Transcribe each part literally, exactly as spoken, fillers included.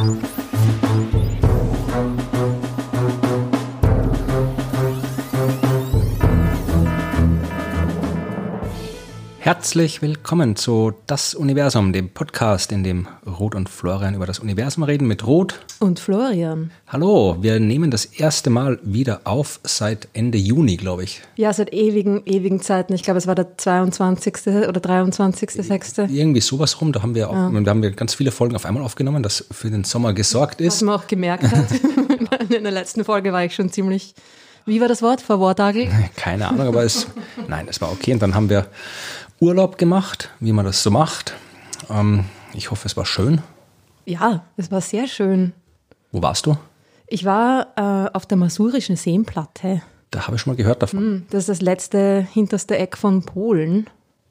Herzlich willkommen zu Das Universum, dem Podcast, in dem Ruth und Florian über das Universum reden, mit Ruth und Florian. Hallo, wir nehmen das erste Mal wieder auf seit Ende Juni, glaube ich. Ja, seit ewigen, ewigen Zeiten. Ich glaube, es war der zweiundzwanzigste oder dreiundzwanzigste sechste Irgendwie sowas rum. Da haben wir auch, ja. da haben wir ganz viele Folgen auf einmal aufgenommen, das für den Sommer gesorgt ist. Was man auch gemerkt hat. In der letzten Folge war ich schon ziemlich... Wie war das Wort? Verwortagelt? Keine Ahnung, aber es, nein, es war okay. Und dann haben wir Urlaub gemacht, wie man das so macht. Ähm, ich hoffe, es war schön. Ja, es war sehr schön. Wo warst du? Ich war äh, auf der Masurischen Seenplatte. Da habe ich schon mal gehört davon. Das ist das letzte, hinterste Eck von Polen.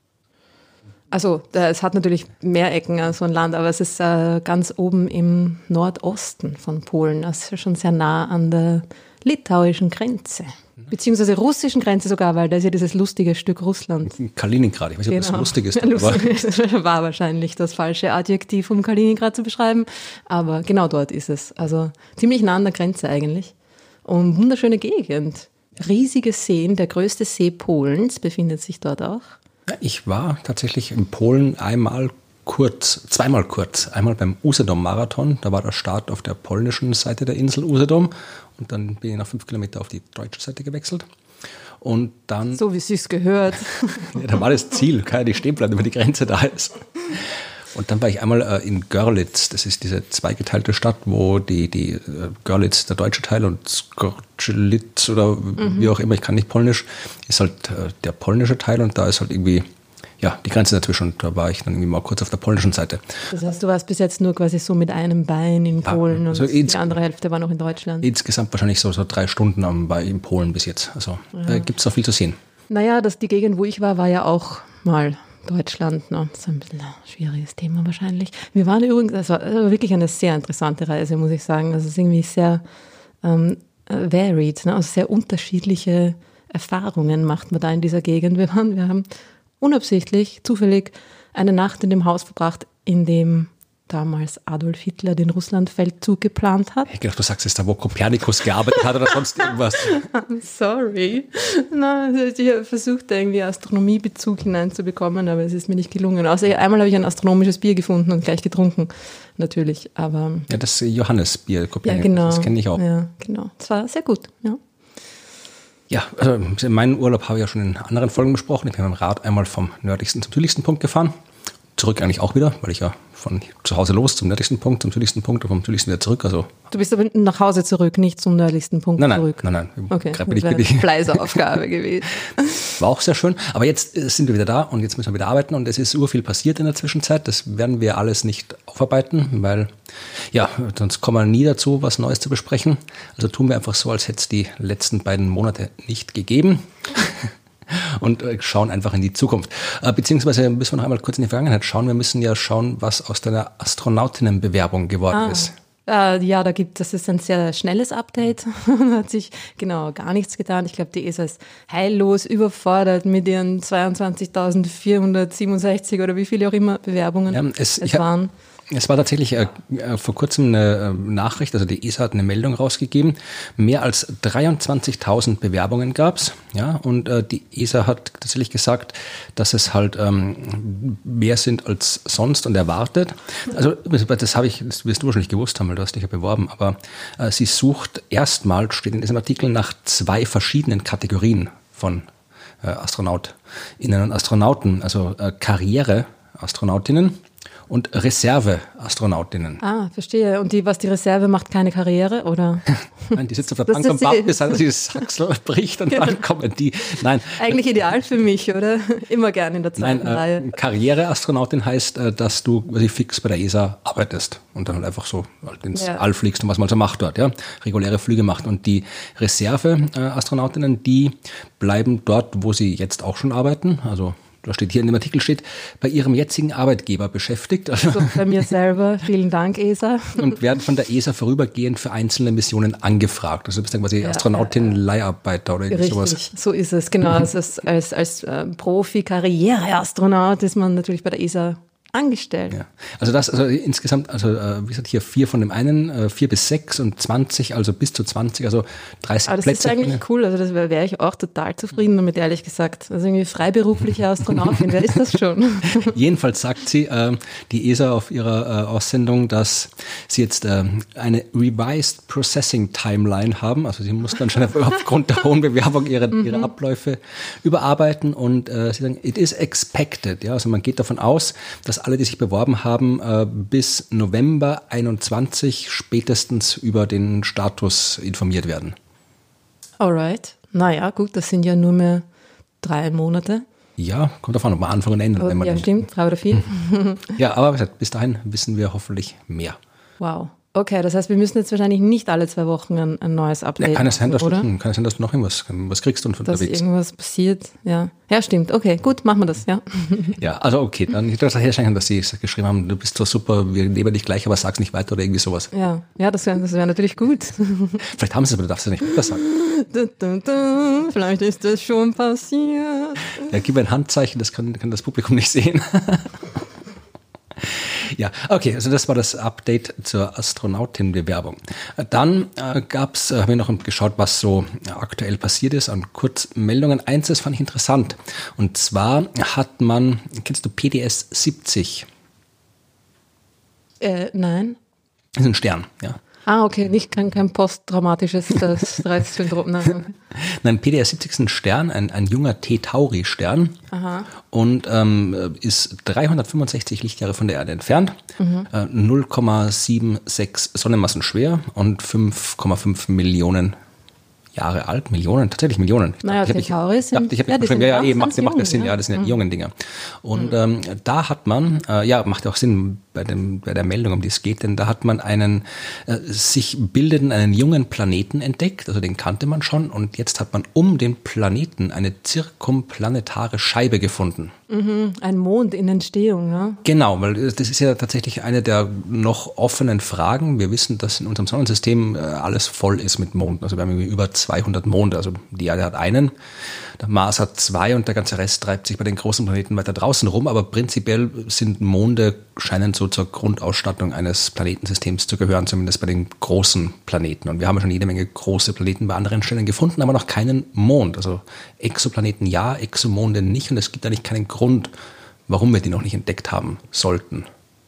Also, es hat natürlich mehr Ecken als so ein Land, aber es ist äh, ganz oben im Nordosten von Polen. Das ist schon sehr nah an der litauischen Grenze. Beziehungsweise russischen Grenze sogar, weil da ist ja dieses lustige Stück Russland. Kaliningrad, ich weiß nicht, ob genau. das lustig ist. Lustig aber war wahrscheinlich das falsche Adjektiv, um Kaliningrad zu beschreiben. Aber genau dort ist es. Also ziemlich nah an der Grenze eigentlich. Und wunderschöne Gegend. Riesige Seen, der größte See Polens befindet sich dort auch. Ja, ich war tatsächlich in Polen einmal kurz, zweimal kurz. Einmal beim Usedom-Marathon, da war der Start auf der polnischen Seite der Insel Usedom und dann bin ich nach fünf Kilometer auf die deutsche Seite gewechselt. Und dann... So wie es sich gehört. Ja, da war das Ziel, kann ja nicht stehen bleiben, wenn die Grenze da ist. Und dann war ich einmal äh, in Görlitz, das ist diese zweigeteilte Stadt, wo die, die äh, Görlitz, der deutsche Teil, und Skorzelitz oder mhm. wie auch immer, ich kann nicht Polnisch, ist halt äh, der polnische Teil und da ist halt irgendwie ja, die Grenze dazwischen und da war ich dann irgendwie mal kurz auf der polnischen Seite. Das heißt, du warst bis jetzt nur quasi so mit einem Bein in Polen ja, also und ins, die andere Hälfte war noch in Deutschland. Insgesamt wahrscheinlich so, so drei Stunden am, bei in Polen bis jetzt. Also ja. äh, gibt es noch viel zu sehen. Naja, das, die Gegend, wo ich war, war ja auch mal Deutschland. Ne? Das ist ein bisschen ein schwieriges Thema wahrscheinlich. Wir waren übrigens, das war, das war wirklich eine sehr interessante Reise, muss ich sagen. Also es ist irgendwie sehr ähm, varied, ne? Also sehr unterschiedliche Erfahrungen macht man da in dieser Gegend. Wir waren, wir haben unabsichtlich, zufällig eine Nacht in dem Haus verbracht, in dem damals Adolf Hitler den Russlandfeldzug geplant hat. Ich glaube, du sagst, es ist da, wo Kopernikus gearbeitet hat oder sonst irgendwas. I'm sorry. Nein, also ich habe versucht, da irgendwie Astronomiebezug hineinzubekommen, aber es ist mir nicht gelungen. Außer einmal habe ich ein astronomisches Bier gefunden und gleich getrunken, natürlich. Aber ja, das Johannesbier, Kopernikus, ja, genau, das kenne ich auch. Ja, genau. Das war sehr gut, ja. Ja, also meinen Urlaub habe ich ja schon in anderen Folgen besprochen. Ich bin mit dem Rad einmal vom nördlichsten zum südlichsten Punkt gefahren. Zurück eigentlich auch wieder, weil ich ja von zu Hause los zum nördlichsten Punkt, zum südlichsten Punkt und vom südlichsten wieder zurück. Also du bist aber nach Hause zurück, nicht zum nördlichsten Punkt nein, nein, zurück? Nein, nein, nein. Okay, das wäre eine Fleißaufgabe gewesen. War auch sehr schön. Aber jetzt sind wir wieder da und jetzt müssen wir wieder arbeiten und es ist ur viel passiert in der Zwischenzeit. Das werden wir alles nicht aufarbeiten, weil ja, sonst kommen wir nie dazu, was Neues zu besprechen. Also tun wir einfach so, als hätte es die letzten beiden Monate nicht gegeben. Und schauen einfach in die Zukunft. Beziehungsweise müssen wir noch einmal kurz in die Vergangenheit schauen. Wir müssen ja schauen, was aus deiner Astronautinnenbewerbung geworden ah. ist. Äh, ja, da gibt das ist ein sehr schnelles Update. Da hat sich genau gar nichts getan. Ich glaube, die E S A ist heillos überfordert mit ihren zweiundzwanzigtausendvierhundertsiebenundsechzig oder wie viele auch immer Bewerbungen ja, es, es waren. Hab, es war tatsächlich äh, vor kurzem eine äh, Nachricht, also die E S A hat eine Meldung rausgegeben, mehr als dreiundzwanzigtausend Bewerbungen gab's, ja, und äh, die E S A hat tatsächlich gesagt, dass es halt ähm, mehr sind als sonst und erwartet. Also das habe ich, das wirst du wahrscheinlich gewusst haben, weil du hast dich ja beworben, aber äh, sie sucht erstmal, steht in diesem Artikel, nach zwei verschiedenen Kategorien von äh, AstronautInnen und Astronauten, also äh, Karriere-Astronautinnen und Reserve-Astronautinnen. Ah, verstehe. Und die, was die Reserve macht, keine Karriere, oder? Nein, die sitzt auf der Bank und wartet, bis sie das Achsel bricht und genau. Dann kommen die. Nein. Eigentlich ideal für mich, oder? Immer gerne in der zweiten Nein, äh, Reihe. Karriere-Astronautin heißt, dass du quasi fix bei der E S A arbeitest und dann halt einfach so halt ins ja. All fliegst und was man so macht dort, ja. Reguläre Flüge macht. Und die Reserve-Astronautinnen, die bleiben dort, wo sie jetzt auch schon arbeiten, also da steht hier in dem Artikel, steht, bei ihrem jetzigen Arbeitgeber beschäftigt. Also bei mir selber, vielen Dank, E S A. Und werden von der E S A vorübergehend für einzelne Missionen angefragt. Also du bist dann quasi ja, Astronautin, ja, ja. Leiharbeiter oder irgendwie sowas. Richtig, so ist es, genau. Also als als, als äh, Profi-Karriere-Astronaut ist man natürlich bei der E S A angestellt. Ja. Also das, also insgesamt, also äh, wie gesagt, hier vier von dem einen, äh, vier bis sechs und zwanzig, also bis zu zwanzig, also dreißig Aber das Plätze. ist eigentlich cool, also das wäre wär ich auch total zufrieden damit, ehrlich gesagt. Also irgendwie freiberufliche Astronautin, wer ist das schon? Jedenfalls sagt sie, äh, die E S A auf ihrer äh, Aussendung, dass sie jetzt äh, eine Revised Processing Timeline haben, also sie muss dann schon aufgrund der hohen Bewerbung ihre, mhm. ihre Abläufe überarbeiten und äh, sie sagen, it is expected, ja, also man geht davon aus, dass alle, die sich beworben haben, äh, bis November einundzwanzig spätestens über den Status informiert werden. Alright. Naja, gut, das sind ja nur mehr drei Monate. Ja, kommt davon, ob man Anfang und Ende. Oh, wenn man ja, stimmt, drei oder vier. Ja, aber wie gesagt, bis dahin wissen wir hoffentlich mehr. Wow. Okay, das heißt, wir müssen jetzt wahrscheinlich nicht alle zwei Wochen ein, ein neues Update ja, kann es sein, dass oder? Du, kann es sein, dass du noch irgendwas was kriegst und dass unterwegs. irgendwas passiert, ja. Ja, stimmt. Okay, gut, machen wir das, ja. Ja, also okay, dann ich das herstellen, dass sie geschrieben haben, du bist so super, wir nehmen dich gleich, aber sag's nicht weiter oder irgendwie sowas. Ja, ja, das wäre das wär natürlich gut. Vielleicht haben sie es, aber du darfst es nicht weiter sagen. Da, da, da, vielleicht ist das schon passiert. Ja, gib ein Handzeichen, das kann, kann das Publikum nicht sehen. Ja, okay, also das war das Update zur Astronautenbewerbung. Dann äh, gab's, äh, haben wir noch geschaut, was so aktuell passiert ist an Kurzmeldungen. Eins, das fand ich interessant. Und zwar hat man, kennst du P D S siebzig? Äh, nein. Das ist ein Stern, ja. Ah, okay, nicht kein, kein posttraumatisches Stresssyndrom. Nein, okay. Nein, P D S siebzig ist ein Stern, ein, ein junger T-Tauri-Stern. Aha. Und ähm, ist dreihundertfünfundsechzig Lichtjahre von der Erde entfernt, mhm. äh, null Komma sechsundsiebzig Sonnenmassen schwer und fünf Komma fünf Millionen Jahre alt, Millionen, tatsächlich Millionen. Ich naja, T-Tauri sind, ich hab, ich hab ja, ja, ja, eben, macht, jung, macht das Sinn, ja, ja, das sind ja die mhm. jungen Dinger. Und mhm. ähm, da hat man, äh, ja, macht ja auch Sinn bei, dem, bei der Meldung, um die es geht, denn da hat man einen äh, sich bildenden, einen jungen Planeten entdeckt, also den kannte man schon, und jetzt hat man um den Planeten eine zirkumplanetare Scheibe gefunden. Mhm, ein Mond in Entstehung, ne? Genau, weil das ist ja tatsächlich eine der noch offenen Fragen. Wir wissen, dass in unserem Sonnensystem alles voll ist mit Monden. Also wir haben über zweihundert Monde. Also die Erde hat einen, der Mars hat zwei und der ganze Rest treibt sich bei den großen Planeten weiter draußen rum. Aber prinzipiell sind Monde, scheinen so zur Grundausstattung eines Planetensystems zu gehören, zumindest bei den großen Planeten. Und wir haben ja schon jede Menge große Planeten bei anderen Stellen gefunden, aber noch keinen Mond. Also Exoplaneten ja, Exomonde nicht. Und es gibt eigentlich keinen Grund, warum wir die noch nicht entdeckt haben sollten.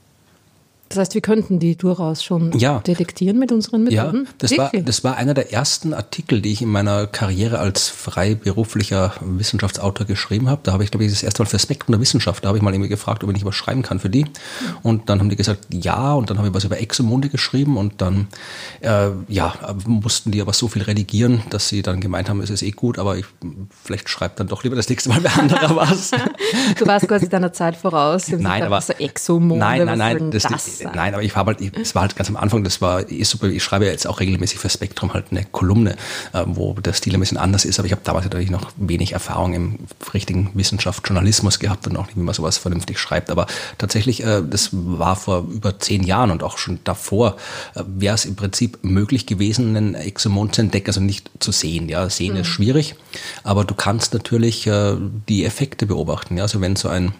Das heißt, wir könnten die durchaus schon ja. detektieren mit unseren Methoden? Ja, das war, das war einer der ersten Artikel, die ich in meiner Karriere als freiberuflicher Wissenschaftsautor geschrieben habe. Da habe ich, glaube ich, das erste Mal für Spektrum der Wissenschaft, da habe ich mal irgendwie gefragt, ob ich nicht was schreiben kann für die. Und dann haben die gesagt, ja, und dann habe ich was über Exomonde geschrieben und dann äh, ja, mussten die aber so viel redigieren, dass sie dann gemeint haben, es ist eh gut, aber ich, vielleicht schreibt dann doch lieber das nächste Mal wer anderer was. Du warst quasi deiner Zeit voraus. Nein, aber so Exomonde, nein, nein, nein, das, das Nein, aber ich habe halt, es war halt ganz am Anfang, das war eh super, ich schreibe ja jetzt auch regelmäßig für Spektrum halt eine Kolumne, äh, wo der Stil ein bisschen anders ist, aber ich habe damals natürlich noch wenig Erfahrung im richtigen Wissenschaft, Journalismus gehabt und auch nicht, wie man sowas vernünftig schreibt, aber tatsächlich, äh, das war vor über zehn Jahren und auch schon davor äh, wäre es im Prinzip möglich gewesen, einen Exomond zu entdecken, also nicht zu sehen, ja, sehen mhm. ist schwierig, aber du kannst natürlich äh, die Effekte beobachten, ja, also wenn so ein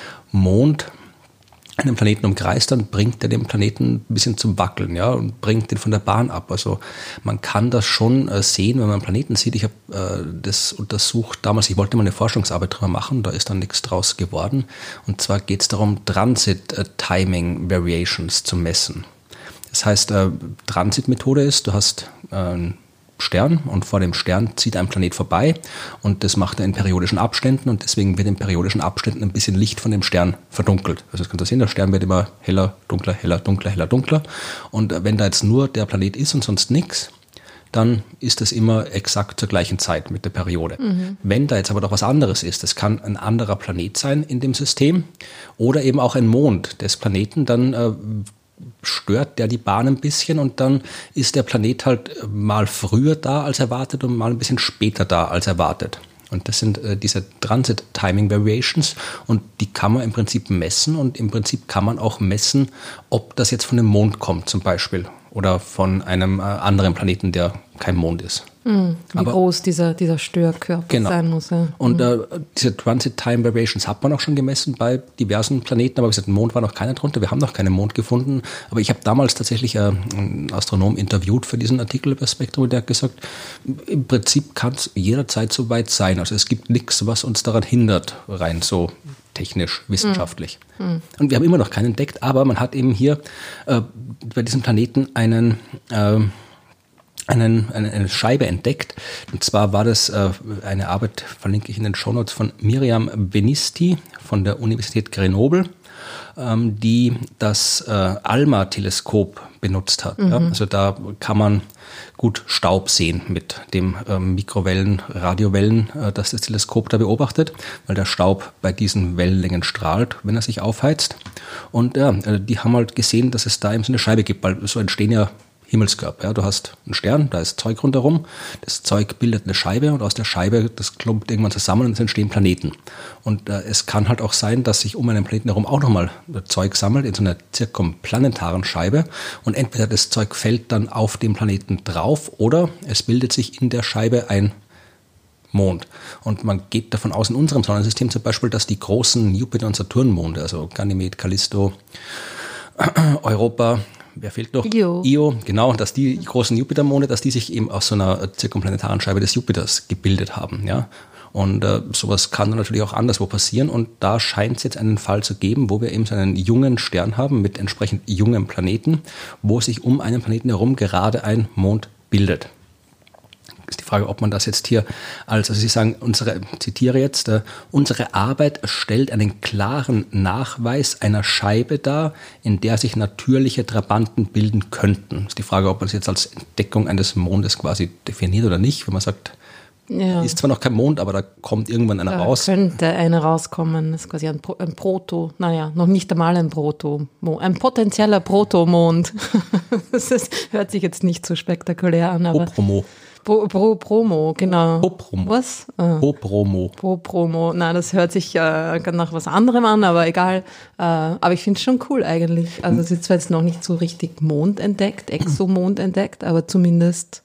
Mond einen Planeten umkreist, dann bringt er den Planeten ein bisschen zum Wackeln, ja, und bringt den von der Bahn ab. Also man kann das schon äh, sehen, wenn man einen Planeten sieht. Ich habe äh, das untersucht damals, ich wollte mal eine Forschungsarbeit drüber machen, da ist dann nichts draus geworden. Und zwar geht es darum, Transit-Timing Variations zu messen. Das heißt, äh, Transit-Methode ist, du hast äh, Stern und vor dem Stern zieht ein Planet vorbei und das macht er in periodischen Abständen und deswegen wird in periodischen Abständen ein bisschen Licht von dem Stern verdunkelt. Also das kannst du sehen, der Stern wird immer heller, dunkler, heller, dunkler, heller, dunkler und wenn da jetzt nur der Planet ist und sonst nichts, dann ist das immer exakt zur gleichen Zeit mit der Periode. Mhm. Wenn da jetzt aber doch was anderes ist, das kann ein anderer Planet sein in dem System oder eben auch ein Mond des Planeten, dann äh, stört der die Bahn ein bisschen und dann ist der Planet halt mal früher da als erwartet und mal ein bisschen später da als erwartet. Und das sind äh, diese Transit-Timing-Variations und die kann man im Prinzip messen und im Prinzip kann man auch messen, ob das jetzt von dem Mond kommt zum Beispiel oder von einem äh, anderen Planeten, der kein Mond ist. Mhm. Wie Aber, groß dieser, dieser Störkörper genau. sein muss. Ja. Und mhm. äh, diese Transit Time Variations hat man auch schon gemessen bei diversen Planeten, aber wie gesagt, Mond war noch keiner drunter, wir haben noch keinen Mond gefunden. Aber ich habe damals tatsächlich äh, einen Astronom interviewt für diesen Artikel über Spektrum und der hat gesagt, im Prinzip kann es jederzeit so weit sein. Also es gibt nichts, was uns daran hindert, rein so technisch, wissenschaftlich. Mhm. Und wir haben immer noch keinen entdeckt, aber man hat eben hier äh, bei diesem Planeten einen äh, Einen, eine, eine Scheibe entdeckt. Und zwar war das äh, eine Arbeit, verlinke ich in den Shownotes, von Miriam Benisti von der Universität Grenoble, ähm, die das äh, ALMA-Teleskop benutzt hat. Mhm. Ja? Also da kann man gut Staub sehen mit dem äh, Mikrowellen, Radiowellen, äh, das das Teleskop da beobachtet, weil der Staub bei diesen Wellenlängen strahlt, wenn er sich aufheizt. Und ja, äh, die haben halt gesehen, dass es da eben so eine Scheibe gibt, weil so entstehen ja Himmelskörper. Ja, du hast einen Stern, da ist Zeug rundherum, das Zeug bildet eine Scheibe und aus der Scheibe, das klumpt irgendwann zusammen und es entstehen Planeten. Und äh, es kann halt auch sein, dass sich um einen Planeten herum auch nochmal Zeug sammelt in so einer zirkumplanetaren Scheibe und entweder das Zeug fällt dann auf den Planeten drauf oder es bildet sich in der Scheibe ein Mond. Und man geht davon aus, in unserem Sonnensystem zum Beispiel, dass die großen Jupiter- und Saturnmonde, also Ganymed, Callisto, Europa, wer fehlt noch? Io. Io, genau, dass die großen Jupitermonde, dass die sich eben aus so einer zirkumplanetaren Scheibe des Jupiters gebildet haben, ja. Und äh, sowas kann dann natürlich auch anderswo passieren und da scheint es jetzt einen Fall zu geben, wo wir eben so einen jungen Stern haben mit entsprechend jungen Planeten, wo sich um einen Planeten herum gerade ein Mond bildet. Ist die Frage, ob man das jetzt hier als, also Sie sagen, unsere, zitiere jetzt, äh, unsere Arbeit stellt einen klaren Nachweis einer Scheibe dar, in der sich natürliche Trabanten bilden könnten. Ist die Frage, ob man es jetzt als Entdeckung eines Mondes quasi definiert oder nicht, wenn man sagt, ja. Ist zwar noch kein Mond, aber da kommt irgendwann einer da raus. Könnte einer rauskommen, das ist quasi ein, Pro, ein Proto, naja, noch nicht einmal ein Proto, ein potenzieller Protomond. Das ist, hört sich jetzt nicht so spektakulär an, aber... Promo. Pro, Pro, Promo, genau. Pro-Promo. Was? Ah. Pro-Promo. Pro-Promo. Nein, das hört sich äh, nach was anderem an, aber egal. Äh, aber ich finde es schon cool eigentlich. Also es ist zwar jetzt noch nicht so richtig Mond entdeckt, Exomond entdeckt, aber zumindest...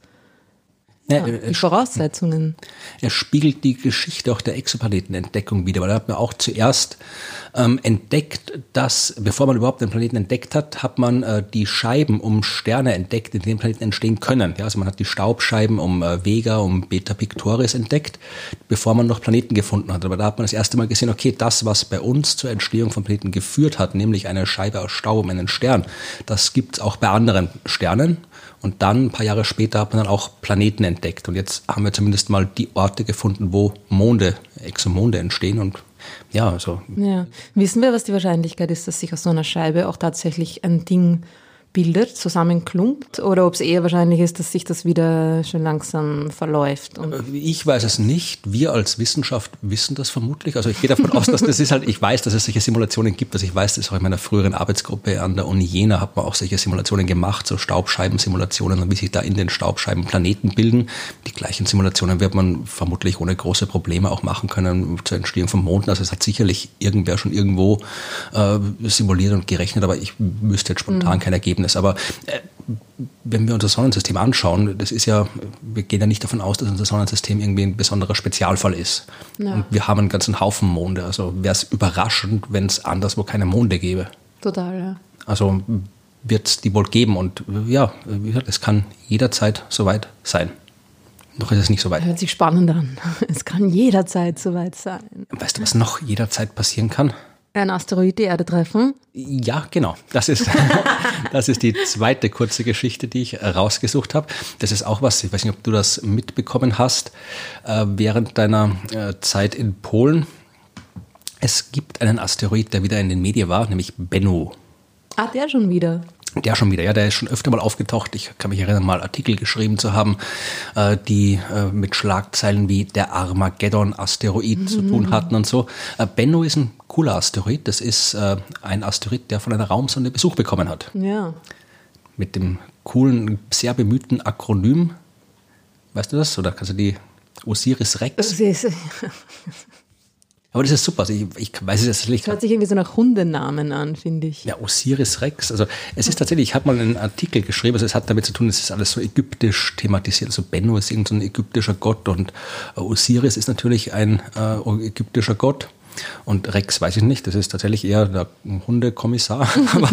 Ja, ja, die Voraussetzungen. Er spiegelt die Geschichte auch der Exoplanetenentdeckung wider, weil er hat mir auch zuerst ähm, entdeckt, dass, bevor man überhaupt den Planeten entdeckt hat, hat man äh, die Scheiben um Sterne entdeckt, in denen Planeten entstehen können. Ja, also man hat die Staubscheiben um äh, Vega, um Beta Pictoris entdeckt, bevor man noch Planeten gefunden hat. Aber da hat man das erste Mal gesehen, okay, das, was bei uns zur Entstehung von Planeten geführt hat, nämlich eine Scheibe aus Staub um einen Stern, das gibt es auch bei anderen Sternen. Und dann, ein paar Jahre später, hat man dann auch Planeten entdeckt. Und jetzt haben wir zumindest mal die Orte gefunden, wo Monde, Exomonde entstehen. Und ja, also. Ja. Wissen wir, was die Wahrscheinlichkeit ist, dass sich aus so einer Scheibe auch tatsächlich ein Ding bildet, zusammenklumpt, oder ob es eher wahrscheinlich ist, dass sich das wieder schön langsam verläuft? Und ich weiß es nicht. Wir als Wissenschaft wissen das vermutlich. Also ich gehe davon aus, dass das ist halt, ich weiß, dass es solche Simulationen gibt. Also ich weiß, dass auch in meiner früheren Arbeitsgruppe an der Uni Jena hat man auch solche Simulationen gemacht, so Staubscheibensimulationen, wie sich da in den Staubscheiben Planeten bilden. Die gleichen Simulationen wird man vermutlich ohne große Probleme auch machen können zur Entstehung von Monden. Also es hat sicherlich irgendwer schon irgendwo äh, simuliert und gerechnet, aber ich wüsste jetzt spontan mhm. kein Ergebnis. Aber äh, wenn wir unser Sonnensystem anschauen, das ist ja, wir gehen ja nicht davon aus, dass unser Sonnensystem irgendwie ein besonderer Spezialfall ist. Ja. Und wir haben einen ganzen Haufen Monde. Also wäre es überraschend, wenn es anderswo keine Monde gäbe. Total, ja. Also wird es die wohl geben. Und ja, wie gesagt, es kann jederzeit soweit sein. Noch ist es nicht so weit. Hört sich spannend an. Es kann jederzeit soweit sein. Weißt du, was noch jederzeit passieren kann? Ein Asteroid die Erde treffen? Ja, genau. Das ist, das ist die zweite kurze Geschichte, die ich rausgesucht habe. Das ist auch was, ich weiß nicht, ob du das mitbekommen hast, äh, während deiner äh, Zeit in Polen. Es gibt einen Asteroid, der wieder in den Medien war, nämlich Bennu. Ah, der schon wieder? Der schon wieder, ja, der ist schon öfter mal aufgetaucht. Ich kann mich erinnern, mal Artikel geschrieben zu haben, äh, die äh, mit Schlagzeilen wie der Armageddon-Asteroid mhm. zu tun hatten und so. Äh, Bennu ist ein cooler Asteroid. Das ist äh, ein Asteroid, der von einer Raumsonde Besuch bekommen hat. Ja. Mit dem coolen, sehr bemühten Akronym. Weißt du das? Oder kannst du die Osiris Rex? Aber das ist super. Also ich, ich weiß es jetzt tatsächlich. Das hört sich irgendwie so nach Hundenamen an, finde ich. Ja, Osiris Rex. Also es ist tatsächlich, ich habe mal einen Artikel geschrieben, also es hat damit zu tun, es ist alles so ägyptisch thematisiert. Also Bennu ist irgendein so ägyptischer Gott und Osiris ist natürlich ein äh, ägyptischer Gott. Und Rex weiß ich nicht, das ist tatsächlich eher der Hundekommissar. aber,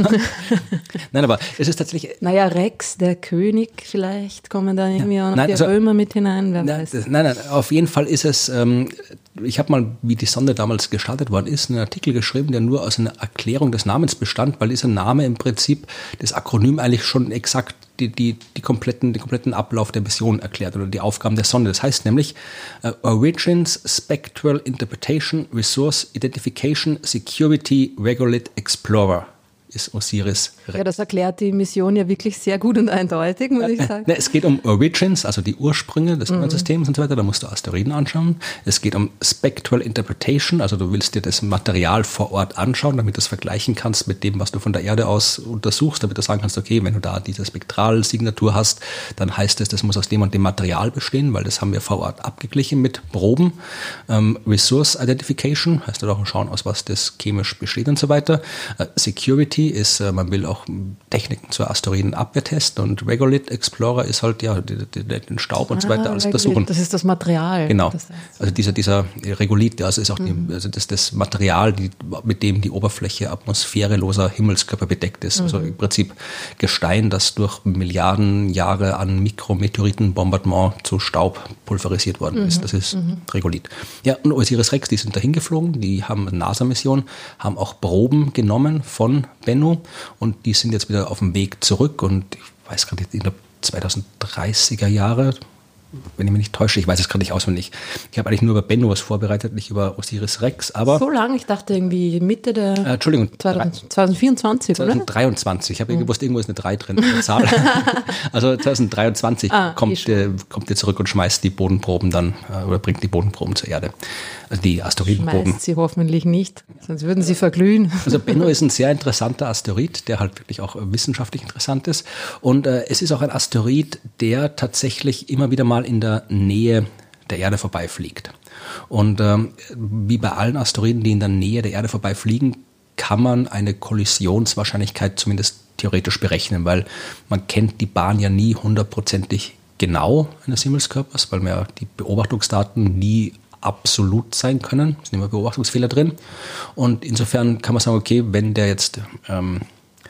nein, aber es ist tatsächlich... Naja, Rex, der König vielleicht, kommen da irgendwie ja, auch noch nein, die also, Römer mit hinein, wer nein, weiß. Das, nein, nein, auf jeden Fall ist es, ähm, ich habe mal, wie die Sonde damals gestartet worden ist, einen Artikel geschrieben, der nur aus einer Erklärung des Namens bestand, weil dieser Name im Prinzip das Akronym eigentlich schon exakt Die, die, die kompletten, den kompletten Ablauf der Mission erklärt oder die Aufgaben der Sonde. Das heißt nämlich uh, Origins, Spectral Interpretation, Resource Identification, Security, Regolith, Explorer ist Osiris Rex. Ja, das erklärt die Mission ja wirklich sehr gut und eindeutig, muss ich sagen. Ne, es geht um Origins, also die Ursprünge des mhm. Systems und so weiter, da musst du Asteroiden anschauen. Es geht um Spectral Interpretation, also du willst dir das Material vor Ort anschauen, damit du es vergleichen kannst mit dem, was du von der Erde aus untersuchst, damit du sagen kannst, okay, wenn du da diese Spektralsignatur hast, dann heißt es, das muss aus dem und dem Material bestehen, weil das haben wir vor Ort abgeglichen mit Proben. Ähm, Resource Identification, heißt du auch schauen, aus was das chemisch besteht und so weiter. Äh, Security ist, man will auch Techniken zur Asteroidenabwehr testen und Regolith Explorer ist halt ja die, die, den Staub und ah, so weiter alles Regolith, untersuchen. Das ist das Material. Genau. Das heißt. Also dieser, dieser Regolith, also ist auch mhm. die, also das, das Material, die, mit dem die Oberfläche atmosphäreloser Himmelskörper bedeckt ist. Mhm. Also im Prinzip Gestein, das durch Milliarden Jahre an Mikrometeoritenbombardement zu Staub pulverisiert worden mhm. ist. Das ist mhm. Regolith. Ja, und Osiris Rex, die sind dahin geflogen, die haben eine NASA-Mission, haben auch Proben genommen von Bennu und die sind jetzt wieder auf dem Weg zurück und ich weiß gerade in der zweitausenddreißiger Jahre, wenn ich mich nicht täusche, ich weiß es gerade nicht auswendig. Ich habe eigentlich nur über Bennu was vorbereitet, nicht über Osiris Rex, aber... So lange, ich dachte irgendwie Mitte der... Äh, Entschuldigung. zwanzig vierundzwanzig, oder? zwanzig dreiundzwanzig. Ich habe mhm. gewusst, irgendwo ist eine drei drin, eine Zahl. Also zwanzig dreiundzwanzig ah, kommt, äh, kommt ihr zurück und schmeißt die Bodenproben dann, äh, oder bringt die Bodenproben zur Erde. Also die Asteroidenproben. Schmeißt sie hoffentlich nicht, sonst würden sie verglühen. Also Bennu ist ein sehr interessanter Asteroid, der halt wirklich auch wissenschaftlich interessant ist. Und äh, es ist auch ein Asteroid, der tatsächlich immer wieder mal in der Nähe der Erde vorbeifliegt. Und ähm, wie bei allen Asteroiden, die in der Nähe der Erde vorbeifliegen, kann man eine Kollisionswahrscheinlichkeit zumindest theoretisch berechnen, weil man kennt die Bahn ja nie hundertprozentig genau eines Himmelskörpers, weil man ja die Beobachtungsdaten nie absolut sein können. Es sind immer Beobachtungsfehler drin. Und insofern kann man sagen, okay, wenn der jetzt ähm,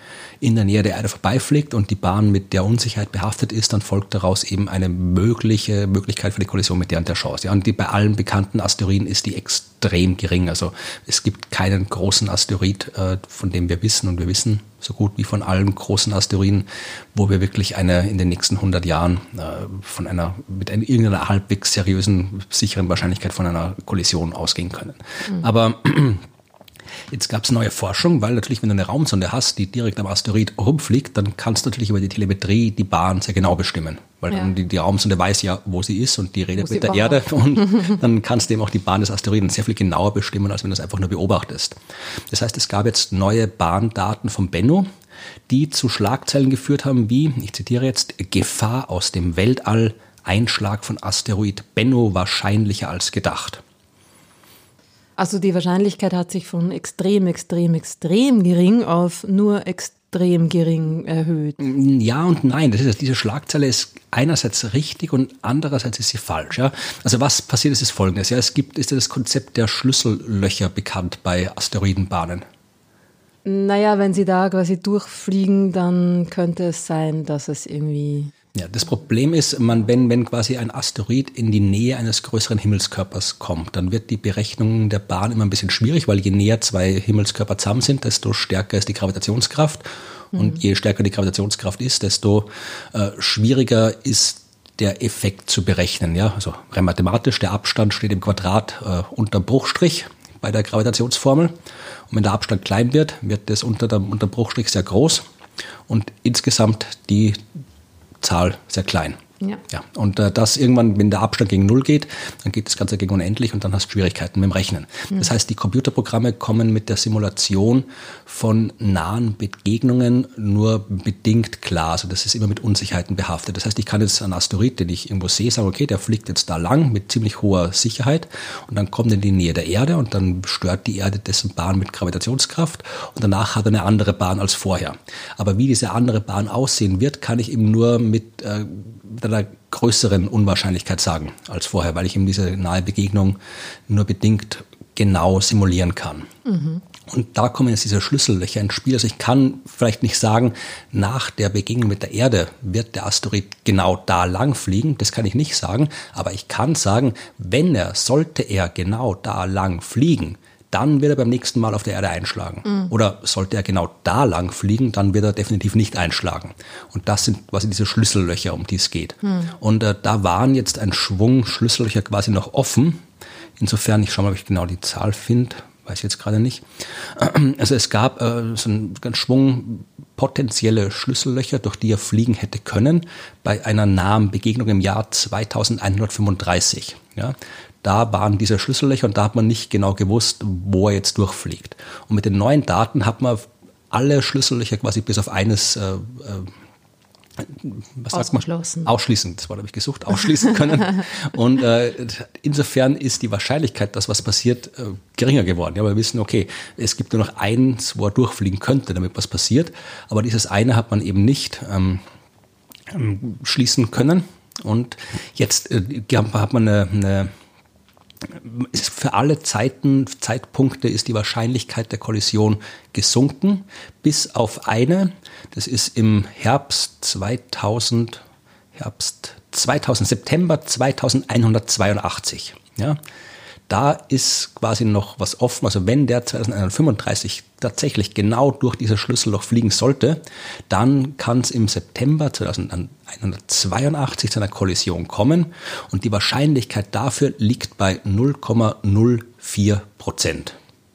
in der Nähe der Erde vorbeifliegt und die Bahn mit der Unsicherheit behaftet ist, dann folgt daraus eben eine mögliche Möglichkeit für die Kollision mit der und der Chance. Ja, und die, bei allen bekannten Asteroiden ist die extrem gering. Also es gibt keinen großen Asteroid, äh, von dem wir wissen, und wir wissen so gut wie von allen großen Asteroiden, wo wir wirklich eine in den nächsten hundert Jahren äh, von einer mit einer, irgendeiner halbwegs seriösen, sicheren Wahrscheinlichkeit von einer Kollision ausgehen können. Mhm. Aber jetzt gab es neue Forschung, weil natürlich, wenn du eine Raumsonde hast, die direkt am Asteroid rumfliegt, dann kannst du natürlich über die Telemetrie die Bahn sehr genau bestimmen. Weil ja. dann die, die Raumsonde weiß ja, wo sie ist und die redet mit der Erde und dann kannst du eben auch die Bahn des Asteroiden sehr viel genauer bestimmen, als wenn du es einfach nur beobachtest. Das heißt, es gab jetzt neue Bahndaten vom Bennu, die zu Schlagzeilen geführt haben wie, ich zitiere jetzt, Gefahr aus dem Weltall, Einschlag von Asteroid Bennu wahrscheinlicher als gedacht. Also die Wahrscheinlichkeit hat sich von extrem, extrem, extrem gering auf nur extrem gering erhöht. Ja und nein. Das ist, diese Schlagzeile ist einerseits richtig und andererseits ist sie falsch. Ja? Also was passiert ist, ist Folgendes. Ja, es gibt, ist ja das Konzept der Schlüssellöcher bekannt bei Asteroidenbahnen. Naja, wenn sie da quasi durchfliegen, dann könnte es sein, dass es irgendwie... Ja, das Problem ist, man, wenn, wenn quasi ein Asteroid in die Nähe eines größeren Himmelskörpers kommt, dann wird die Berechnung der Bahn immer ein bisschen schwierig, weil je näher zwei Himmelskörper zusammen sind, desto stärker ist die Gravitationskraft. Mhm. Und je stärker die Gravitationskraft ist, desto äh, schwieriger ist der Effekt zu berechnen. Ja, also rein mathematisch, der Abstand steht im Quadrat äh, unter Bruchstrich bei der Gravitationsformel. Und wenn der Abstand klein wird, wird das unter dem, unter dem Bruchstrich sehr groß und insgesamt die Zahl sehr klein. Ja. Ja, und äh, das irgendwann, wenn der Abstand gegen Null geht, dann geht das Ganze gegen unendlich und dann hast du Schwierigkeiten mit dem Rechnen. Mhm. Das heißt, die Computerprogramme kommen mit der Simulation von nahen Begegnungen nur bedingt klar. Also das ist immer mit Unsicherheiten behaftet. Das heißt, ich kann jetzt einen Asteroid, den ich irgendwo sehe, sagen, okay, der fliegt jetzt da lang mit ziemlich hoher Sicherheit und dann kommt er in die Nähe der Erde und dann stört die Erde dessen Bahn mit Gravitationskraft und danach hat er eine andere Bahn als vorher. Aber wie diese andere Bahn aussehen wird, kann ich eben nur mit äh, mit einer größeren Unwahrscheinlichkeit sagen als vorher, weil ich eben diese nahe Begegnung nur bedingt genau simulieren kann. Mhm. Und da kommen jetzt diese Schlüssellöcher ins Spiel. Also ich kann vielleicht nicht sagen, nach der Begegnung mit der Erde wird der Asteroid genau da lang fliegen. Das kann ich nicht sagen. Aber ich kann sagen, wenn er, sollte er genau da lang fliegen, dann wird er beim nächsten Mal auf der Erde einschlagen. Mhm. Oder sollte er genau da lang fliegen, dann wird er definitiv nicht einschlagen. Und das sind quasi diese Schlüssellöcher, um die es geht. Mhm. Und äh, da waren jetzt ein Schwung Schlüssellöcher quasi noch offen. Insofern, ich schaue mal, ob ich genau die Zahl finde, weiß ich jetzt gerade nicht. Also es gab äh, so einen ganz Schwung potenzielle Schlüssellöcher, durch die er fliegen hätte können, bei einer nahen Begegnung im Jahr zweitausendeinhundertfünfunddreißig. Ja. Da waren diese Schlüssellöcher und da hat man nicht genau gewusst, wo er jetzt durchfliegt. Und mit den neuen Daten hat man alle Schlüssellöcher quasi bis auf eines äh, was sagt man? Ausschließen, das Wort habe ich gesucht, ausschließen können. Und äh, insofern ist die Wahrscheinlichkeit, dass was passiert, äh, geringer geworden. Ja, weil wir wissen, okay, es gibt nur noch eins, wo er durchfliegen könnte, damit was passiert. Aber dieses eine hat man eben nicht ähm, schließen können. Und jetzt äh, hat man eine, eine ist für alle Zeiten, Zeitpunkte ist die Wahrscheinlichkeit der Kollision gesunken, bis auf eine, das ist im Herbst zweitausend, Herbst zweitausend, September zweitausendeinhundertzweiundachtzig. Ja, da ist quasi noch was offen. Also wenn der zweitausendeinhundertfünfunddreißig tatsächlich genau durch dieses Schlüsselloch fliegen sollte, dann kann es im September zweitausendeinhundertzweiundachtzig zu einer Kollision kommen. Und die Wahrscheinlichkeit dafür liegt bei null Komma null vier Prozent.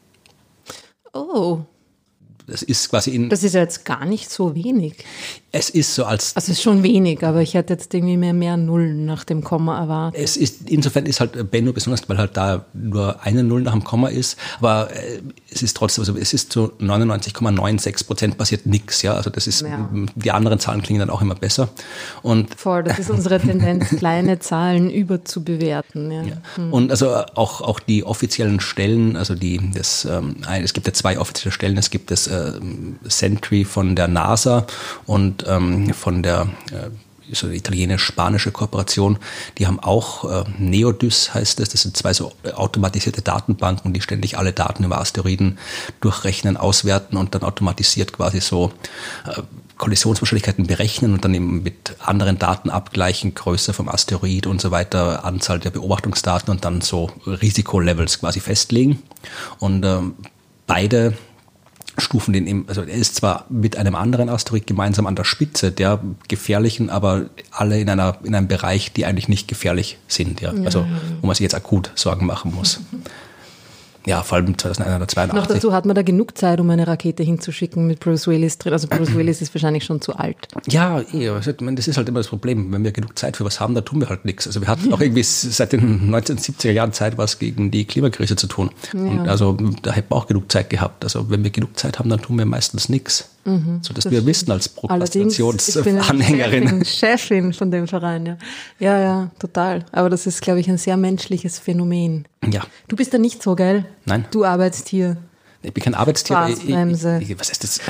Oh. Das ist quasi in. Das ist ja jetzt gar nicht so wenig. Es ist so als. Also es ist schon wenig, aber ich hätte jetzt irgendwie mehr, mehr Nullen nach dem Komma erwartet. Es ist, insofern ist halt Bennu besonders, weil halt da nur eine Null nach dem Komma ist. Aber äh, es ist trotzdem, also es ist zu neunundneunzig Komma sechsundneunzig Prozent passiert nichts, ja. Also das ist, ja. Die anderen Zahlen klingen dann auch immer besser. Und voll, das ist unsere Tendenz, kleine Zahlen überzubewerten. Ja. Ja. Hm. Und also auch, auch die offiziellen Stellen, also die, das, ähm, es gibt ja zwei offizielle Stellen, es gibt das äh, Sentry von der NASA und ähm, von der äh, so italienisch-spanische Kooperation, die haben auch äh, Neodys heißt es, das sind zwei so automatisierte Datenbanken, die ständig alle Daten über Asteroiden durchrechnen, auswerten und dann automatisiert quasi so äh, Kollisionswahrscheinlichkeiten berechnen und dann eben mit anderen Daten abgleichen, Größe vom Asteroid und so weiter, Anzahl der Beobachtungsdaten und dann so Risikolevels quasi festlegen. Und äh, beide Stufen den eben, also er ist zwar mit einem anderen Asteroid gemeinsam an der Spitze der gefährlichen, aber alle in einer in einem Bereich, die eigentlich nicht gefährlich sind, ja. ja. Also wo man sich jetzt akut Sorgen machen muss. Ja, vor allem zweitausendeinhundertzweiundachtzig. Noch dazu hat man da genug Zeit, um eine Rakete hinzuschicken mit Bruce Willis drin. Also Bruce Willis ist wahrscheinlich schon zu alt. Ja, das ist halt immer das Problem. Wenn wir genug Zeit für was haben, dann tun wir halt nichts. Also wir hatten auch irgendwie seit den neunzehnhundertsiebziger Jahren Zeit, was gegen die Klimakrise zu tun. Ja. Und also da hätten wir auch genug Zeit gehabt. Also wenn wir genug Zeit haben, dann tun wir meistens nichts. Mhm, so dass das wir wissen als Prokrastinationsanhängerin. Ich bin Chefin von dem Verein, ja. Ja, ja, total. Aber das ist, glaube ich, ein sehr menschliches Phänomen. Ja. Du bist da nicht so, gell? Nein. Du arbeitest hier. Ich bin kein Arbeitstier. Ich, ich, ich, was ist das?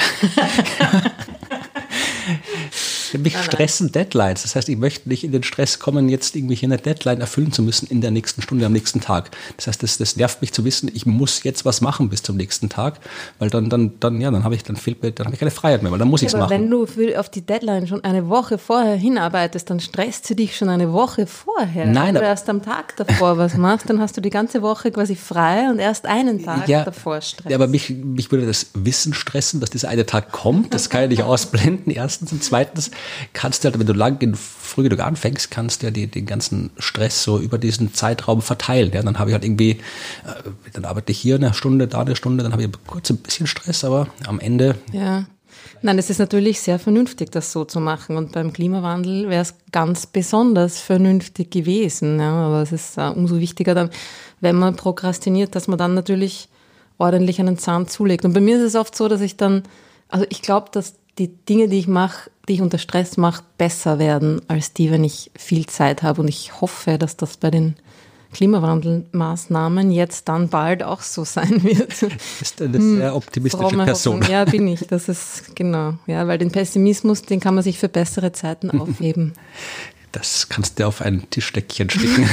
Mich stressen Deadlines. Das heißt, ich möchte nicht in den Stress kommen, jetzt irgendwie hier eine Deadline erfüllen zu müssen in der nächsten Stunde am nächsten Tag. Das heißt, das, das nervt mich zu wissen, ich muss jetzt was machen bis zum nächsten Tag, weil dann, dann, dann, ja, dann habe ich, dann fehlt mir, dann habe ich keine Freiheit mehr, weil dann muss ich es machen. Aber wenn du für, auf die Deadline schon eine Woche vorher hinarbeitest, dann stresst sie dich schon eine Woche vorher. Nein, wenn du erst am Tag davor was machst, dann hast du die ganze Woche quasi frei und erst einen Tag ja, davor Stress. Ja, aber mich, mich würde das Wissen stressen, dass dieser eine Tag kommt. Das kann ich nicht ausblenden, erstens. Und zweitens kannst du halt, wenn du lang früh genug anfängst, kannst du ja die, den ganzen Stress so über diesen Zeitraum verteilen. Ja? Dann habe ich halt irgendwie, äh, dann arbeite ich hier eine Stunde, da eine Stunde, dann habe ich kurz ein bisschen Stress, aber am Ende. Ja. Nein, es ist natürlich sehr vernünftig, das so zu machen. Und beim Klimawandel wäre es ganz besonders vernünftig gewesen. Ja. Aber es ist uh, umso wichtiger dann, wenn man prokrastiniert, dass man dann natürlich ordentlich einen Zahn zulegt. Und bei mir ist es oft so, dass ich dann, also ich glaube, dass die Dinge, die ich mache, die ich unter Stress mache, besser werden, als die, wenn ich viel Zeit habe. Und ich hoffe, dass das bei den Klimawandelmaßnahmen jetzt dann bald auch so sein wird. Ist eine sehr optimistische Person. Hoffnung. Ja, bin ich. Das ist, genau. Ja, weil den Pessimismus, den kann man sich für bessere Zeiten aufheben. Das kannst du auf ein Tischdeckchen sticken.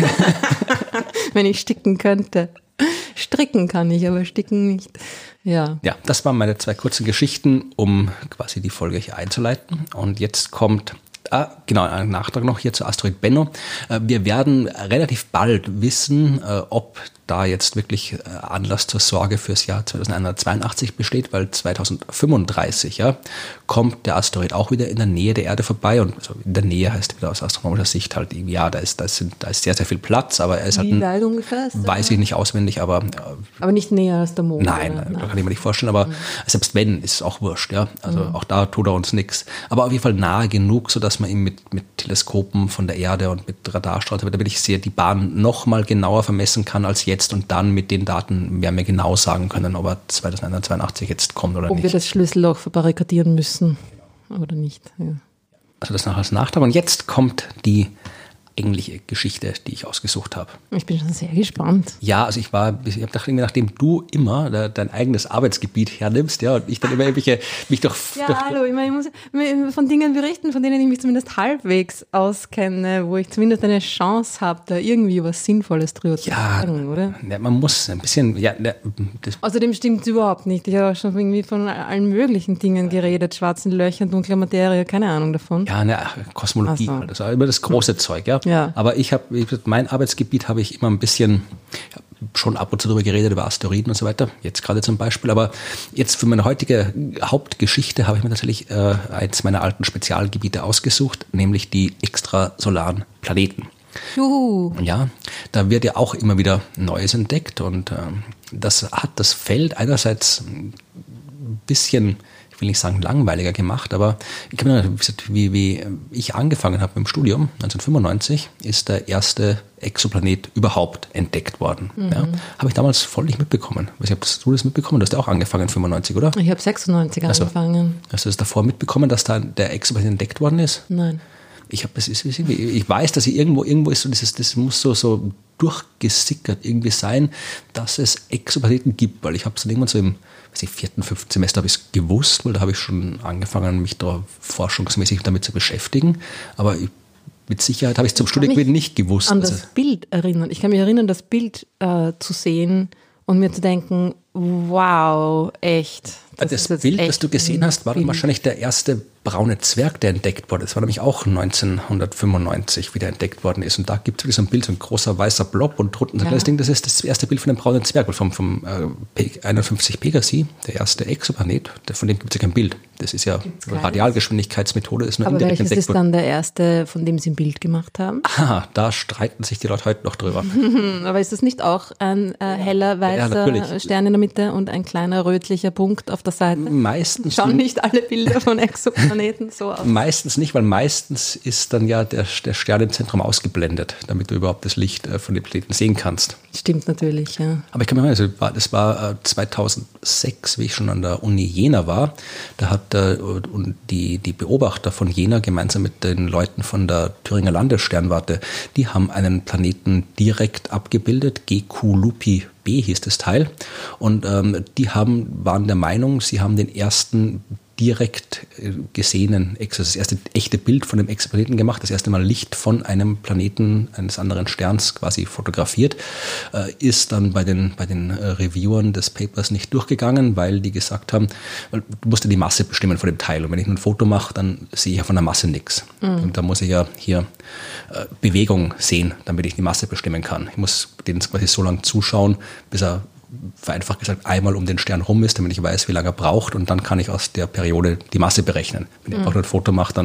Wenn ich sticken könnte. Stricken kann ich, aber sticken nicht. Ja. Ja, das waren meine zwei kurzen Geschichten, um quasi die Folge hier einzuleiten. Und jetzt kommt Ah, genau, ein Nachtrag noch hier zu Asteroid Bennu. Wir werden relativ bald wissen, ob da jetzt wirklich Anlass zur Sorge fürs Jahr zweitausendeinhundertzweiundachtzig besteht, weil zweitausendfünfunddreißig ja, kommt der Asteroid auch wieder in der Nähe der Erde vorbei. Und also in der Nähe heißt wieder aus astronomischer Sicht halt, ja, da ist, da ist, da ist sehr, sehr viel Platz, aber er ist halt, wie weit ungefähr ist weiß ich nicht auswendig, aber aber nicht näher als der Mond. Nein, oder? da kann ich mir nicht vorstellen, aber mhm. selbst wenn, ist es auch wurscht, ja. Also mhm. auch da tut er uns nichts. Aber auf jeden Fall nahe genug, sodass man ihn mit, mit Teleskopen von der Erde und mit Radarstrahlen, damit ich sehe, die Bahn noch mal genauer vermessen kann als jetzt und dann mit den Daten werden wir genau sagen können, ob er zweitausendeinhundertzweiundachtzig jetzt kommt oder ob nicht. Ob wir das Schlüsselloch verbarrikadieren müssen oder nicht. Ja. Also das nachher als Nachtrag. Und jetzt kommt die eigentliche Geschichte, die ich ausgesucht habe. Ich bin schon sehr gespannt. Ja, also ich war, ich habe gedacht, nachdem du immer de, dein eigenes Arbeitsgebiet hernimmst, ja, und ich dann immer irgendwelche, mich doch... Ja, durch, hallo, ich, meine, ich muss von Dingen berichten, von denen ich mich zumindest halbwegs auskenne, wo ich zumindest eine Chance habe, da irgendwie was Sinnvolles drüber zu ja, sagen, oder? Ja, man muss ein bisschen, ja... Das Außerdem stimmt es überhaupt nicht. Ich habe auch schon irgendwie von allen möglichen Dingen geredet, schwarzen Löchern, dunkler Materie, keine Ahnung davon. Ja, ne, Kosmologie, so. Das war immer das große hm. Zeug, ja. Ja. Aber ich habe, mein Arbeitsgebiet habe ich immer ein bisschen schon ab und zu darüber geredet, über Asteroiden und so weiter, jetzt gerade zum Beispiel. Aber jetzt für meine heutige Hauptgeschichte habe ich mir tatsächlich äh, eins meiner alten Spezialgebiete ausgesucht, nämlich die extrasolaren Planeten. Juhu. Ja, da wird ja auch immer wieder Neues entdeckt und äh, das hat das Feld einerseits ein bisschen, ich will nicht sagen langweiliger gemacht, aber ich kann mir gesagt, wie, wie ich angefangen habe mit dem Studium, neunzehnhundertfünfundneunzig, ist der erste Exoplanet überhaupt entdeckt worden. Mhm. Ja, habe ich damals voll nicht mitbekommen. Ich habe du das mitbekommen? Du hast ja auch angefangen fünfundneunzig, oder? Ich habe sechsundneunzig also, angefangen. Hast du das davor mitbekommen, dass da der Exoplanet entdeckt worden ist? Nein. Ich habe, ich weiß, dass ich irgendwo, irgendwo ist so dieses, das muss so, so durchgesickert irgendwie sein, dass es Exoplaneten gibt, weil ich habe es dann irgendwann so im weiß ich, vierten, fünften Semester habe ich es gewusst, weil da habe ich schon angefangen, mich da forschungsmäßig damit zu beschäftigen, aber ich, mit Sicherheit habe ich zum Studiengebiet nicht gewusst. An das also Bild erinnern. Ich kann mich erinnern, das Bild äh, zu sehen und mir zu denken, wow, echt. Das, das Bild, das du gesehen hast, war dann wahrscheinlich der erste braune Zwerg, der entdeckt wurde. Das war nämlich auch neunzehnhundertfünfundneunzig wieder entdeckt worden ist. Und da gibt es so ein Bild, so ein großer weißer Blob und drunten so ein kleines Ding, das ist das erste Bild von dem braunen Zwerg, vom, vom äh, einundfünfzig Pegasi, der erste Exoplanet, von dem gibt es ja kein Bild. Das ist ja Radialgeschwindigkeitsmethode, ist nur aber indirekt entdeckt. Aber welches ist dann der erste, von dem sie ein Bild gemacht haben? Ah, da streiten sich die Leute heute noch drüber. Aber ist das nicht auch ein äh, heller weißer ja, Stern in der Mitte und ein kleiner rötlicher Punkt auf der Seite? Meistens schauen nicht alle Bilder von Exoplaneten so aus. Meistens nicht, weil meistens ist dann ja der, der Stern im Zentrum ausgeblendet, damit du überhaupt das Licht äh, von den Planeten sehen kannst. Stimmt natürlich, ja. Aber ich kann mir erinnern, also das war äh, zweitausendsechs, wie ich schon an der Uni Jena war. Da hat äh, die, die Beobachter von Jena gemeinsam mit den Leuten von der Thüringer Landessternwarte, die haben einen Planeten direkt abgebildet, G Q Lupi B hieß das Teil. Und ähm, die haben, waren der Meinung, sie haben den ersten direkt gesehenen, das erste echte Bild von dem Exoplaneten gemacht, das erste Mal Licht von einem Planeten eines anderen Sterns quasi fotografiert, äh, ist dann bei den, bei den äh, Reviewern des Papers nicht durchgegangen, weil die gesagt haben, weil du musst ja die Masse bestimmen von dem Teil und wenn ich nur ein Foto mache, dann sehe ich ja von der Masse nichts. Mhm. Und da muss ich ja hier äh, Bewegung sehen, damit ich die Masse bestimmen kann. Ich muss denen quasi so lange zuschauen, bis er vereinfacht gesagt einmal um den Stern rum ist, damit ich weiß, wie lange er braucht und dann kann ich aus der Periode die Masse berechnen. Wenn ich mhm. einfach nur ein Foto mache, dann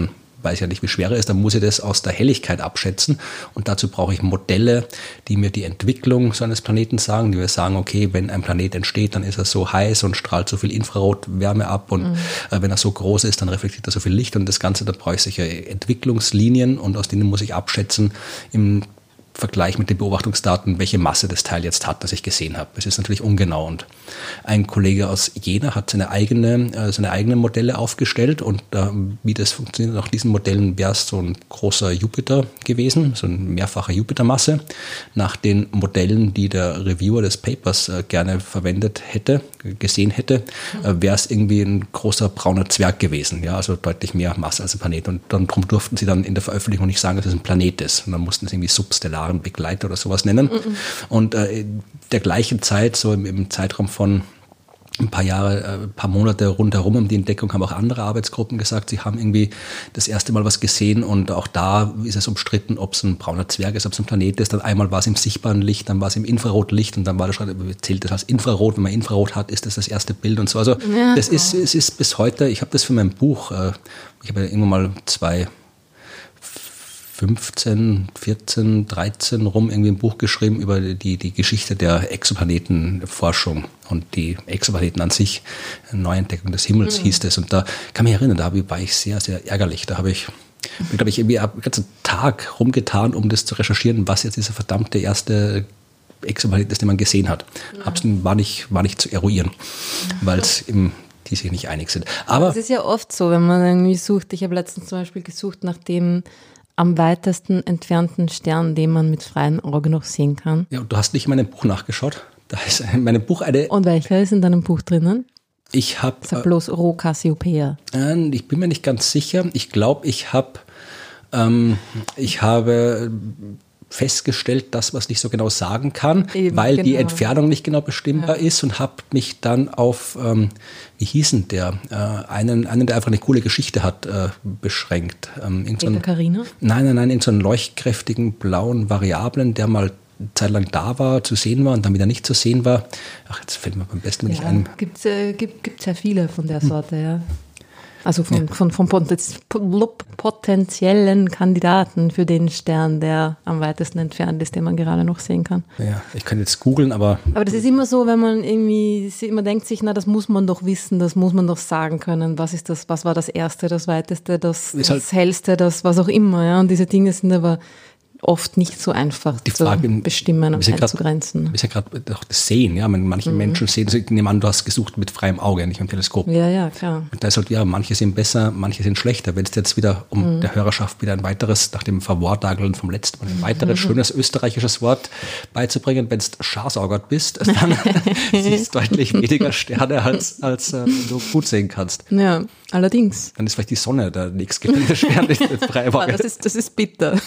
weiß ja nicht, wie schwer er ist, dann muss ich das aus der Helligkeit abschätzen und dazu brauche ich Modelle, die mir die Entwicklung so eines Planeten sagen, die mir sagen, okay, wenn ein Planet entsteht, dann ist er so heiß und strahlt so viel Infrarotwärme ab und mhm. äh, wenn er so groß ist, dann reflektiert er so viel Licht und das Ganze, da brauche ich sicher Entwicklungslinien und aus denen muss ich abschätzen im Vergleich mit den Beobachtungsdaten, welche Masse das Teil jetzt hat, das ich gesehen habe. Das ist natürlich ungenau. Und ein Kollege aus Jena hat seine eigene, äh, seine eigenen Modelle aufgestellt und äh, wie das funktioniert, nach diesen Modellen wäre es so ein großer Jupiter gewesen, so eine mehrfache Jupitermasse. Nach den Modellen, die der Reviewer des Papers äh, gerne verwendet hätte, gesehen hätte, äh, wäre es irgendwie ein großer brauner Zwerg gewesen, ja, also deutlich mehr Masse als ein Planet. Und dann darum durften sie dann in der Veröffentlichung nicht sagen, dass es ein Planet ist. Und dann mussten sie irgendwie substellar Begleiter oder sowas nennen. Mhm. Und äh, der gleichen Zeit, so im, im Zeitraum von ein paar Jahre, äh, ein paar Monate rundherum um die Entdeckung, haben auch andere Arbeitsgruppen gesagt, sie haben irgendwie das erste Mal was gesehen und auch da ist es umstritten, ob es ein brauner Zwerg ist, ob es ein Planet ist. Dann einmal war es im sichtbaren Licht, dann war es im Infrarotlicht und dann war das schon, zählt das als Infrarot. Wenn man Infrarot hat, ist das das erste Bild und so. Also ja, das ist, es ist bis heute, ich habe das für mein Buch, äh, ich habe ja irgendwann mal zwei fünfzehn, vierzehn, dreizehn rum irgendwie ein Buch geschrieben über die, die Geschichte der Exoplanetenforschung und die Exoplaneten an sich, Neuentdeckung des Himmels mhm. hieß das. Und da kann mich erinnern, da war ich sehr, sehr ärgerlich. Da habe ich, glaube ich, irgendwie einen ganzen Tag rumgetan, um das zu recherchieren, was jetzt dieser verdammte erste Exoplanet ist, den man gesehen hat. Mhm. War nicht, war nicht zu eruieren, mhm. weil es im die sich nicht einig sind. Aber es ist ja oft so, wenn man irgendwie sucht, ich habe letztens zum Beispiel gesucht nach dem am weitesten entfernten Stern, den man mit freiem Auge noch sehen kann. Ja, und du hast nicht in meinem Buch nachgeschaut. Da ist in meinem Buch eine... Und welcher ist in deinem Buch drinnen? Ich habe... Sag bloß Rho Cassiopeia. Äh, ich bin mir nicht ganz sicher. Ich glaube, ich habe... Ähm, ich habe... festgestellt, das, was ich so genau sagen kann, Eben, weil genau. die Entfernung nicht genau bestimmbar ja. ist und habe mich dann auf, ähm, wie hieß denn der, äh, einen, einen, der einfach eine coole Geschichte hat, äh, beschränkt. Ähm, in so einen, Carina? Nein, nein, nein, in so einen leuchtkräftigen blauen Variablen, der mal eine Zeit lang da war, zu sehen war und dann wieder nicht zu sehen war. Ach, jetzt fällt mir beim besten ja, nicht ein. Gibt es äh, gibt, gibt's ja viele von der Sorte, hm. ja. Also von, ja. von, von potenziellen Kandidaten für den Stern, der am weitesten entfernt ist, den man gerade noch sehen kann. Ja, ich kann jetzt googeln, aber... Aber das ist immer so, wenn man irgendwie, man denkt sich, na, das muss man doch wissen, das muss man doch sagen können. Was ist das, was war das Erste, das Weiteste, das, das halt Hellste, das was auch immer. Ja? Und diese Dinge sind aber oft nicht so einfach die Frage, zu bestimmen und einzugrenzen. Du bist ja gerade das Sehen, ja. Manche mhm. Menschen sehen, ich nehme an, du hast gesucht mit freiem Auge, nicht mit dem Teleskop. Ja, ja, klar. Und da ist halt, ja, manche sehen besser, manche sehen schlechter. Wenn es jetzt wieder, um mhm. der Hörerschaft wieder ein weiteres, nach dem Verwortageln vom letzten Mal, ein weiteres mhm. schönes österreichisches Wort beizubringen, wenn du scharsaugert bist, dann siehst du deutlich weniger Sterne, als, als äh, du gut sehen kannst. Ja, allerdings. Dann ist vielleicht die Sonne der nächstgelegene Stern mit freiem Auge. Das ist, das ist bitter.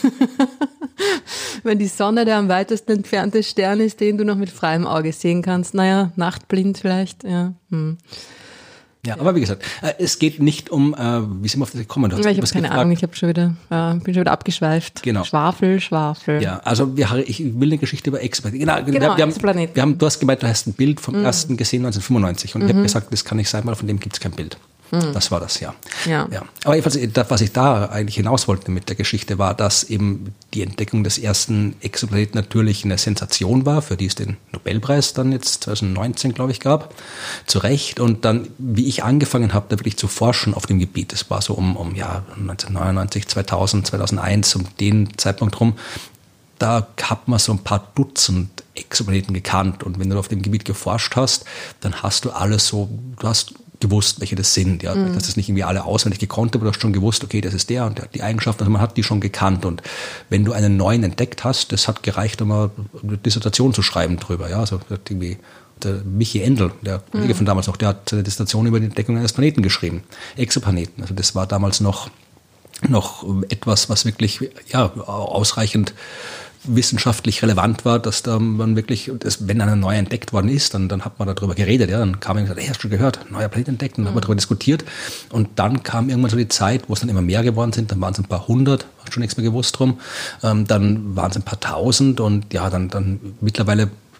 Wenn die Sonne der am weitesten entfernte Stern ist, den du noch mit freiem Auge sehen kannst. Naja, nachtblind vielleicht, ja. Hm. Ja, aber wie gesagt, es geht nicht um, wie sind wir auf das gekommen? Du hast ich habe keine gefragt. Ahnung, ich hab schon wieder, äh, bin schon wieder abgeschweift. Genau. Schwafel, Schwafel. Ja, also wir, ich will eine Geschichte über Exoplaneten. Genau, genau wir, wir, haben, wir haben, du hast gemeint, du hast ein Bild vom mhm. ersten gesehen neunzehnhundertfünfundneunzig und mhm. ich habe gesagt, das kann nicht sein, weil von dem gibt es kein Bild. Mhm. Das war das, ja. ja. ja. Aber jedenfalls, was ich da eigentlich hinaus wollte mit der Geschichte, war, dass eben die Entdeckung des ersten Exoplaneten natürlich eine Sensation war, für die es den Nobelpreis dann jetzt zwanzig neunzehn, glaube ich, gab. Zu Recht. Und dann, wie ich angefangen habe, da wirklich zu forschen auf dem Gebiet, das war so um, um ja, neunzehnhundertneunundneunzig, zweitausend, zweitausendeins, um den Zeitpunkt rum, da hat man so ein paar Dutzend Exoplaneten gekannt. Und wenn du auf dem Gebiet geforscht hast, dann hast du alles so, du hast gewusst, welche das sind. Ja. Mhm. Du hast das nicht irgendwie alle auswendig gekonnt, aber du hast schon gewusst, okay, das ist der und der hat die Eigenschaften. Also man hat die schon gekannt. Und wenn du einen neuen entdeckt hast, das hat gereicht, um eine Dissertation zu schreiben drüber. Ja. Also irgendwie der Michi Endl, der Kollege mhm. von damals auch, der hat eine Dissertation über die Entdeckung eines Planeten geschrieben. Exoplaneten. Also das war damals noch, noch etwas, was wirklich ja, ausreichend wissenschaftlich relevant war, dass da man wirklich, das, wenn einer neu entdeckt worden ist, dann, dann hat man darüber geredet. Ja, dann kam jemand und gesagt, hey, hast du schon gehört, neuer Planet entdeckt, und dann mhm. haben wir darüber diskutiert. Und dann kam irgendwann so die Zeit, wo es dann immer mehr geworden sind, dann waren es ein paar hundert, schon nichts mehr gewusst drum, ähm, dann waren es ein paar tausend und ja, dann, dann mittlerweile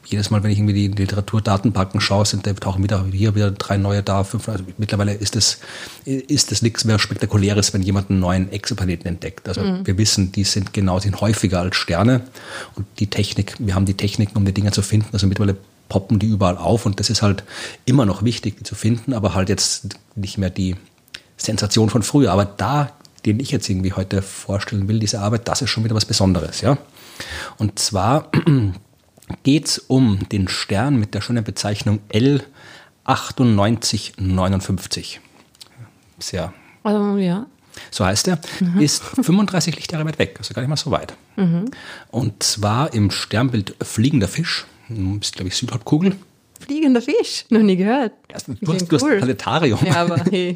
jedes Mal, wenn ich irgendwie die Literaturdatenbanken schaue, sind da tauchen wieder hier wieder drei neue da, fünf. Also mittlerweile ist es ist es nichts mehr Spektakuläres, wenn jemand einen neuen Exoplaneten entdeckt. Also mhm. wir wissen, die sind genau, sind häufiger als Sterne und die Technik, wir haben die Techniken, um die Dinge zu finden. Also mittlerweile poppen die überall auf und das ist halt immer noch wichtig, die zu finden, aber halt jetzt nicht mehr die Sensation von früher. Aber da, den ich jetzt irgendwie heute vorstellen will, diese Arbeit, das ist schon wieder was Besonderes, ja. Und zwar geht es um den Stern mit der schönen Bezeichnung L achtundneunzig neunundfünfzig. Sehr. Also, ja. So heißt er, mhm. ist fünfunddreißig Lichtjahre weit weg, also gar nicht mal so weit. Mhm. Und zwar im Sternbild Fliegender Fisch, das ist, glaube ich, Südhalbkugel. Fliegender Fisch? Noch nie gehört. Ja, du, hast, du cool. hast Planetarium. Ja, aber hey.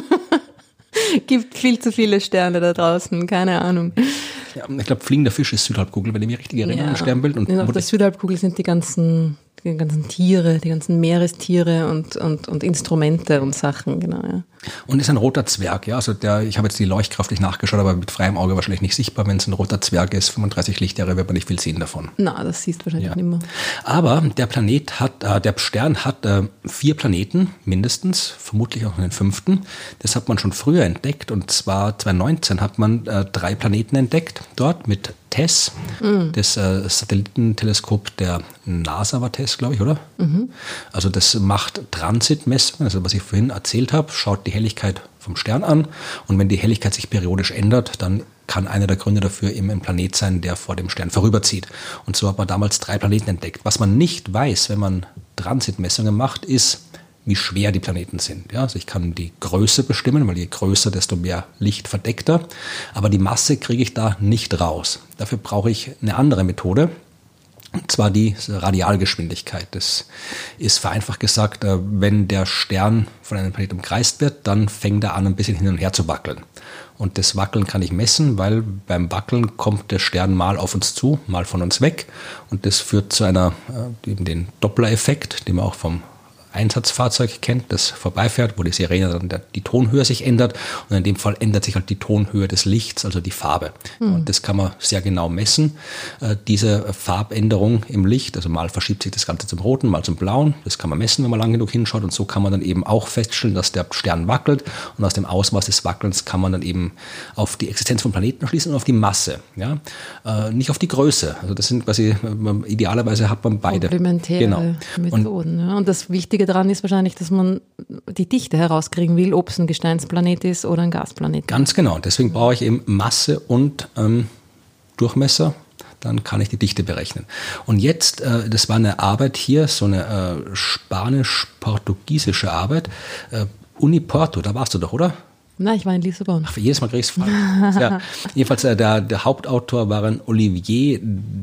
Gibt viel zu viele Sterne da draußen, keine Ahnung. Ja, ich glaube, Fliegender Fisch ist Südhalbkugel, wenn ich mich richtig erinnere, ja. im Sternbild. Und auf der Südhalbkugel sind die ganzen, die ganzen Tiere, die ganzen Meerestiere und, und, und Instrumente und Sachen, genau, ja. Und ist ein roter Zwerg, ja. Also der, ich habe jetzt die Leuchtkraft nicht nachgeschaut, aber mit freiem Auge wahrscheinlich nicht sichtbar. Wenn es ein roter Zwerg ist, fünfunddreißig Lichtjahre, wird man nicht viel sehen davon. Na, das siehst du wahrscheinlich ja. nicht mehr. Aber der Planet hat, äh, der Stern hat äh, vier Planeten mindestens, vermutlich auch einen fünften. Das hat man schon früher entdeckt und zwar zweitausendneunzehn hat man äh, drei Planeten entdeckt dort mit TESS, mhm. das äh, Satellitenteleskop der NASA war TESS, glaube ich, oder? Mhm. Also das macht Transitmessungen, also was ich vorhin erzählt habe, schaut die Helligkeit vom Stern an und wenn die Helligkeit sich periodisch ändert, dann kann einer der Gründe dafür eben ein Planet sein, der vor dem Stern vorüberzieht. Und so hat man damals drei Planeten entdeckt. Was man nicht weiß, wenn man Transitmessungen macht, ist, wie schwer die Planeten sind. Ja, also ich kann die Größe bestimmen, weil je größer, desto mehr Licht verdeckter. Aber die Masse kriege ich da nicht raus. Dafür brauche ich eine andere Methode. Und zwar die Radialgeschwindigkeit. Das ist vereinfacht gesagt, wenn der Stern von einem Planeten umkreist wird, dann fängt er an, ein bisschen hin und her zu wackeln. Und das Wackeln kann ich messen, weil beim Wackeln kommt der Stern mal auf uns zu, mal von uns weg. Und das führt zu einer, eben den Doppler-Effekt, den man auch vom Einsatzfahrzeug kennt, das vorbeifährt, wo die Sirene dann der, die Tonhöhe sich ändert und in dem Fall ändert sich halt die Tonhöhe des Lichts, also die Farbe. Mhm. Und das kann man sehr genau messen. Äh, diese Farbänderung im Licht, also mal verschiebt sich das Ganze zum Roten, mal zum Blauen, das kann man messen, wenn man lang genug hinschaut und so kann man dann eben auch feststellen, dass der Stern wackelt und aus dem Ausmaß des Wackelns kann man dann eben auf die Existenz von Planeten schließen und auf die Masse, ja? Äh, nicht auf die Größe. Also das sind quasi, idealerweise hat man beide. Komplementäre genau. Methoden. Und, ja. und das Wichtige daran ist wahrscheinlich, dass man die Dichte herauskriegen will, ob es ein Gesteinsplanet ist oder ein Gasplanet. Ganz genau. Deswegen brauche ich eben Masse und ähm, Durchmesser. Dann kann ich die Dichte berechnen. Und jetzt, äh, das war eine Arbeit hier, so eine äh, spanisch-portugiesische Arbeit. Äh, Uni Porto, da warst du doch, oder? Nein, ich war in Lissabon. Ach, jedes Mal kriege ich es falsch. Ja, jedenfalls, äh, der, der Hauptautor war ein Olivier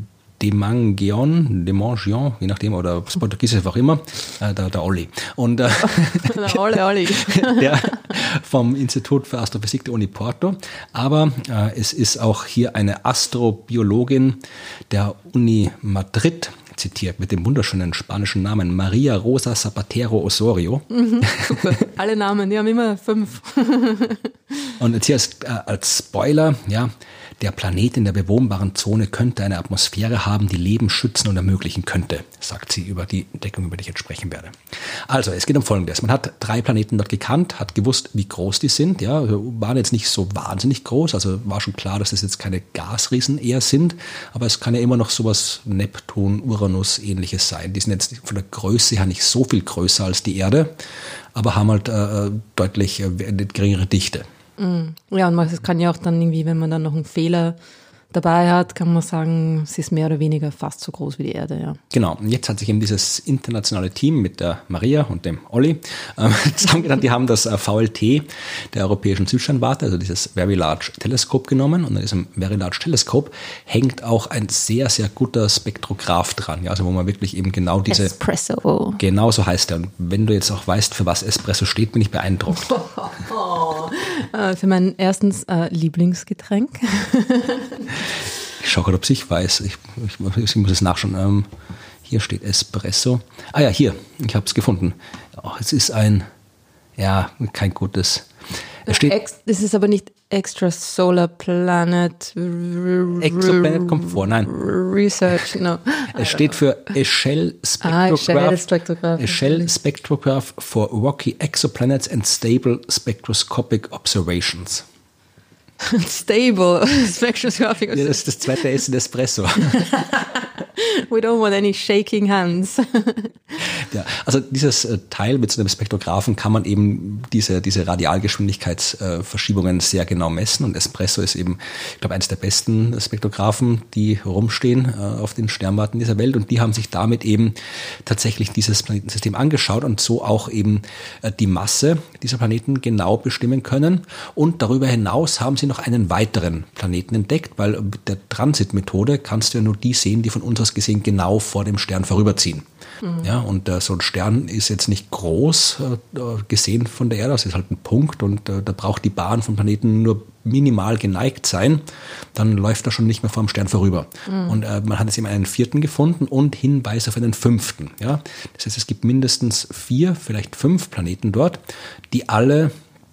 Demangeon, Demangeon, je nachdem, oder das Portugiesisch auch immer, äh, der, der Olli. Und äh, der Olli, Olli. der vom Institut für Astrophysik der Uni Porto. Aber äh, es ist auch hier eine Astrobiologin der Uni Madrid zitiert mit dem wunderschönen spanischen Namen Maria Rosa Zapatero Osorio. Mhm, super. Alle Namen, die haben immer fünf. Und jetzt hier als, äh, als Spoiler, ja, der Planet in der bewohnbaren Zone könnte eine Atmosphäre haben, die Leben schützen und ermöglichen könnte, sagt sie über die Entdeckung, über die ich jetzt sprechen werde. Also, es geht um Folgendes. Man hat drei Planeten dort gekannt, hat gewusst, wie groß die sind, ja, waren jetzt nicht so wahnsinnig groß, also war schon klar, dass das jetzt keine Gasriesen eher sind, aber es kann ja immer noch sowas Neptun, Uranus ähnliches sein. Die sind jetzt von der Größe her nicht so viel größer als die Erde, aber haben halt äh, deutlich äh, eine geringere Dichte. Ja, und es kann ja auch dann irgendwie, wenn man dann noch einen Fehler dabei hat, kann man sagen, es ist mehr oder weniger fast so groß wie die Erde, ja. Genau, und jetzt hat sich eben dieses internationale Team mit der Maria und dem Olli äh, zusammengetan. Die haben das äh, V L T der Europäischen Südsternwarte, also dieses Very Large Teleskop genommen und an diesem Very Large Teleskop hängt auch ein sehr, sehr guter Spektrograph dran, ja, also wo man wirklich eben genau diese... Espresso. Genau so heißt er. Und wenn du jetzt auch weißt, für was Espresso steht, bin ich beeindruckt. Oh, äh, für mein erstens äh, Lieblingsgetränk. Ich schaue gerade, ob ich weiß. Ich, ich, ich muss es nachschauen. Ähm, hier steht Espresso. Ah ja, hier. Ich habe es gefunden. Oh, es ist ein, ja, kein gutes. Es steht, Ex, das ist aber nicht Extrasolar Planet. Exoplanet kommt vor, nein. Research, no. Es steht für Echelle Ah, Spectrograph. Echelle Spectrograph. Echelle Spectrograph for Rocky Exoplanets and Stable Spectroscopic Observations. Stable Spectroscopic Ja, das ist das zweite S in Espresso. We don't want any shaking hands. Ja, also dieses äh, Teil mit so einem Spektrographen kann man eben diese, diese Radialgeschwindigkeitsverschiebungen äh, sehr genau messen, und Espresso ist eben, ich glaube, eines der besten Spektrographen, die rumstehen äh, auf den Sternwarten dieser Welt, und die haben sich damit eben tatsächlich dieses Planetensystem angeschaut und so auch eben äh, die Masse dieser Planeten genau bestimmen können, und darüber hinaus haben sie noch einen weiteren Planeten entdeckt, weil mit der Transitmethode kannst du ja nur die sehen, die von uns aus gesehen genau vor dem Stern vorüberziehen. Mhm. Ja, und äh, so ein Stern ist jetzt nicht groß äh, gesehen von der Erde, es ist halt ein Punkt, und äh, da braucht die Bahn von Planeten nur minimal geneigt sein, dann läuft er schon nicht mehr vor dem Stern vorüber. Mhm. Und äh, man hat jetzt eben einen vierten gefunden und Hinweis auf einen fünften. Ja? Das heißt, es gibt mindestens vier, vielleicht fünf Planeten dort, die alle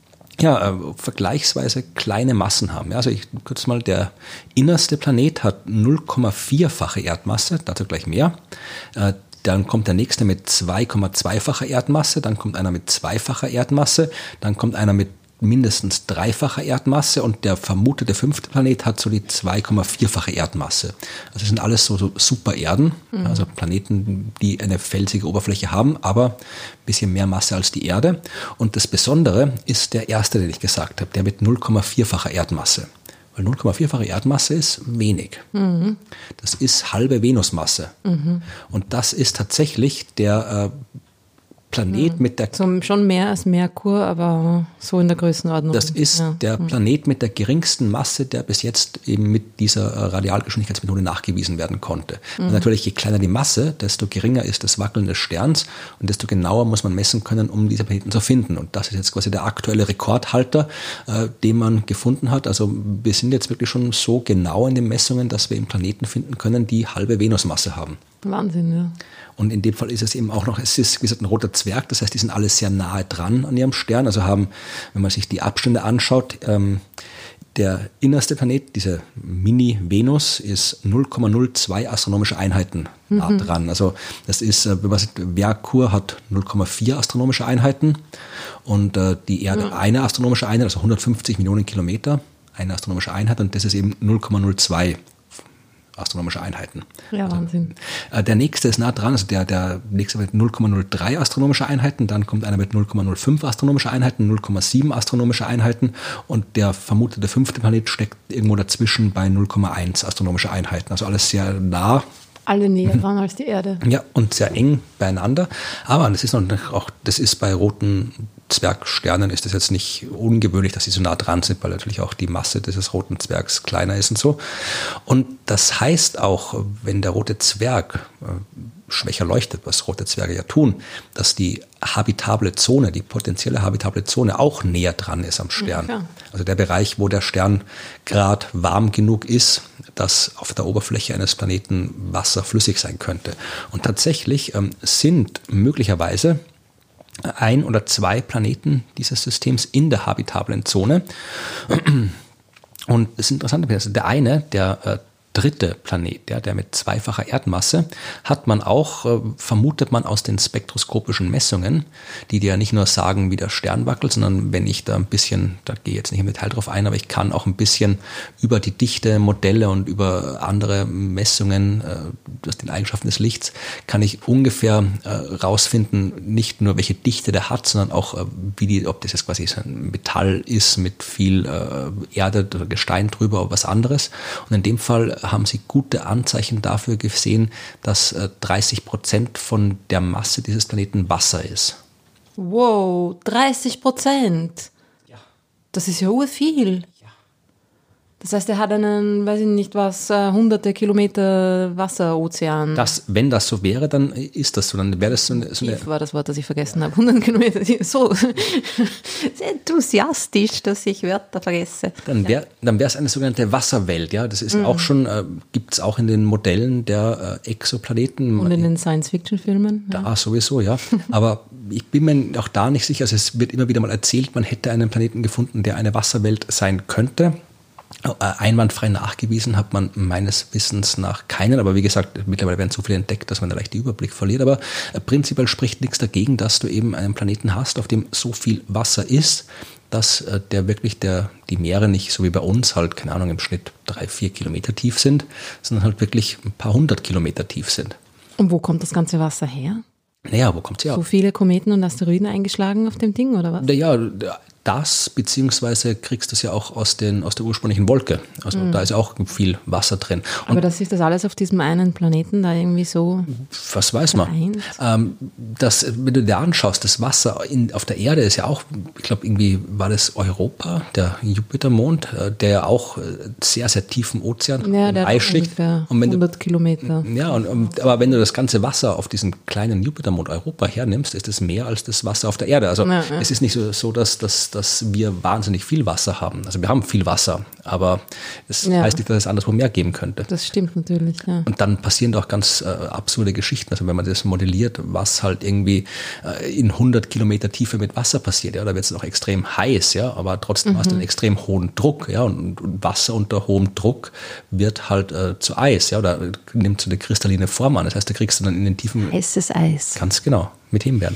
ja, äh, vergleichsweise kleine Massen haben. Ja, also ich kurz mal, der innerste Planet hat null Komma vier-fache Erdmasse, dazu gleich mehr. Äh, Dann kommt der nächste mit zwei Komma zwei-facher Erdmasse, dann kommt einer mit zweifacher Erdmasse, dann kommt einer mit mindestens dreifacher Erdmasse, und der vermutete fünfte Planet hat so die zwei Komma vier-fache Erdmasse. Also das sind alles so, so Supererden, mhm. also Planeten, die eine felsige Oberfläche haben, aber ein bisschen mehr Masse als die Erde. Und das Besondere ist der erste, den ich gesagt habe, der mit null Komma vier-facher Erdmasse. Weil null Komma vier-fache Erdmasse ist wenig. Mhm. Das ist halbe Venusmasse. Mhm. Und das ist tatsächlich der äh, Planet mhm. mit der... So, schon mehr als Merkur, aber so in der Größenordnung. Das ist ja. der Planet mit der geringsten Masse, der bis jetzt eben mit dieser äh, Radialgeschwindigkeitsmethode nachgewiesen werden konnte. Mhm. Und natürlich, je kleiner die Masse, desto geringer ist das Wackeln des Sterns, und desto genauer muss man messen können, um diese Planeten zu finden. Und das ist jetzt quasi der aktuelle Rekordhalter, äh, den man gefunden hat. Also wir sind jetzt wirklich schon so genau in den Messungen, dass wir eben Planeten finden können, die halbe Venusmasse haben. Wahnsinn, ja. Und in dem Fall ist es eben auch noch, es ist wie gesagt ein roter Zwerg, das heißt, die sind alle sehr nahe dran an ihrem Stern, also haben, wenn man sich die Abstände anschaut, ähm, der innerste Planet, diese Mini-Venus, ist null Komma null zwei astronomische Einheiten nah mhm. dran. Also das ist, wenn man sagt, Merkur hat null Komma vier astronomische Einheiten, und äh, die Erde ja. eine astronomische Einheit, also hundertfünfzig Millionen Kilometer, eine astronomische Einheit, und das ist eben null Komma null zwei astronomische Einheiten. Ja, Wahnsinn. Also, äh, der nächste ist nah dran, also der, der nächste mit null Komma null drei astronomische Einheiten, dann kommt einer mit null Komma null fünf astronomische Einheiten, null Komma sieben astronomische Einheiten, und der vermutete fünfte Planet steckt irgendwo dazwischen bei null Komma eins astronomische Einheiten. Also alles sehr nah. Alle näher dran als die Erde. Ja, und sehr eng beieinander. Aber das ist noch auch, das ist bei roten Zwergsternen ist das jetzt nicht ungewöhnlich, dass sie so nah dran sind, weil natürlich auch die Masse dieses roten Zwergs kleiner ist und so. Und das heißt auch, wenn der rote Zwerg äh, schwächer leuchtet, was rote Zwerge ja tun, dass die habitable Zone, die potenzielle habitable Zone auch näher dran ist am Stern. Ja, also der Bereich, wo der Stern gerade warm genug ist, dass auf der Oberfläche eines Planeten Wasser flüssig sein könnte. Und tatsächlich ähm, sind möglicherweise ein oder zwei Planeten dieses Systems in der habitablen Zone. Und das Interessante ist, der eine, der äh, dritte Planet, ja, der mit zweifacher Erdmasse, hat man auch, äh, vermutet man aus den spektroskopischen Messungen, die dir ja nicht nur sagen, wie der Stern wackelt, sondern wenn ich da ein bisschen, da gehe ich jetzt nicht im Detail drauf ein, aber ich kann auch ein bisschen über die Dichte, Modelle und über andere Messungen äh, aus den Eigenschaften des Lichts, kann ich ungefähr äh, rausfinden, nicht nur welche Dichte der hat, sondern auch, äh, wie die, ob das jetzt quasi ein Metall ist mit viel äh, Erde oder Gestein drüber oder was anderes. Und in dem Fall haben sie gute Anzeichen dafür gesehen, dass äh, dreißig Prozent von der Masse dieses Planeten Wasser ist. Wow, dreißig Prozent? Ja. Das ist ja viel. Ja. Das heißt, er hat einen, weiß ich nicht was, äh, hunderte Kilometer Wasserozean. Das, wenn das so wäre, dann ist das so. Dann wäre das so eine, so eine Tief war das Wort, das ich vergessen habe. hundert Kilometer tief. So sehr enthusiastisch, dass ich Wörter vergesse. Dann wäre dann wäre es eine sogenannte Wasserwelt. Ja, das ist mhm. auch schon, äh, gibt es auch in den Modellen der äh, Exoplaneten. Und in den Science-Fiction-Filmen. Da ja. sowieso, ja. Aber ich bin mir auch da nicht sicher. Also es wird immer wieder mal erzählt, man hätte einen Planeten gefunden, der eine Wasserwelt sein könnte. Einwandfrei nachgewiesen hat man meines Wissens nach keinen, aber wie gesagt, mittlerweile werden so viele entdeckt, dass man da leicht den Überblick verliert, aber prinzipiell spricht nichts dagegen, dass du eben einen Planeten hast, auf dem so viel Wasser ist, dass der wirklich der, die Meere nicht so wie bei uns halt, keine Ahnung, im Schnitt drei, vier Kilometer tief sind, sondern halt wirklich ein paar hundert Kilometer tief sind. Und wo kommt das ganze Wasser her? Naja, wo kommt es her? So viele Kometen und Asteroiden eingeschlagen auf dem Ding, oder was? Ja, das, beziehungsweise kriegst du es ja auch aus, den, aus der ursprünglichen Wolke. Also mhm. da ist auch viel Wasser drin. Und aber das ist das alles auf diesem einen Planeten da irgendwie so? Was weiß man? Ähm, das, wenn du dir anschaust, das Wasser in, auf der Erde ist ja auch, ich glaube irgendwie war das Europa, der Jupitermond, der ja auch sehr, sehr tief im Ozean ja, im Eis liegt. Und wenn hundert du, Kilometer. Ja, und, und, aber wenn du das ganze Wasser auf diesem kleinen Jupitermond Europa hernimmst, ist es mehr als das Wasser auf der Erde. Also ja, ja. es ist nicht so, so dass das dass wir wahnsinnig viel Wasser haben. Also wir haben viel Wasser, aber es ja. heißt nicht, dass es anderswo mehr geben könnte. Das stimmt natürlich, ja. Und dann passieren doch ganz äh, absurde Geschichten. Also wenn man das modelliert, was halt irgendwie äh, in hundert Kilometer Tiefe mit Wasser passiert, ja, da wird es noch extrem heiß, ja, aber trotzdem mhm. hast du einen extrem hohen Druck, ja, und, und Wasser unter hohem Druck wird halt äh, zu Eis, ja, oder nimmt so eine kristalline Form an. Das heißt, da kriegst du dann in den Tiefen heißes Eis. Ganz genau, mit Himbeeren.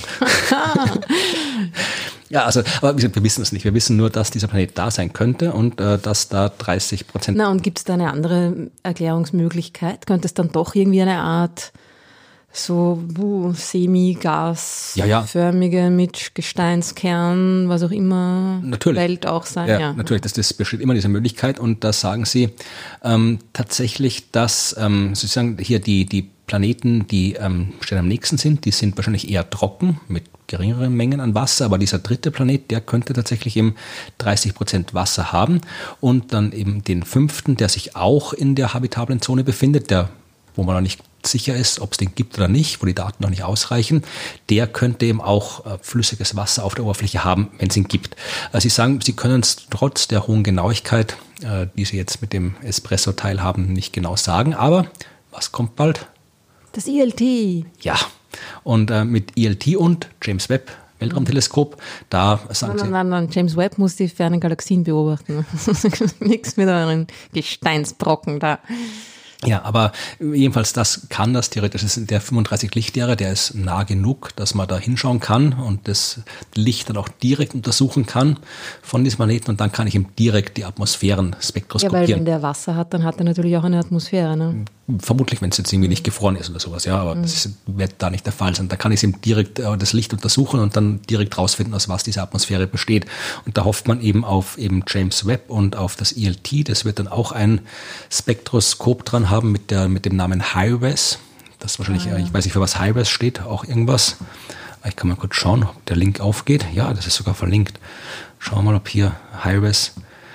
Ja, also, aber wir wissen es nicht. Wir wissen nur, dass dieser Planet da sein könnte und äh, dass da dreißig Prozent. Na, und gibt es da eine andere Erklärungsmöglichkeit? Könnte es dann doch irgendwie eine Art so uh, semi-gasförmige ja, ja. mit Gesteinskern, was auch immer, natürlich. Welt auch sein? Ja, ja. natürlich, das, das besteht immer diese Möglichkeit und da sagen sie ähm, tatsächlich, dass ähm, sozusagen hier die, die Planeten, die ähm, stehen am nächsten sind, die sind wahrscheinlich eher trocken mit geringeren Mengen an Wasser, aber dieser dritte Planet, der könnte tatsächlich eben dreißig Prozent Wasser haben und dann eben den fünften, der sich auch in der habitablen Zone befindet, der, wo man noch nicht sicher ist, ob es den gibt oder nicht, wo die Daten noch nicht ausreichen, der könnte eben auch äh, flüssiges Wasser auf der Oberfläche haben, wenn es ihn gibt. Also Sie sagen, Sie können es trotz der hohen Genauigkeit, äh, die Sie jetzt mit dem Espresso-Teil haben, nicht genau sagen, aber was kommt bald? Das I L T. Ja, und äh, mit I L T und James Webb Weltraumteleskop, da sagen nein, Sie... Nein, nein, nein, James Webb muss die fernen Galaxien beobachten. Nichts mit euren Gesteinsbrocken da. Ja, aber jedenfalls das kann das theoretisch. Das ist der fünfunddreißig Lichtjahre, der ist nah genug, dass man da hinschauen kann und das Licht dann auch direkt untersuchen kann von diesem Planeten und dann kann ich ihm direkt die Atmosphären spektroskopieren. Ja, weil wenn der Wasser hat, dann hat er natürlich auch eine Atmosphäre, ne? Vermutlich, wenn es jetzt irgendwie nicht gefroren ist oder sowas, ja, aber mhm. das ist, wird da nicht der Fall sein. Da kann ich ihm direkt äh, das Licht untersuchen und dann direkt rausfinden, aus was diese Atmosphäre besteht. Und da hofft man eben auf eben James Webb und auf das I L T. Das wird dann auch ein Spektroskop dran haben mit der mit dem Namen HiRES. Das wahrscheinlich, ah, ja. ich weiß nicht, für was HiRES steht, auch irgendwas. Ich kann mal kurz schauen, ob der Link aufgeht. Ja, das ist sogar verlinkt. Schauen wir mal, ob hier HiRES.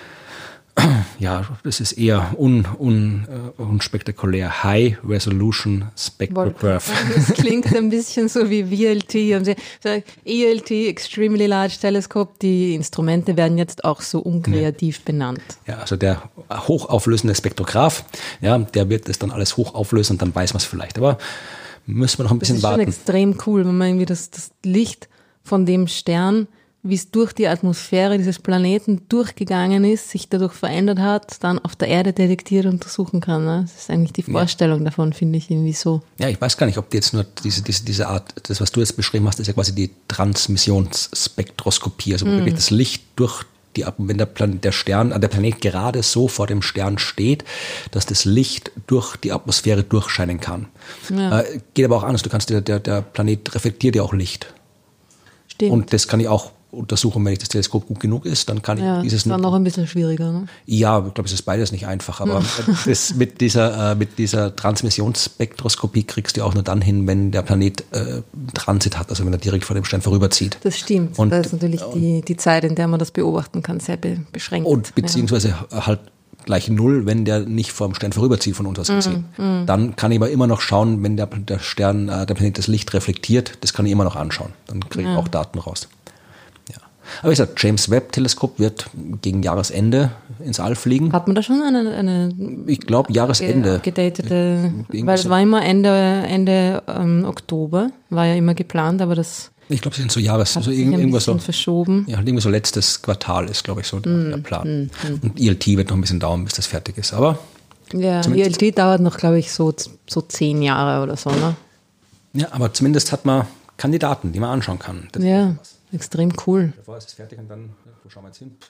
Ja, das ist eher un, un, uh, unspektakulär. High Resolution Spectrograph. Das klingt ein bisschen so wie V L T. E L T, Extremely Large Telescope. Die Instrumente werden jetzt auch so unkreativ ja. benannt. Ja, also der hochauflösende Spektrograph, ja, der wird das dann alles hochauflösen und dann weiß man es vielleicht. Aber müssen wir noch ein bisschen warten. Das ist schon extrem cool, wenn man irgendwie das, das Licht von dem Stern, wie es durch die Atmosphäre dieses Planeten durchgegangen ist, sich dadurch verändert hat, dann auf der Erde detektiert und untersuchen kann. Ne? Das ist eigentlich die Vorstellung ja. davon, finde ich irgendwie so. Ja, ich weiß gar nicht, ob die jetzt nur diese, diese, diese Art, das, was du jetzt beschrieben hast, ist ja quasi die Transmissionsspektroskopie, also mm. wirklich das Licht durch die, wenn der, Plan, der Stern, der Planet gerade so vor dem Stern steht, dass das Licht durch die Atmosphäre durchscheinen kann. Ja. Äh, geht aber auch anders, du kannst, der, der, der Planet reflektiert ja auch Licht. Stimmt. Und das kann ich auch untersuchen, wenn ich das Teleskop gut genug ist, dann kann ich ja, dieses... Das war noch ein bisschen schwieriger, ne? Ja, ich glaube, es ist beides nicht einfach, aber das mit dieser, äh, mit dieser Transmissionsspektroskopie kriegst du auch nur dann hin, wenn der Planet äh, Transit hat, also wenn er direkt vor dem Stern vorüberzieht. Das stimmt, und, da ist natürlich die, die Zeit, in der man das beobachten kann, sehr be- beschränkt. Und beziehungsweise ja. halt gleich null, wenn der nicht vom Stern vorüberzieht, von uns aus gesehen. Mm, mm. Dann kann ich aber immer noch schauen, wenn der, der Stern, äh, der Planet das Licht reflektiert, das kann ich immer noch anschauen. Dann kriege ich ja. auch Daten raus. Ja. Aber wie gesagt, James Webb-Teleskop wird gegen Jahresende ins All fliegen. Hat man da schon eine, eine ich glaube Jahresende. Gedatete, weil es war immer Ende, Ende ähm, Oktober, war ja immer geplant, aber das ich glaube, sie sind so Jahres, hat so sich irgend, ein irgendwas so verschoben. Ja, irgendwie so letztes Quartal ist, glaube ich, so der, mm, der Plan. Mm, mm. Und E L T wird noch ein bisschen dauern, bis das fertig ist. Aber ja, E L T dauert noch, glaube ich, so, so zehn Jahre oder so, ne? Ja, aber zumindest hat man Kandidaten, die man anschauen kann. Das ja, extrem cool. Davor ist es fertig und dann, wo schauen wir jetzt hin?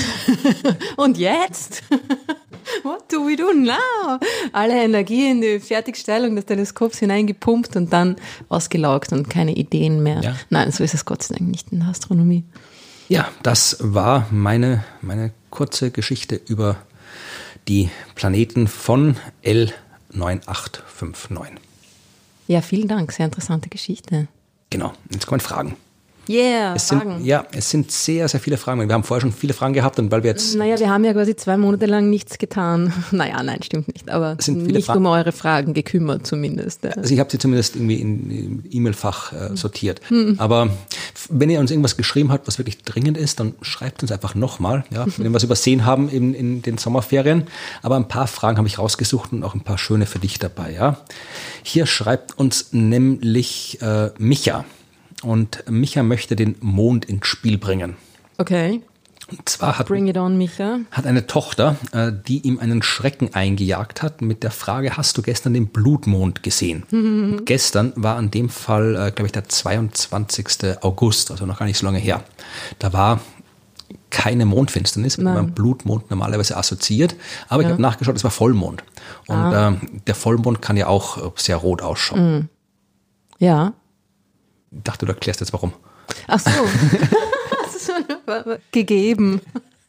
Und jetzt? What do we do now? Alle Energie in die Fertigstellung des Teleskops hineingepumpt und dann ausgelaugt und keine Ideen mehr. Ja. Nein, so ist es Gott sei Dank nicht in der Astronomie. Ja, das war meine, meine kurze Geschichte über die Planeten von L neun acht fünf neun. Ja, vielen Dank, sehr interessante Geschichte. Genau, jetzt kommen Fragen. Yeah, es sind, Fragen. Ja, es sind sehr, sehr viele Fragen. Wir haben vorher schon viele Fragen gehabt und weil wir jetzt... Naja, wir haben ja quasi zwei Monate lang nichts getan. Naja, nein, stimmt nicht. Aber nicht Fra- um eure Fragen gekümmert zumindest. Ja. Also ich habe sie zumindest irgendwie in E-Mail-Fach äh, sortiert. Hm. Aber wenn ihr uns irgendwas geschrieben habt, was wirklich dringend ist, dann schreibt uns einfach nochmal. Ja? Wenn wir was übersehen haben in, in den Sommerferien. Aber ein paar Fragen habe ich rausgesucht und auch ein paar schöne für dich dabei. Ja? Hier schreibt uns nämlich äh, Micha. Und Micha möchte den Mond ins Spiel bringen. Okay. Und zwar hat, Bring it on, Micha. hat eine Tochter, äh, die ihm einen Schrecken eingejagt hat mit der Frage, hast du gestern den Blutmond gesehen? Mhm. Und gestern war an dem Fall, äh, glaube ich, der zweiundzwanzigsten August, also noch gar nicht so lange her. Da war keine Mondfinsternis, mit dem man Blutmond normalerweise assoziiert. Aber ja. ich habe nachgeschaut, es war Vollmond. Und ah. äh, der Vollmond kann ja auch sehr rot ausschauen. Mhm. Ja. Ich dachte, du erklärst jetzt warum. Ach so. Das ist schon gegeben.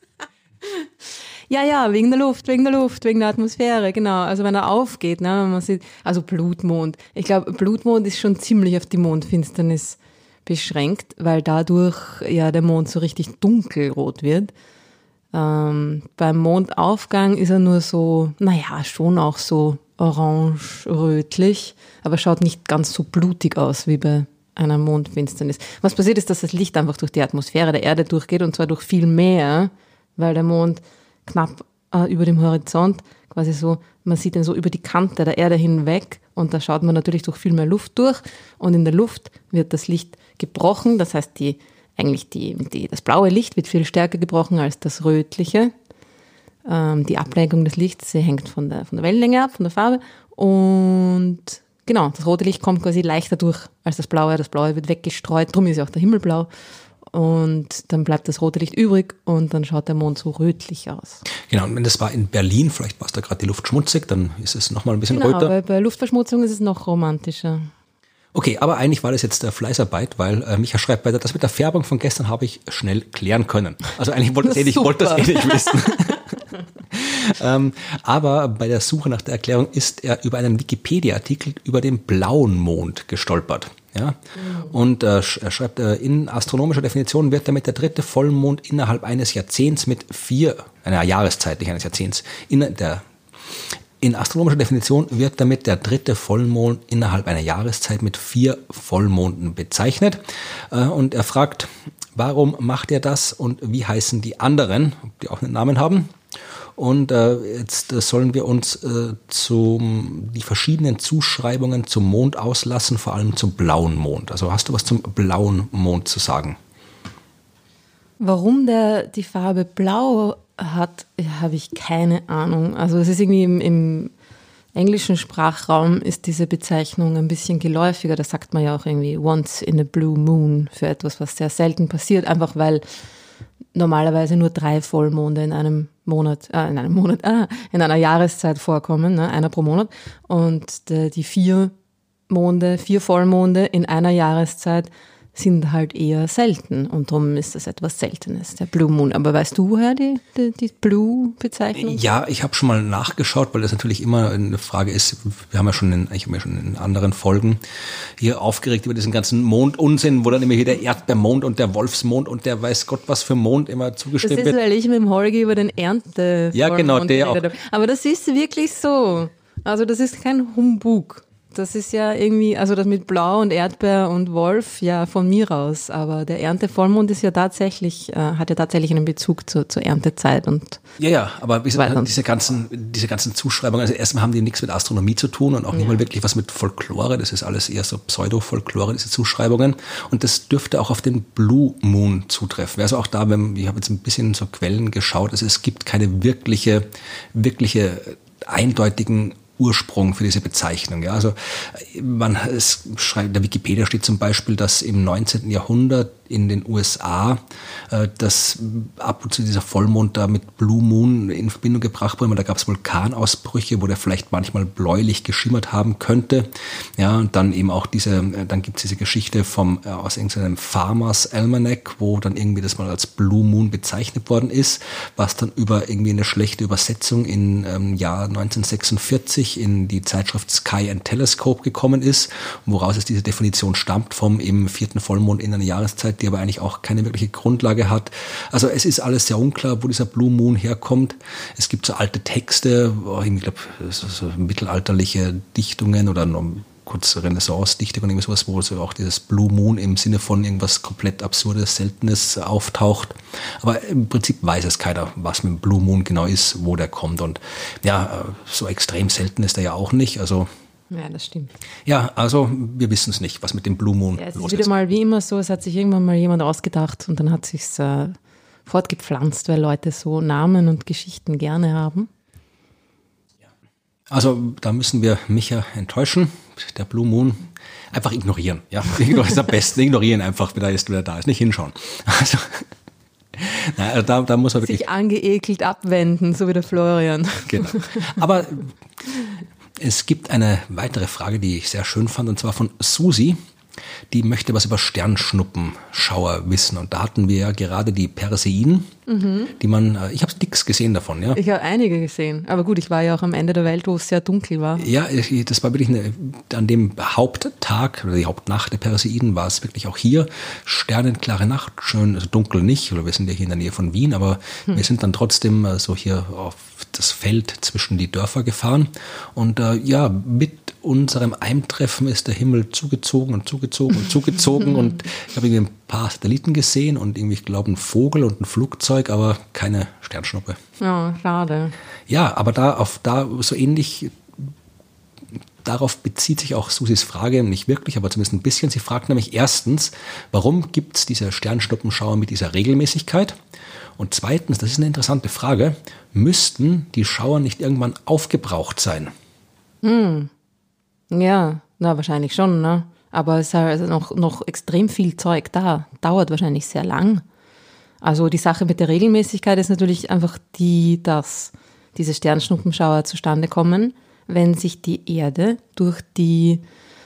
Ja, ja, wegen der Luft, wegen der Luft, wegen der Atmosphäre, genau. Also wenn er aufgeht, ne, wenn man sieht, also Blutmond. Ich glaube, Blutmond ist schon ziemlich auf die Mondfinsternis beschränkt, weil dadurch ja der Mond so richtig dunkelrot wird. Ähm, beim Mondaufgang ist er nur so, naja, schon auch so orange-rötlich, aber schaut nicht ganz so blutig aus wie bei einer Mondfinsternis. Was passiert ist, dass das Licht einfach durch die Atmosphäre der Erde durchgeht und zwar durch viel mehr, weil der Mond knapp äh, über dem Horizont quasi so, man sieht ihn so über die Kante der Erde hinweg und da schaut man natürlich durch viel mehr Luft durch und in der Luft wird das Licht gebrochen, das heißt die, eigentlich die, die, das blaue Licht wird viel stärker gebrochen als das rötliche. Ähm, die Ablenkung des Lichts, sie hängt von der, von der Wellenlänge ab, von der Farbe und genau, das rote Licht kommt quasi leichter durch als das blaue. Das blaue wird weggestreut, darum ist ja auch der Himmel blau. Und dann bleibt das rote Licht übrig und dann schaut der Mond so rötlich aus. Genau, und wenn das war in Berlin, vielleicht war es da gerade die Luft schmutzig, dann ist es nochmal ein bisschen genau, röter. Bei, bei Luftverschmutzung ist es noch romantischer. Okay, aber eigentlich war das jetzt der Fleißarbeit, weil äh, Micha schreibt weiter, das mit der Färbung von gestern habe ich schnell klären können. Also eigentlich wollte ich wollte das eh nicht wissen. ähm, aber bei der Suche nach der Erklärung ist er über einen Wikipedia-Artikel über den blauen Mond gestolpert. Ja? Mhm. Und äh, er schreibt, äh, in astronomischer Definition wird damit der dritte Vollmond innerhalb eines Jahrzehnts mit vier, einer Jahreszeit, nicht eines Jahrzehnts, in der In astronomischer Definition wird damit der dritte Vollmond innerhalb einer Jahreszeit mit vier Vollmonden bezeichnet. Und er fragt, warum macht er das und wie heißen die anderen, die auch einen Namen haben? Und jetzt sollen wir uns zum, die verschiedenen Zuschreibungen zum Mond auslassen, vor allem zum blauen Mond. Also hast du was zum blauen Mond zu sagen? Warum der die Farbe blau hat, habe ich keine Ahnung. Also es ist irgendwie im, im englischen Sprachraum ist diese Bezeichnung ein bisschen geläufiger. Da sagt man ja auch irgendwie once in a blue moon für etwas, was sehr selten passiert, einfach weil normalerweise nur drei Vollmonde in einem Monat, äh, in einem Monat, ah, in einer Jahreszeit vorkommen, ne, einer pro Monat. Und die, die vier Monde, vier Vollmonde in einer Jahreszeit, sind halt eher selten und darum ist das etwas Seltenes, der Blue Moon. Aber weißt du, woher die, die, die Blue-Bezeichnung? Ja, ich habe schon mal nachgeschaut, weil das natürlich immer eine Frage ist. Wir haben ja schon in, ich habe ja schon in anderen Folgen hier aufgeregt über diesen ganzen Mondunsinn, wo dann immer hier der Erdbeermond und der Wolfsmond und der weiß Gott was für Mond immer zugeschrieben wird. Das ist, weil ich mit dem Holgi über den Ernte. Ja, genau, der auch. Aber das ist wirklich so. Also das ist kein Humbug. Das ist ja irgendwie, also das mit Blau und Erdbeer und Wolf, ja von mir aus, aber der Erntevollmond ist ja tatsächlich, äh, hat ja tatsächlich einen Bezug zur, zur Erntezeit und ja, ja, aber diese ganzen, diese ganzen Zuschreibungen, also erstmal haben die nichts mit Astronomie zu tun und auch nicht ja. mal wirklich was mit Folklore, das ist alles eher so Pseudo-Folklore, diese Zuschreibungen und das dürfte auch auf den Blue Moon zutreffen. Also auch da, wenn, ich habe jetzt ein bisschen so Quellen geschaut, also es gibt keine wirkliche, wirkliche eindeutigen Ursprung für diese Bezeichnung. Ja, also man es schreibt, in der Wikipedia steht zum Beispiel, dass im neunzehnten Jahrhundert in den U S A äh, dass ab und zu dieser Vollmond da mit Blue Moon in Verbindung gebracht wurde. Da gab es Vulkanausbrüche, wo der vielleicht manchmal bläulich geschimmert haben könnte. Ja, und dann eben auch diese, äh, dann gibt es diese Geschichte vom äh, aus irgendeinem Farmers Almanac, wo dann irgendwie das mal als Blue Moon bezeichnet worden ist, was dann über irgendwie eine schlechte Übersetzung im ähm, Jahr neunzehnhundertsechsundvierzig in die Zeitschrift Sky and Telescope gekommen ist, woraus es diese Definition stammt vom eben vierten Vollmond in einer Jahreszeit, die aber eigentlich auch keine wirkliche Grundlage hat. Also es ist alles sehr unklar, wo dieser Blue Moon herkommt. Es gibt so alte Texte, ich glaube, so, so mittelalterliche Dichtungen oder noch kurz Renaissance-Dichtung und irgendwas, sowas, wo so auch dieses Blue Moon im Sinne von irgendwas komplett Absurdes, Seltenes auftaucht. Aber im Prinzip weiß es keiner, was mit dem Blue Moon genau ist, wo der kommt. Und ja, so extrem selten ist er ja auch nicht. Also ja, das stimmt. Ja, also wir wissen es nicht, was mit dem Blue Moon ja, es los ist. Es ist wieder mal wie immer so, es hat sich irgendwann mal jemand ausgedacht und dann hat sich es äh, fortgepflanzt, weil Leute so Namen und Geschichten gerne haben. Also da müssen wir Micha enttäuschen. Der Blue Moon einfach ignorieren. Ja, das ist am besten. Ignorieren einfach, wenn er jetzt wieder da ist. Nicht hinschauen. Also, na, da, da muss man wirklich sich angeekelt abwenden, so wie der Florian. Genau. Aber es gibt eine weitere Frage, die ich sehr schön fand, und zwar von Susi. Die möchte was über Sternschnuppenschauer wissen. Und da hatten wir ja gerade die Perseiden, mhm. die man, ich habe nix gesehen davon. Ja. Ich habe einige gesehen. Aber gut, ich war ja auch am Ende der Welt, wo es sehr dunkel war. Ja, das war wirklich eine, an dem Haupttag oder die Hauptnacht der Perseiden war es wirklich auch hier. Sternenklare Nacht, schön, also dunkel nicht, oder wir sind ja hier in der Nähe von Wien, aber hm. wir sind dann trotzdem so hier auf das Feld zwischen die Dörfer gefahren. Und äh, ja, mit unserem Eintreffen ist der Himmel zugezogen und zugezogen und zugezogen und ich habe irgendwie ein paar Satelliten gesehen und irgendwie, ich glaube, ein Vogel und ein Flugzeug, aber keine Sternschnuppe. Ja, schade. Ja, aber da auf da so ähnlich, darauf bezieht sich auch Susis Frage nicht wirklich, aber zumindest ein bisschen. Sie fragt nämlich erstens, warum gibt es diese Sternschnuppenschauer mit dieser Regelmäßigkeit? Und zweitens, das ist eine interessante Frage, müssten die Schauer nicht irgendwann aufgebraucht sein? Hm. Ja, na wahrscheinlich schon, ne? Aber es ist halt also noch, noch extrem viel Zeug da. Dauert wahrscheinlich sehr lang. Also die Sache mit der Regelmäßigkeit ist natürlich einfach die, dass diese Sternschnuppenschauer zustande kommen, wenn sich die Erde durch die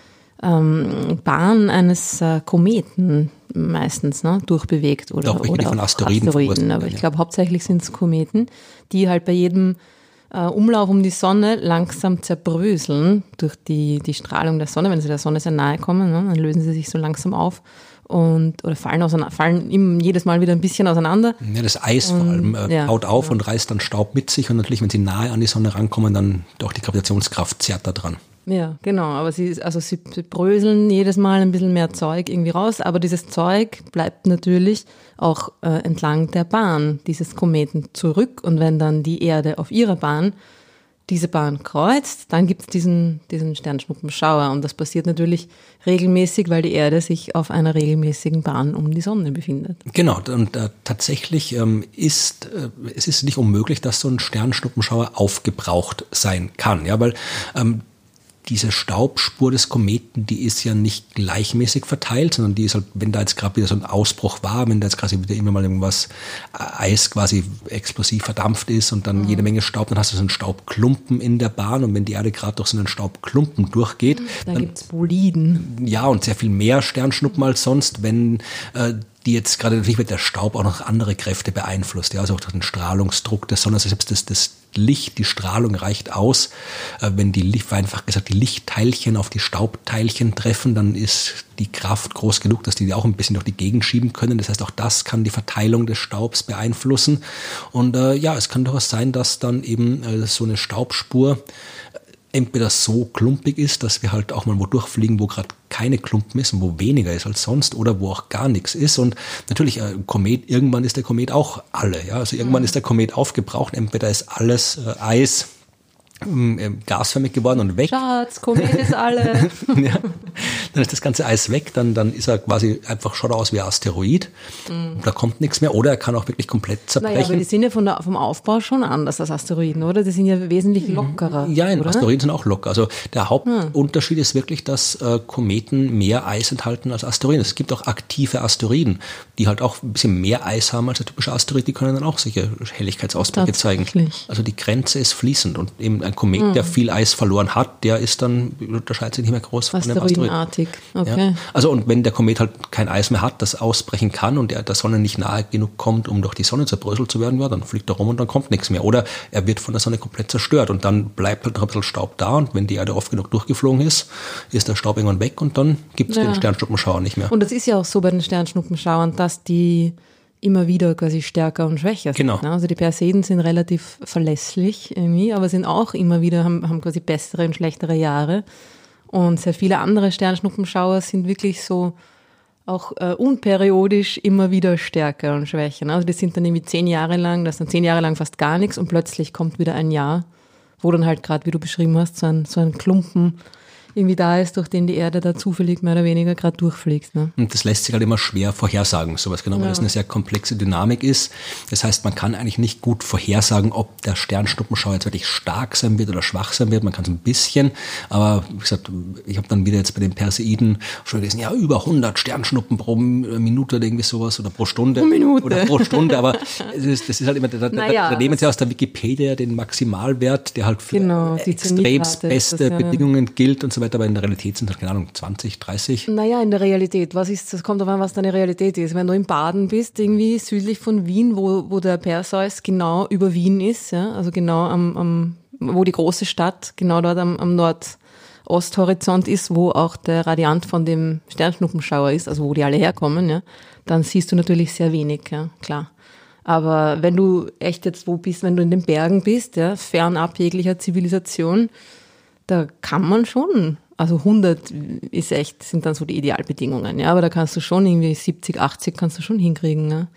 ähm, Bahn eines äh, Kometen meistens ne, durchbewegt. Oder, Doch, ich oder bin von Asteroiden. Asteroiden aber ich glaube, hauptsächlich sind es Kometen, die halt bei jedem Uh, Umlauf um die Sonne langsam zerbröseln durch die, die Strahlung der Sonne. Wenn sie der Sonne sehr nahe kommen, ne, dann lösen sie sich so langsam auf und oder fallen, auseinander, fallen im, jedes Mal wieder ein bisschen auseinander. Ja, das Eis und, vor allem äh, ja, haut auf ja. und reißt dann Staub mit sich und natürlich, wenn sie nahe an die Sonne rankommen, dann auch die Gravitationskraft zerrt da dran. Ja, genau, aber sie, also sie bröseln jedes Mal ein bisschen mehr Zeug irgendwie raus, aber dieses Zeug bleibt natürlich auch äh, entlang der Bahn dieses Kometen zurück und wenn dann die Erde auf ihrer Bahn diese Bahn kreuzt, dann gibt es diesen, diesen Sternschnuppenschauer und das passiert natürlich regelmäßig, weil die Erde sich auf einer regelmäßigen Bahn um die Sonne befindet. Genau, und äh, tatsächlich ähm, ist äh, es ist nicht unmöglich, dass so ein Sternschnuppenschauer aufgebraucht sein kann, ja, weil ähm, diese Staubspur des Kometen, die ist ja nicht gleichmäßig verteilt, sondern die ist halt, wenn da jetzt gerade wieder so ein Ausbruch war, wenn da jetzt quasi wieder immer mal irgendwas Eis quasi explosiv verdampft ist und dann mhm. jede Menge Staub, dann hast du so einen Staubklumpen in der Bahn und wenn die Erde gerade durch so einen Staubklumpen durchgeht, da dann gibt's Boliden. Ja, und sehr viel mehr Sternschnuppen als sonst, wenn äh, die jetzt gerade natürlich wird der Staub auch noch andere Kräfte beeinflusst, ja, also auch durch den Strahlungsdruck des Sonnen, also selbst das, das Licht, die Strahlung reicht aus, äh, wenn die Licht, einfach gesagt, die Lichtteilchen auf die Staubteilchen treffen, dann ist die Kraft groß genug, dass die auch ein bisschen durch die Gegend schieben können. Das heißt, auch das kann die Verteilung des Staubs beeinflussen. Und äh, ja, es kann durchaus sein, dass dann eben äh, so eine Staubspur entweder so klumpig ist, dass wir halt auch mal wo durchfliegen, wo gerade keine Klumpen ist und wo weniger ist als sonst oder wo auch gar nichts ist. Und natürlich, äh, Komet, irgendwann ist der Komet auch alle. Ja? Also irgendwann mhm. ist der Komet aufgebraucht, entweder ist alles äh, Eis, ähm, gasförmig geworden und weg. Schatz, Komet ist alle. Ja. Dann ist das ganze Eis weg, dann, dann ist er quasi einfach, schaut er aus wie ein Asteroid. Mhm. Da kommt nichts mehr. Oder er kann auch wirklich komplett zerbrechen. Naja, aber die sind ja von der, vom Aufbau schon anders als Asteroiden, oder? Die sind ja wesentlich lockerer. Ja, oder? Asteroiden sind auch locker. Also der Hauptunterschied hm. ist wirklich, dass äh, Kometen mehr Eis enthalten als Asteroiden. Es gibt auch aktive Asteroiden, die halt auch ein bisschen mehr Eis haben als der typische Asteroid. Die können dann auch solche Helligkeitsausbrüche zeigen. Also die Grenze ist fließend. Und eben ein Komet, hm. der viel Eis verloren hat, der ist dann, unterscheidet sich nicht mehr groß von einem Asteroid. Okay. Ja. Also und wenn der Komet halt kein Eis mehr hat, das ausbrechen kann und er der Sonne nicht nahe genug kommt, um durch die Sonne zerbröselt zu werden, ja, dann fliegt er rum und dann kommt nichts mehr. Oder er wird von der Sonne komplett zerstört und dann bleibt halt noch ein bisschen Staub da und wenn die Erde oft genug durchgeflogen ist, ist der Staub irgendwann weg und dann gibt es ja. den Sternschnuppenschauer nicht mehr. Und das ist ja auch so bei den Sternschnuppenschauern, dass die immer wieder quasi stärker und schwächer sind. Genau. Also die Perseiden sind relativ verlässlich irgendwie, aber sind auch immer wieder, haben, haben quasi bessere und schlechtere Jahre. Und sehr viele andere Sternschnuppenschauer sind wirklich so auch äh, unperiodisch immer wieder stärker und schwächer. Also die sind dann irgendwie zehn Jahre lang, das ist dann zehn Jahre lang fast gar nichts und plötzlich kommt wieder ein Jahr, wo dann halt gerade, wie du beschrieben hast, so ein, so ein Klumpen irgendwie da ist, durch den die Erde da zufällig mehr oder weniger gerade durchfliegt. Ne? Und das lässt sich halt immer schwer vorhersagen, sowas genau, weil ja. das eine sehr komplexe Dynamik ist. Das heißt, man kann eigentlich nicht gut vorhersagen, ob der Sternschnuppenschauer jetzt wirklich stark sein wird oder schwach sein wird. Man kann es ein bisschen, aber wie gesagt, ich habe dann wieder jetzt bei den Perseiden schon gelesen, ja, über hundert Sternschnuppen pro Minute oder irgendwie sowas oder pro Stunde. Pro Minute. Oder pro Stunde, aber das ist, das ist halt immer, da, naja, da, da nehmen sie aus der Wikipedia den Maximalwert, der halt für genau, extremst beste ja Bedingungen gilt und so weiter. Aber in der Realität sind das, keine Ahnung, zwanzig, dreißig? Naja, in der Realität. Was ist, das kommt darauf an, was deine Realität ist. Wenn du in Baden bist, irgendwie südlich von Wien, wo, wo der Perseus genau über Wien ist, ja, also genau am, am, wo die große Stadt, genau dort am, am Nordosthorizont ist, wo auch der Radiant von dem Sternschnuppenschauer ist, also wo die alle herkommen, ja, dann siehst du natürlich sehr wenig, ja, klar. Aber wenn du echt jetzt wo bist, wenn du in den Bergen bist, ja, fernab jeglicher Zivilisation, da kann man schon, also hundert ist echt, sind dann so die Idealbedingungen, ja, aber da kannst du schon irgendwie siebzig, achtzig kannst du schon hinkriegen, ja.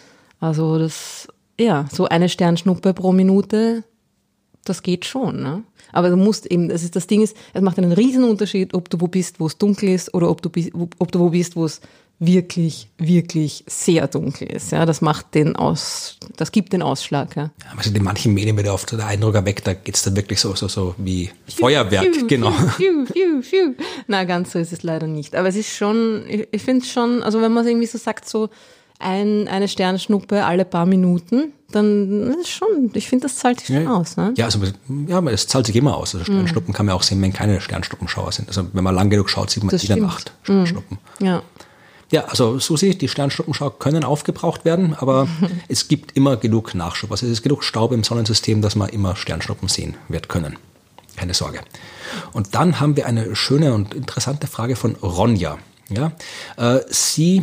Also das, ja, so eine Sternschnuppe pro Minute, das geht schon, ne. Aber du musst eben, das ist das Ding ist, es macht einen riesen Unterschied, ob du wo bist, wo es dunkel ist oder ob du, ob du wo bist, wo es wirklich, wirklich sehr dunkel ist. Ja, das macht den aus, das gibt den Ausschlag. Ja. Also in manchen Medien wird oft der Eindruck erweckt, da geht's dann wirklich so, so, so wie Fiu, Feuerwerk, Fiu, genau. Fiu, Fiu, Fiu. Na, ganz so ist es leider nicht. Aber es ist schon, ich, ich finde es schon, also wenn man es irgendwie so sagt, so ein, eine Sternschnuppe alle paar Minuten, dann ist schon, ich finde, das zahlt sich schon ja. aus. Ne? Ja, also ja, es zahlt sich immer aus. Also Sternschnuppen mhm. kann man auch sehen, wenn keine Sternschnuppenschauer sind. Also wenn man lang genug schaut, sieht man das jede Nacht Sternschnuppen. Mhm. Ja. Ja, also Susi, die Sternschnuppenschauer können aufgebraucht werden, aber es gibt immer genug Nachschub. Also es ist genug Staub im Sonnensystem, dass man immer Sternschnuppen sehen wird können. Keine Sorge. Und dann haben wir eine schöne und interessante Frage von Ronja. Ja, äh, sie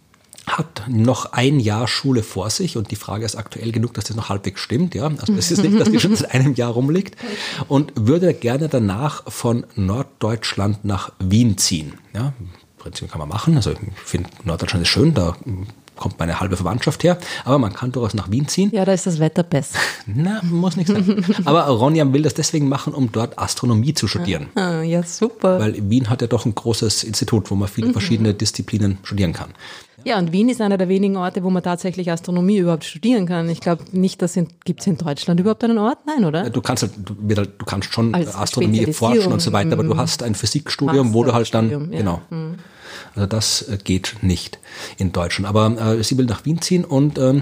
hat noch ein Jahr Schule vor sich und die Frage ist aktuell genug, dass das noch halbwegs stimmt. Ja, also es ist nicht, dass die schon seit einem Jahr rumliegt und würde gerne danach von Norddeutschland nach Wien ziehen. Ja, Prinzip kann man machen. Also ich finde, Norddeutschland ist schön, da kommt meine halbe Verwandtschaft her, aber man kann durchaus nach Wien ziehen. Ja, da ist das Wetter besser. Na, muss nicht sein. Aber Ronja will das deswegen machen, um dort Astronomie zu studieren. Ah, ja, super. Weil Wien hat ja doch ein großes Institut, wo man viele mhm. verschiedene Disziplinen studieren kann. Ja, und Wien ist einer der wenigen Orte, wo man tatsächlich Astronomie überhaupt studieren kann. Ich glaube nicht, dass in, gibt es in Deutschland überhaupt einen Ort? Nein, oder? Du kannst halt, du, du kannst schon Als Astronomie forschen und so weiter, aber du hast ein Physikstudium, wo du halt dann, ja. genau. Also das äh, geht nicht in Deutschland. Aber äh, sie will nach Wien ziehen und ähm,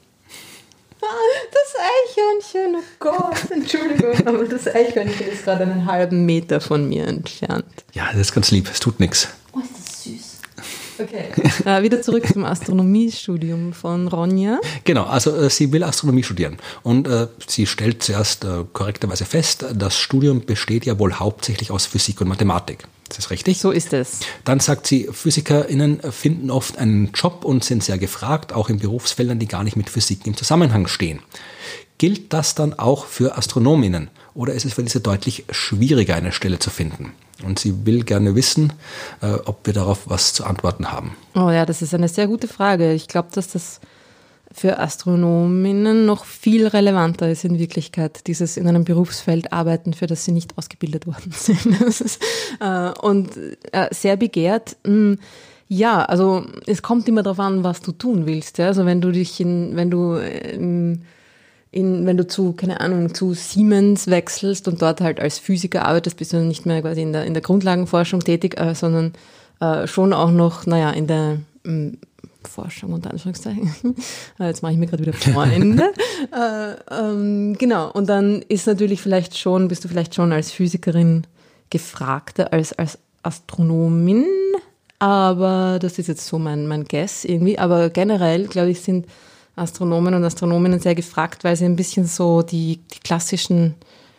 das Eichhörnchen, oh Gott, Entschuldigung, aber das Eichhörnchen ist gerade einen halben Meter von mir entfernt. Ja, das ist ganz lieb, es tut nichts. Oh, ist das süß. Okay, äh, wieder zurück zum Astronomiestudium von Ronja. Genau, also äh, sie will Astronomie studieren und äh, sie stellt zuerst äh, korrekterweise fest, das Studium besteht ja wohl hauptsächlich aus Physik und Mathematik. Ist das richtig? So ist es. Dann sagt sie, PhysikerInnen finden oft einen Job und sind sehr gefragt, auch in Berufsfeldern, die gar nicht mit Physik im Zusammenhang stehen. Gilt das dann auch für AstronomInnen oder ist es für diese deutlich schwieriger, eine Stelle zu finden? Und sie will gerne wissen, äh, ob wir darauf was zu antworten haben. Oh ja, das ist eine sehr gute Frage. Ich glaube, dass das für Astronominnen noch viel relevanter ist in Wirklichkeit, dieses in einem Berufsfeld arbeiten, für das sie nicht ausgebildet worden sind. Das ist, äh, und äh, sehr begehrt. Mh, ja, also es kommt immer darauf an, was du tun willst. Ja? Also wenn du dich in, wenn du ähm, in, wenn du zu, keine Ahnung, zu Siemens wechselst und dort halt als Physiker arbeitest, bist du nicht mehr quasi in der, in der Grundlagenforschung tätig, äh, sondern äh, schon auch noch, naja, in der mh, Forschung unter Anführungszeichen. Jetzt mache ich mir gerade wieder Freunde. äh, ähm, genau. Und dann ist natürlich vielleicht schon, bist du vielleicht schon als Physikerin gefragter als als Astronomin. Aber das ist jetzt so mein, mein Guess irgendwie. Aber generell, glaube ich, sind Astronomen und Astronominnen sehr gefragt, weil sie ein bisschen so die, die klassischen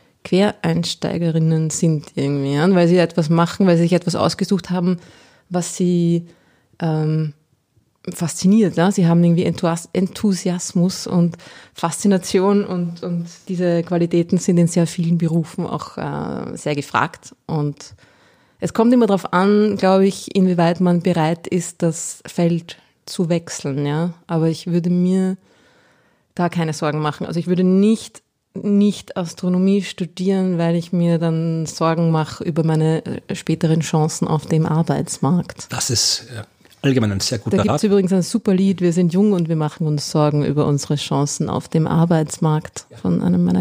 Quereinsteigerinnen sind irgendwie. Ja? Weil sie etwas machen, weil sie sich etwas ausgesucht haben, was sie ähm, fasziniert. Ja? Sie haben irgendwie Enthusiasmus und Faszination und, und diese Qualitäten sind in sehr vielen Berufen auch äh, sehr gefragt. Und es kommt immer darauf an, glaube ich, inwieweit man bereit ist, das Feld zu wechseln. Ja? Aber ich würde mir da keine Sorgen machen. Also ich würde nicht nicht Astronomie studieren, weil ich mir dann Sorgen mache über meine späteren Chancen auf dem Arbeitsmarkt. Das ist äh, allgemein ein sehr guter Rat. Da gibt es übrigens ein super Lied, wir sind jung und wir machen uns Sorgen über unsere Chancen auf dem Arbeitsmarkt von einem meiner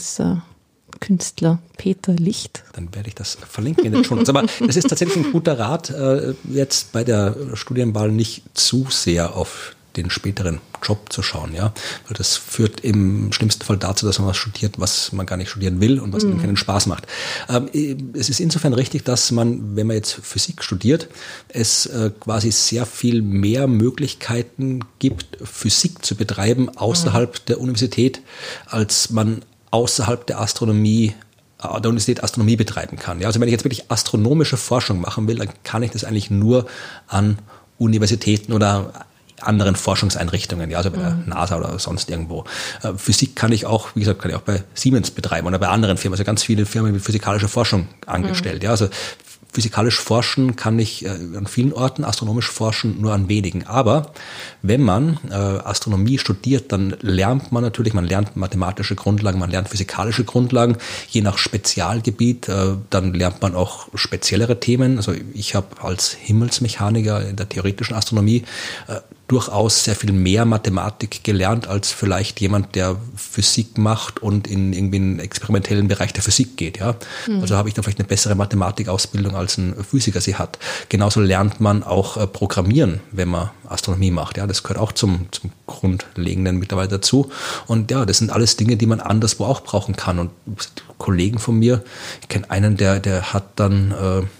Lieblingskünstler, Peter Licht. Dann werde ich das verlinken in den Shownotes. Aber es ist tatsächlich ein guter Rat, äh, jetzt bei der Studienwahl nicht zu sehr auf den späteren Job zu schauen, ja, weil das führt im schlimmsten Fall dazu, dass man was studiert, was man gar nicht studieren will und was mhm. einem keinen Spaß macht. Ähm, es ist insofern richtig, dass man, wenn man jetzt Physik studiert, es äh, quasi sehr viel mehr Möglichkeiten gibt, Physik zu betreiben außerhalb mhm. der Universität, als man außerhalb der Astronomie der Universität Astronomie betreiben kann. Ja, also wenn ich jetzt wirklich astronomische Forschung machen will, dann kann ich das eigentlich nur an Universitäten oder anderen Forschungseinrichtungen, ja, also bei der NASA oder sonst irgendwo. Äh, Physik kann ich auch, wie gesagt, kann ich auch bei Siemens betreiben oder bei anderen Firmen, also ganz viele Firmen mit physikalischer Forschung angestellt, mhm. ja, also physikalisch forschen kann ich äh, an vielen Orten, astronomisch forschen nur an wenigen. Aber wenn man äh, Astronomie studiert, dann lernt man natürlich, man lernt mathematische Grundlagen, man lernt physikalische Grundlagen, je nach Spezialgebiet, äh, dann lernt man auch speziellere Themen. Also ich habe als Himmelsmechaniker in der theoretischen Astronomie äh, durchaus sehr viel mehr Mathematik gelernt als vielleicht jemand, der Physik macht und in irgendwie einen experimentellen Bereich der Physik geht. Ja? Mhm. Also habe ich dann vielleicht eine bessere Mathematikausbildung als ein Physiker sie hat. Genauso lernt man auch äh, Programmieren, wenn man Astronomie macht. Ja? Das gehört auch zum, zum Grundlegenden mittlerweile dazu. Und ja, das sind alles Dinge, die man anderswo auch brauchen kann. Und Kollegen von mir, ich kenne einen, der, der hat dann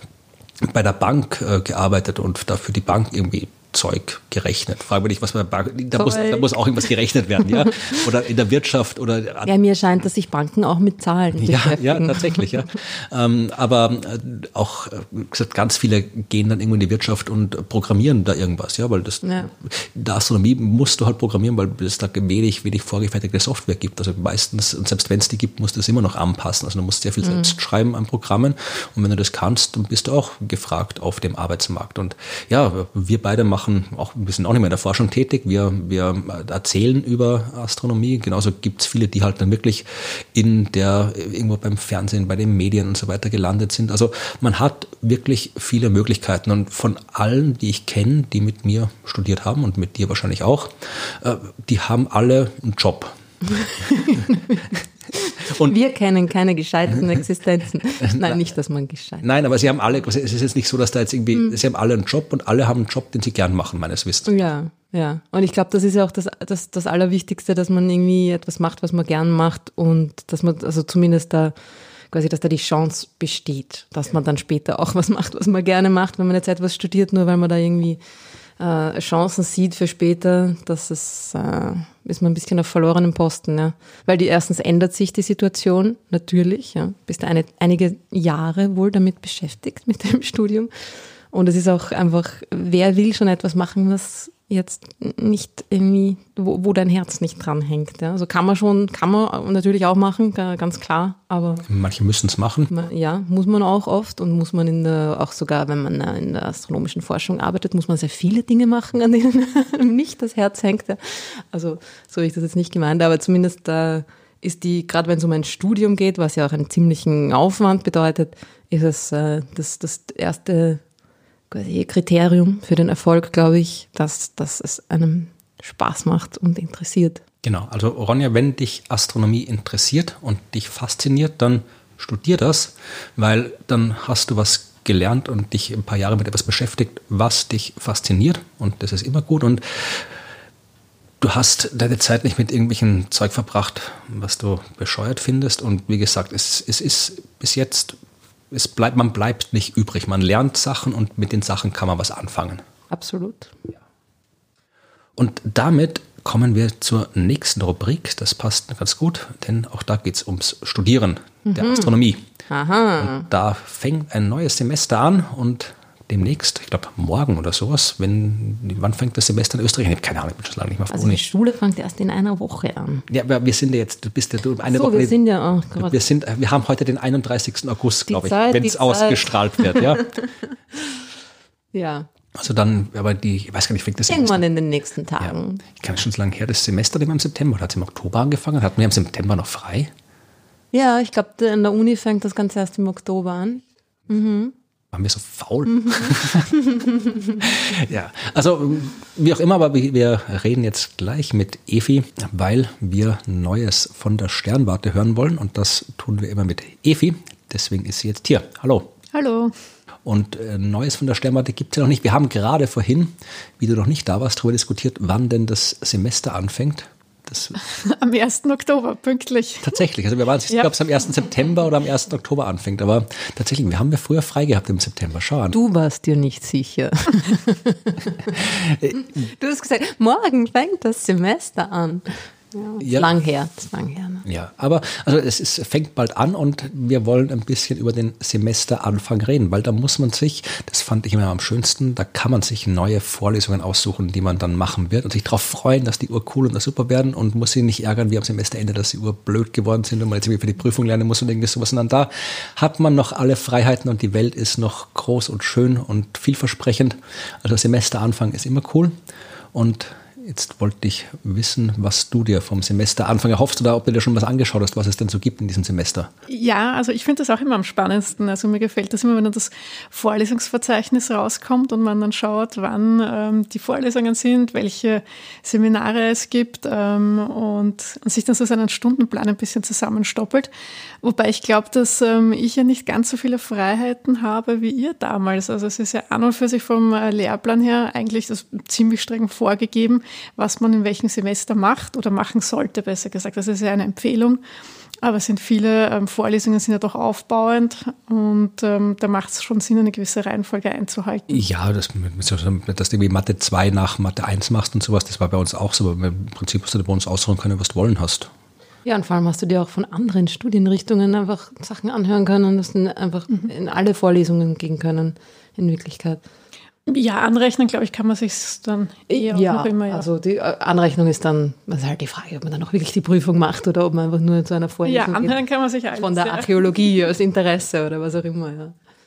äh, bei der Bank äh, gearbeitet und dafür die Bank irgendwie Zeug gerechnet. Frage mich nicht, was bei der Bank, da muss, da muss auch irgendwas gerechnet werden, ja? Oder in der Wirtschaft oder. Ja, mir scheint, dass sich Banken auch mit Zahlen ja, beschäftigen. Ja, tatsächlich, ja. ähm, aber äh, auch, wie gesagt, ganz viele gehen dann irgendwo in die Wirtschaft und programmieren da irgendwas, ja, weil das, ja. in der Astronomie musst du halt programmieren, weil es da wenig, wenig vorgefertigte Software gibt. Also meistens, und selbst wenn es die gibt, musst du es immer noch anpassen. Also du musst sehr viel mhm. selbst schreiben an Programmen. Und wenn du das kannst, dann bist du auch gefragt auf dem Arbeitsmarkt. Und ja, wir beide machen machen auch, wir sind auch nicht mehr in der Forschung tätig, wir, wir erzählen über Astronomie. Genauso gibt es viele, die halt dann wirklich in der, irgendwo beim Fernsehen, bei den Medien und so weiter gelandet sind. Also man hat wirklich viele Möglichkeiten und von allen, die ich kenne, die mit mir studiert haben und mit dir wahrscheinlich auch, die haben alle einen Job. Und wir kennen keine gescheiten Existenzen. Nein, nicht, dass man gescheit. Nein, aber sie haben alle, es ist jetzt nicht so, dass da jetzt irgendwie, mhm. sie haben alle einen Job und alle haben einen Job, den sie gern machen, meines Wissens. Ja, ja. Und ich glaube, das ist ja auch das, das, das Allerwichtigste, dass man irgendwie etwas macht, was man gern macht und dass man, also zumindest da, quasi, dass da die Chance besteht, dass man dann später auch was macht, was man gerne macht, wenn man jetzt etwas studiert, nur weil man da irgendwie äh, Chancen sieht für später, dass es, äh, ist man ein bisschen auf verlorenen Posten, ja. Weil die erstens ändert sich die Situation, natürlich, ja. Bist eine, einige Jahre wohl damit beschäftigt, mit dem Studium. Und es ist auch einfach, wer will schon etwas machen, was jetzt nicht irgendwie, wo, wo dein Herz nicht dran hängt. Ja. Also kann man schon, kann man natürlich auch machen, ganz klar, aber. Manche müssen es machen. Ja, muss man auch oft und muss man in der, auch sogar, wenn man in der astronomischen Forschung arbeitet, muss man sehr viele Dinge machen, an denen nicht das Herz hängt. Ja. Also, so habe ich das jetzt nicht gemeint, aber zumindest da ist die, gerade wenn es um ein Studium geht, was ja auch einen ziemlichen Aufwand bedeutet, ist es äh, das, das erste Kriterium für den Erfolg, glaube ich, dass, dass es einem Spaß macht und interessiert. Genau, also Ronja, wenn dich Astronomie interessiert und dich fasziniert, dann studier das, weil dann hast du was gelernt und dich ein paar Jahre mit etwas beschäftigt, was dich fasziniert und das ist immer gut und du hast deine Zeit nicht mit irgendwelchen Zeug verbracht, was du bescheuert findest und wie gesagt, es, es ist bis jetzt Es bleibt, man bleibt nicht übrig. Man lernt Sachen und mit den Sachen kann man was anfangen. Absolut. Ja. Und damit kommen wir zur nächsten Rubrik. Das passt ganz gut, denn auch da geht es ums Studieren mhm. der Astronomie. Aha. Und da fängt ein neues Semester an und demnächst, ich glaube morgen oder sowas, wenn, wann fängt das Semester in Österreich? Ich habe keine Ahnung, ich bin schon lange nicht mehr auf der Also Uni. die Schule fängt erst in einer Woche an. Ja, aber wir sind ja jetzt, du bist ja du eine so, Woche. wir sind ja auch wir sind, wir haben heute den einunddreißigsten August, glaube ich, wenn es Zeit. ausgestrahlt wird, ja. Ja. Also dann, aber die, ich weiß gar nicht, fängt das Irgendwann Semester. in den nächsten Tagen. Ja, ich kann schon so lange her, das Semester immer im September, hat es im Oktober angefangen, hatten wir im September noch frei? Ja, ich glaube, in der Uni fängt das Ganze erst im Oktober an. Mhm. Waren wir so faul? Mhm. Ja, also wie auch immer, aber wir reden jetzt gleich mit Evi, weil wir Neues von der Sternwarte hören wollen und das tun wir immer mit Evi, deswegen ist sie jetzt hier. Hallo. Hallo. Und äh, Neues von der Sternwarte gibt es ja noch nicht. Wir haben gerade vorhin, wie du noch nicht da warst, darüber diskutiert, wann denn das Semester anfängt. Das am ersten Oktober, pünktlich. Tatsächlich, also wir waren, ich ja. glaube, es am ersten September oder am ersten Oktober anfängt, aber tatsächlich, wir haben ja früher frei gehabt im September, schau an. Du warst dir nicht sicher. Du hast gesagt, morgen fängt das Semester an. Ja, ja. Lang her, das ist lang her. Ne? Ja, aber also es ist, fängt bald an und wir wollen ein bisschen über den Semesteranfang reden, weil da muss man sich, das fand ich immer am schönsten, da kann man sich neue Vorlesungen aussuchen, die man dann machen wird und sich darauf freuen, dass die urcool und super werden und muss sich nicht ärgern wie am Semesterende, dass sie urblöd geworden sind und man jetzt irgendwie für die Prüfung lernen muss und irgendwie sowas. Und dann da hat man noch alle Freiheiten und die Welt ist noch groß und schön und vielversprechend. Also Semesteranfang ist immer cool und jetzt wollte ich wissen, was du dir vom Semesteranfang erhoffst oder ob du dir schon was angeschaut hast, was es denn so gibt in diesem Semester. Ja, also ich finde das auch immer am spannendsten. Also mir gefällt das immer, wenn dann das Vorlesungsverzeichnis rauskommt und man dann schaut, wann ähm, die Vorlesungen sind, welche Seminare es gibt ähm, und sich dann so seinen Stundenplan ein bisschen zusammenstoppelt. Wobei ich glaube, dass ähm, ich ja nicht ganz so viele Freiheiten habe wie ihr damals. Also es ist ja an und für sich vom äh, Lehrplan her eigentlich das ziemlich streng vorgegeben, was man in welchem Semester macht oder machen sollte, besser gesagt. Das ist ja eine Empfehlung, aber es sind viele ähm, Vorlesungen sind ja doch aufbauend und ähm, da macht es schon Sinn, eine gewisse Reihenfolge einzuhalten. Ja, das, dass du irgendwie Mathe zwei nach Mathe eins machst und sowas, das war bei uns auch so, aber im Prinzip hast du bei uns aussuchen können, was du wollen hast. Ja, und vor allem hast du dir auch von anderen Studienrichtungen einfach Sachen anhören können, dass du einfach mhm. in alle Vorlesungen gehen können, in Wirklichkeit. Ja, anrechnen, glaube ich, kann man sich dann eher ja, auch noch immer. Ja, also die Anrechnung ist dann, das ist halt die Frage, ob man dann auch wirklich die Prüfung macht oder ob man einfach nur zu einer Vorlesung Ja, anhören geht. kann man sich alles. Von der ja. Archäologie als Interesse oder was auch immer, ja.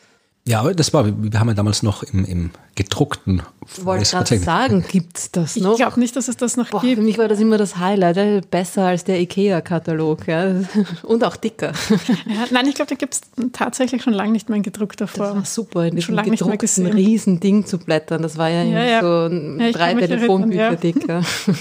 Ja, aber das war, wir haben ja damals noch im, im gedruckten Ich wollte gerade sagen, gibt es das noch? Ich glaube nicht, dass es das noch Boah, gibt. Für mich war das immer das Highlight, besser als der Ikea-Katalog, ja. Und auch dicker. Ja, nein, ich glaube, den gibt es tatsächlich schon lange nicht mehr in gedruckter Form. Das war super, in Schon diesem lange nicht mehr gedruckten gesehen. Riesending zu blättern. Das war ja, Ja, ja. so ein Ja, ich drei kann mich Telefonbücher erinnern, ja. dick. Ja.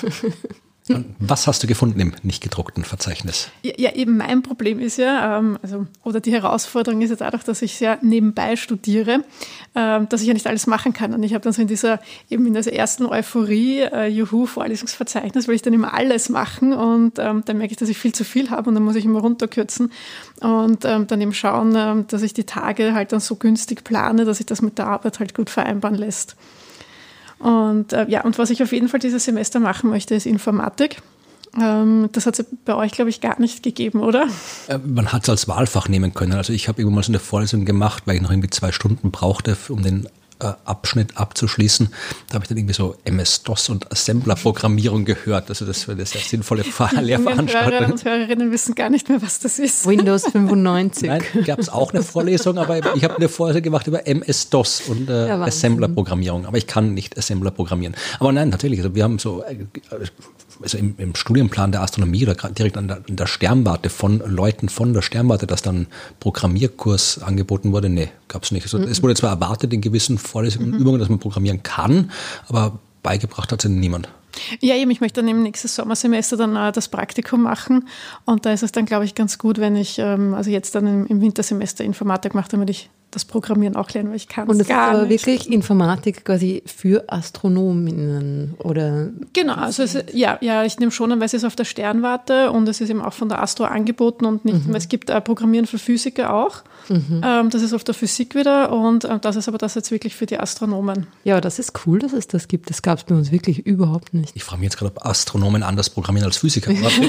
Was hast du gefunden im nicht gedruckten Verzeichnis? Ja, ja, eben mein Problem ist ja, ähm, also, oder die Herausforderung ist ja dadurch, dass ich ja nebenbei studiere, ähm, dass ich ja nicht alles machen kann. Und ich habe dann so in dieser, eben in dieser ersten Euphorie, äh, juhu, Vorlesungsverzeichnis, will ich dann immer alles machen und ähm, dann merke ich, dass ich viel zu viel habe und dann muss ich immer runterkürzen und ähm, dann eben schauen, ähm, dass ich die Tage halt dann so günstig plane, dass sich das mit der Arbeit halt gut vereinbaren lässt. Und äh, ja, und was ich auf jeden Fall dieses Semester machen möchte, ist Informatik. Ähm, das hat es bei euch, glaube ich, gar nicht gegeben, oder? Äh, man hat es als Wahlfach nehmen können. Also ich habe irgendwann mal so eine Vorlesung gemacht, weil ich noch irgendwie zwei Stunden brauchte, um den äh, Abschnitt abzuschließen. Da habe ich dann irgendwie so M S-DOS und Assembler-Programmierung gehört. Also das war eine sehr sinnvolle Fahr- Lehrveranstaltung. Hörer und Hörerinnen wissen gar nicht mehr, was das ist. Windows fünfundneunzig. Nein, gab es auch eine Vorlesung, aber ich habe eine Vorlesung gemacht über M S-DOS und äh, Ja, Wahnsinn. Assembler-Programmierung. Aber ich kann nicht Assembler programmieren. Aber nein, natürlich. Also wir haben so, äh, also im, im Studienplan der Astronomie oder gerade direkt an der, an der Sternwarte von Leuten von der Sternwarte, dass dann Programmierkurs angeboten wurde. Nee, gab es nicht. Also, mhm. Es wurde zwar erwartet in gewissen Vorlesungen und Übungen, dass man programmieren kann, aber beigebracht hat es niemand. Ja, eben, ich möchte dann im nächsten Sommersemester dann äh, das Praktikum machen und da ist es dann, glaube ich, ganz gut, wenn ich ähm, also jetzt dann im, im Wintersemester Informatik mache, damit ich das Programmieren auch lernen, weil ich kann Und es das ist gar aber nicht. wirklich Informatik quasi für Astronominnen, oder? Genau, also es, ja, ja, ich nehme schon an, weil es ist auf der Sternwarte und es ist eben auch von der Astro angeboten und nicht, mhm. es gibt äh, Programmieren für Physiker auch. Mhm. Ähm, das ist auf der Physik wieder und äh, das ist aber das jetzt wirklich für die Astronomen. Ja, das ist cool, dass es das gibt. Das gab es bei uns wirklich überhaupt nicht. Ich frage mich jetzt gerade, ob Astronomen anders programmieren als Physiker.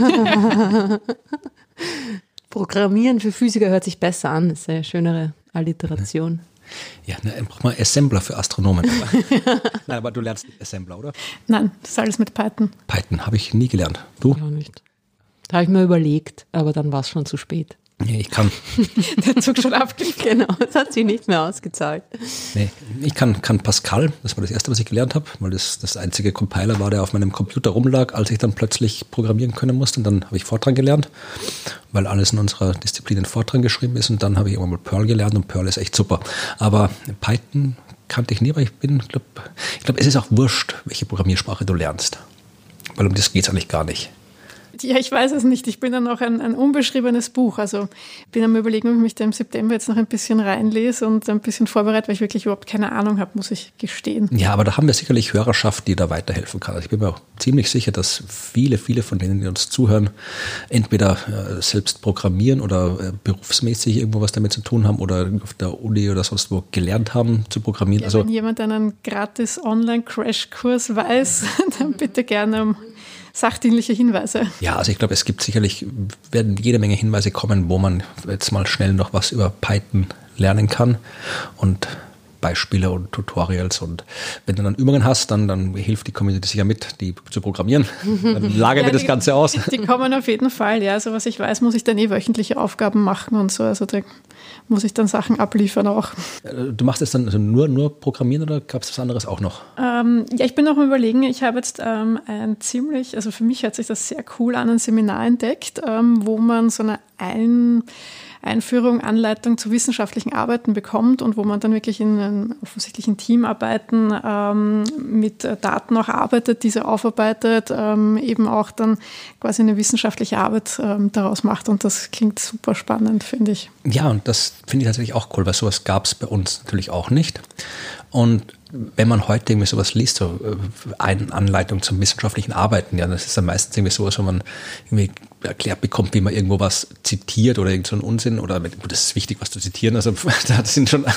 Programmieren für Physiker hört sich besser an. Das ist eine schönere Alliteration. Ja, ne, braucht man Assembler für Astronomen. Nein, aber du lernst nicht Assembler, oder? Nein, das ist alles mit Python. Python habe ich nie gelernt. Du? Auch nicht. Da habe ich mir überlegt, aber dann war es schon zu spät. Nee, ich kann. Der Zug schon abgelegt. Genau, das hat sich nicht mehr ausgezahlt. Nee, ich kann, kann Pascal, das war das Erste, was ich gelernt habe, weil das das einzige Compiler war, der auf meinem Computer rumlag, als ich dann plötzlich programmieren können musste. Und dann habe ich Fortran gelernt, weil alles in unserer Disziplin in Fortran geschrieben ist. Und dann habe ich irgendwann mal Perl gelernt und Perl ist echt super. Aber Python kannte ich nie, aber ich bin, glaube ich, glaub, es ist auch wurscht, welche Programmiersprache du lernst. Weil um das geht es eigentlich gar nicht. Ja, ich weiß es nicht. Ich bin dann noch ein, ein unbeschriebenes Buch. Also bin am Überlegen, ob ich mich da im September jetzt noch ein bisschen reinlese und ein bisschen vorbereite, weil ich wirklich überhaupt keine Ahnung habe, muss ich gestehen. Ja, aber da haben wir sicherlich Hörerschaft, die da weiterhelfen kann. Also ich bin mir auch ziemlich sicher, dass viele, viele von denen, die uns zuhören, entweder äh, selbst programmieren oder äh, berufsmäßig irgendwo was damit zu tun haben oder auf der Uni oder sonst wo gelernt haben zu programmieren. Ja, also, wenn jemand einen gratis Online-Crash-Kurs weiß, dann bitte gerne um sachdienliche Hinweise. Ja, also ich glaube, es gibt sicherlich, werden jede Menge Hinweise kommen, wo man jetzt mal schnell noch was über Python lernen kann und Beispiele und Tutorials, und wenn du dann Übungen hast, dann, dann hilft die Community sicher mit, die zu programmieren. Dann lagern Ja, wir das die, Ganze aus. Die kommen auf jeden Fall, ja. Also was ich weiß, muss ich dann eh wöchentliche Aufgaben machen und so. Also da muss ich dann Sachen abliefern auch. Du machst es dann also nur, nur Programmieren oder gab es was anderes auch noch? Ähm, ja, ich bin noch am Überlegen, ich habe jetzt ähm, ein ziemlich, also für mich hört sich das sehr cool an, ein Seminar entdeckt, ähm, wo man so eine ein Einführung, Anleitung zu wissenschaftlichen Arbeiten bekommt und wo man dann wirklich in einem offensichtlichen Teamarbeiten ähm, mit Daten auch arbeitet, diese aufarbeitet, ähm, eben auch dann quasi eine wissenschaftliche Arbeit ähm, daraus macht, und das klingt super spannend, finde ich. Ja, und das finde ich tatsächlich auch cool, weil sowas gab es bei uns natürlich auch nicht. Und wenn man heute irgendwie sowas liest, so eine Anleitung zum wissenschaftlichen Arbeiten, ja, das ist dann meistens irgendwie sowas, wo man irgendwie erklärt bekommt, wie man irgendwo was zitiert oder irgend so einen Unsinn, oder das ist wichtig, was zu zitieren, also da sind schon,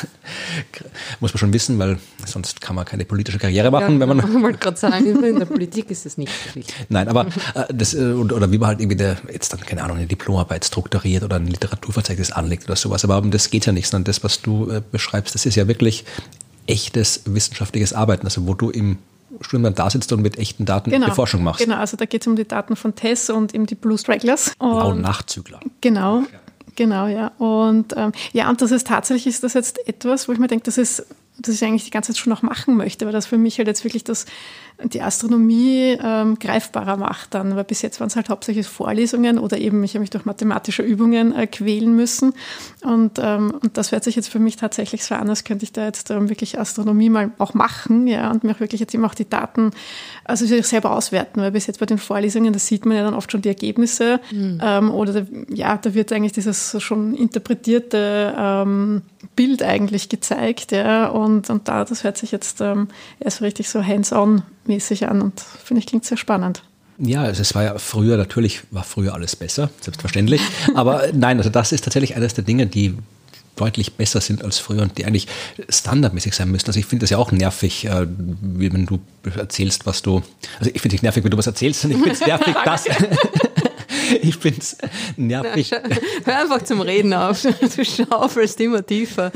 muss man schon wissen, weil sonst kann man keine politische Karriere machen, ja, wenn man... Ich wollte gerade sagen, in der Politik ist das nicht wichtig. Nein, aber äh, das, oder wie man halt irgendwie der, jetzt dann, keine Ahnung, eine Diplomarbeit strukturiert oder ein Literaturverzeichnis anlegt oder sowas, aber um das geht ja nicht, sondern das, was du äh, beschreibst, das ist ja wirklich echtes wissenschaftliches Arbeiten, also wo du im Studium da sitzt und mit echten Daten genau, Forschung machst. Genau, also da geht es um die Daten von T E S und eben die Blue Stragglers. Blauen Nachzügler. Genau. Genau, ja. Und ähm, ja, und das ist tatsächlich ist das jetzt etwas, wo ich mir denke, das ist, das ich eigentlich die ganze Zeit schon noch machen möchte, weil das für mich halt jetzt wirklich das, die Astronomie ähm, greifbarer macht dann, weil bis jetzt waren es halt hauptsächlich Vorlesungen oder eben ich habe mich durch mathematische Übungen äh, quälen müssen und, ähm, und das hört sich jetzt für mich tatsächlich so an, als könnte ich da jetzt ähm, wirklich Astronomie mal auch machen, ja, und mir auch wirklich jetzt eben auch die Daten, also sich selber auswerten, weil bis jetzt bei den Vorlesungen, da sieht man ja dann oft schon die Ergebnisse mhm. ähm, oder da, ja, da wird eigentlich dieses schon interpretierte ähm, Bild eigentlich gezeigt, ja, und, und da, das hört sich jetzt ähm, erst so richtig so hands-on-mäßig an und finde ich, klingt sehr spannend. Ja, also es war ja früher, natürlich war früher alles besser, selbstverständlich, aber nein, also das ist tatsächlich eines der Dinge, die deutlich besser sind als früher und die eigentlich standardmäßig sein müssen. Also ich finde das ja auch nervig, äh, wie wenn du erzählst, was du, also ich finde es nicht nervig, wenn du was erzählst und ich finde es nervig, dass... Ich finde es nervig. Na, hör einfach zum Reden auf. Du schaufelst immer tiefer.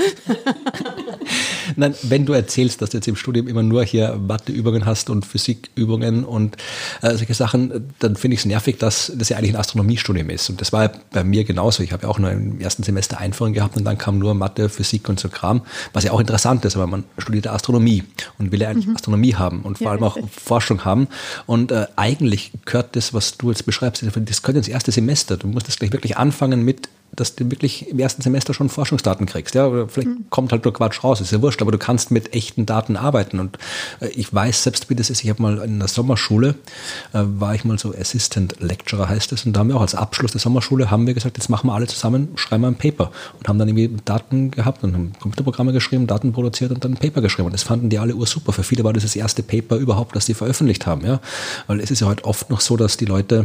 Nein, wenn du erzählst, dass du jetzt im Studium immer nur hier Matheübungen hast und Physikübungen und äh, solche Sachen, dann finde ich es nervig, dass das ja eigentlich ein Astronomiestudium ist. Und das war ja bei mir genauso. Ich habe ja auch nur im ersten Semester Einführung gehabt und dann kam nur Mathe, Physik und so Kram, was ja auch interessant ist, aber man studiert Astronomie und will ja eigentlich mhm. Astronomie haben und vor ja, allem auch richtig. Forschung haben. Und äh, eigentlich gehört das, was du jetzt beschreibst, das gehört ins erste Semester. Du musst das gleich wirklich anfangen mit, dass du wirklich im ersten Semester schon Forschungsdaten kriegst. Ja, oder vielleicht mhm. kommt halt nur Quatsch raus, ist ja wurscht, aber du kannst mit echten Daten arbeiten. Und äh, ich weiß selbst, wie das ist. Ich habe mal in der Sommerschule, äh, war ich mal so Assistant Lecturer, heißt es. Und da haben wir auch als Abschluss der Sommerschule, haben wir gesagt, jetzt machen wir alle zusammen, schreiben wir ein Paper. Und haben dann irgendwie Daten gehabt und haben Computerprogramme geschrieben, Daten produziert und dann ein Paper geschrieben. Und das fanden die alle ursuper. Für viele war das das erste Paper überhaupt, das die veröffentlicht haben. Ja? Weil es ist ja heute oft noch so, dass die Leute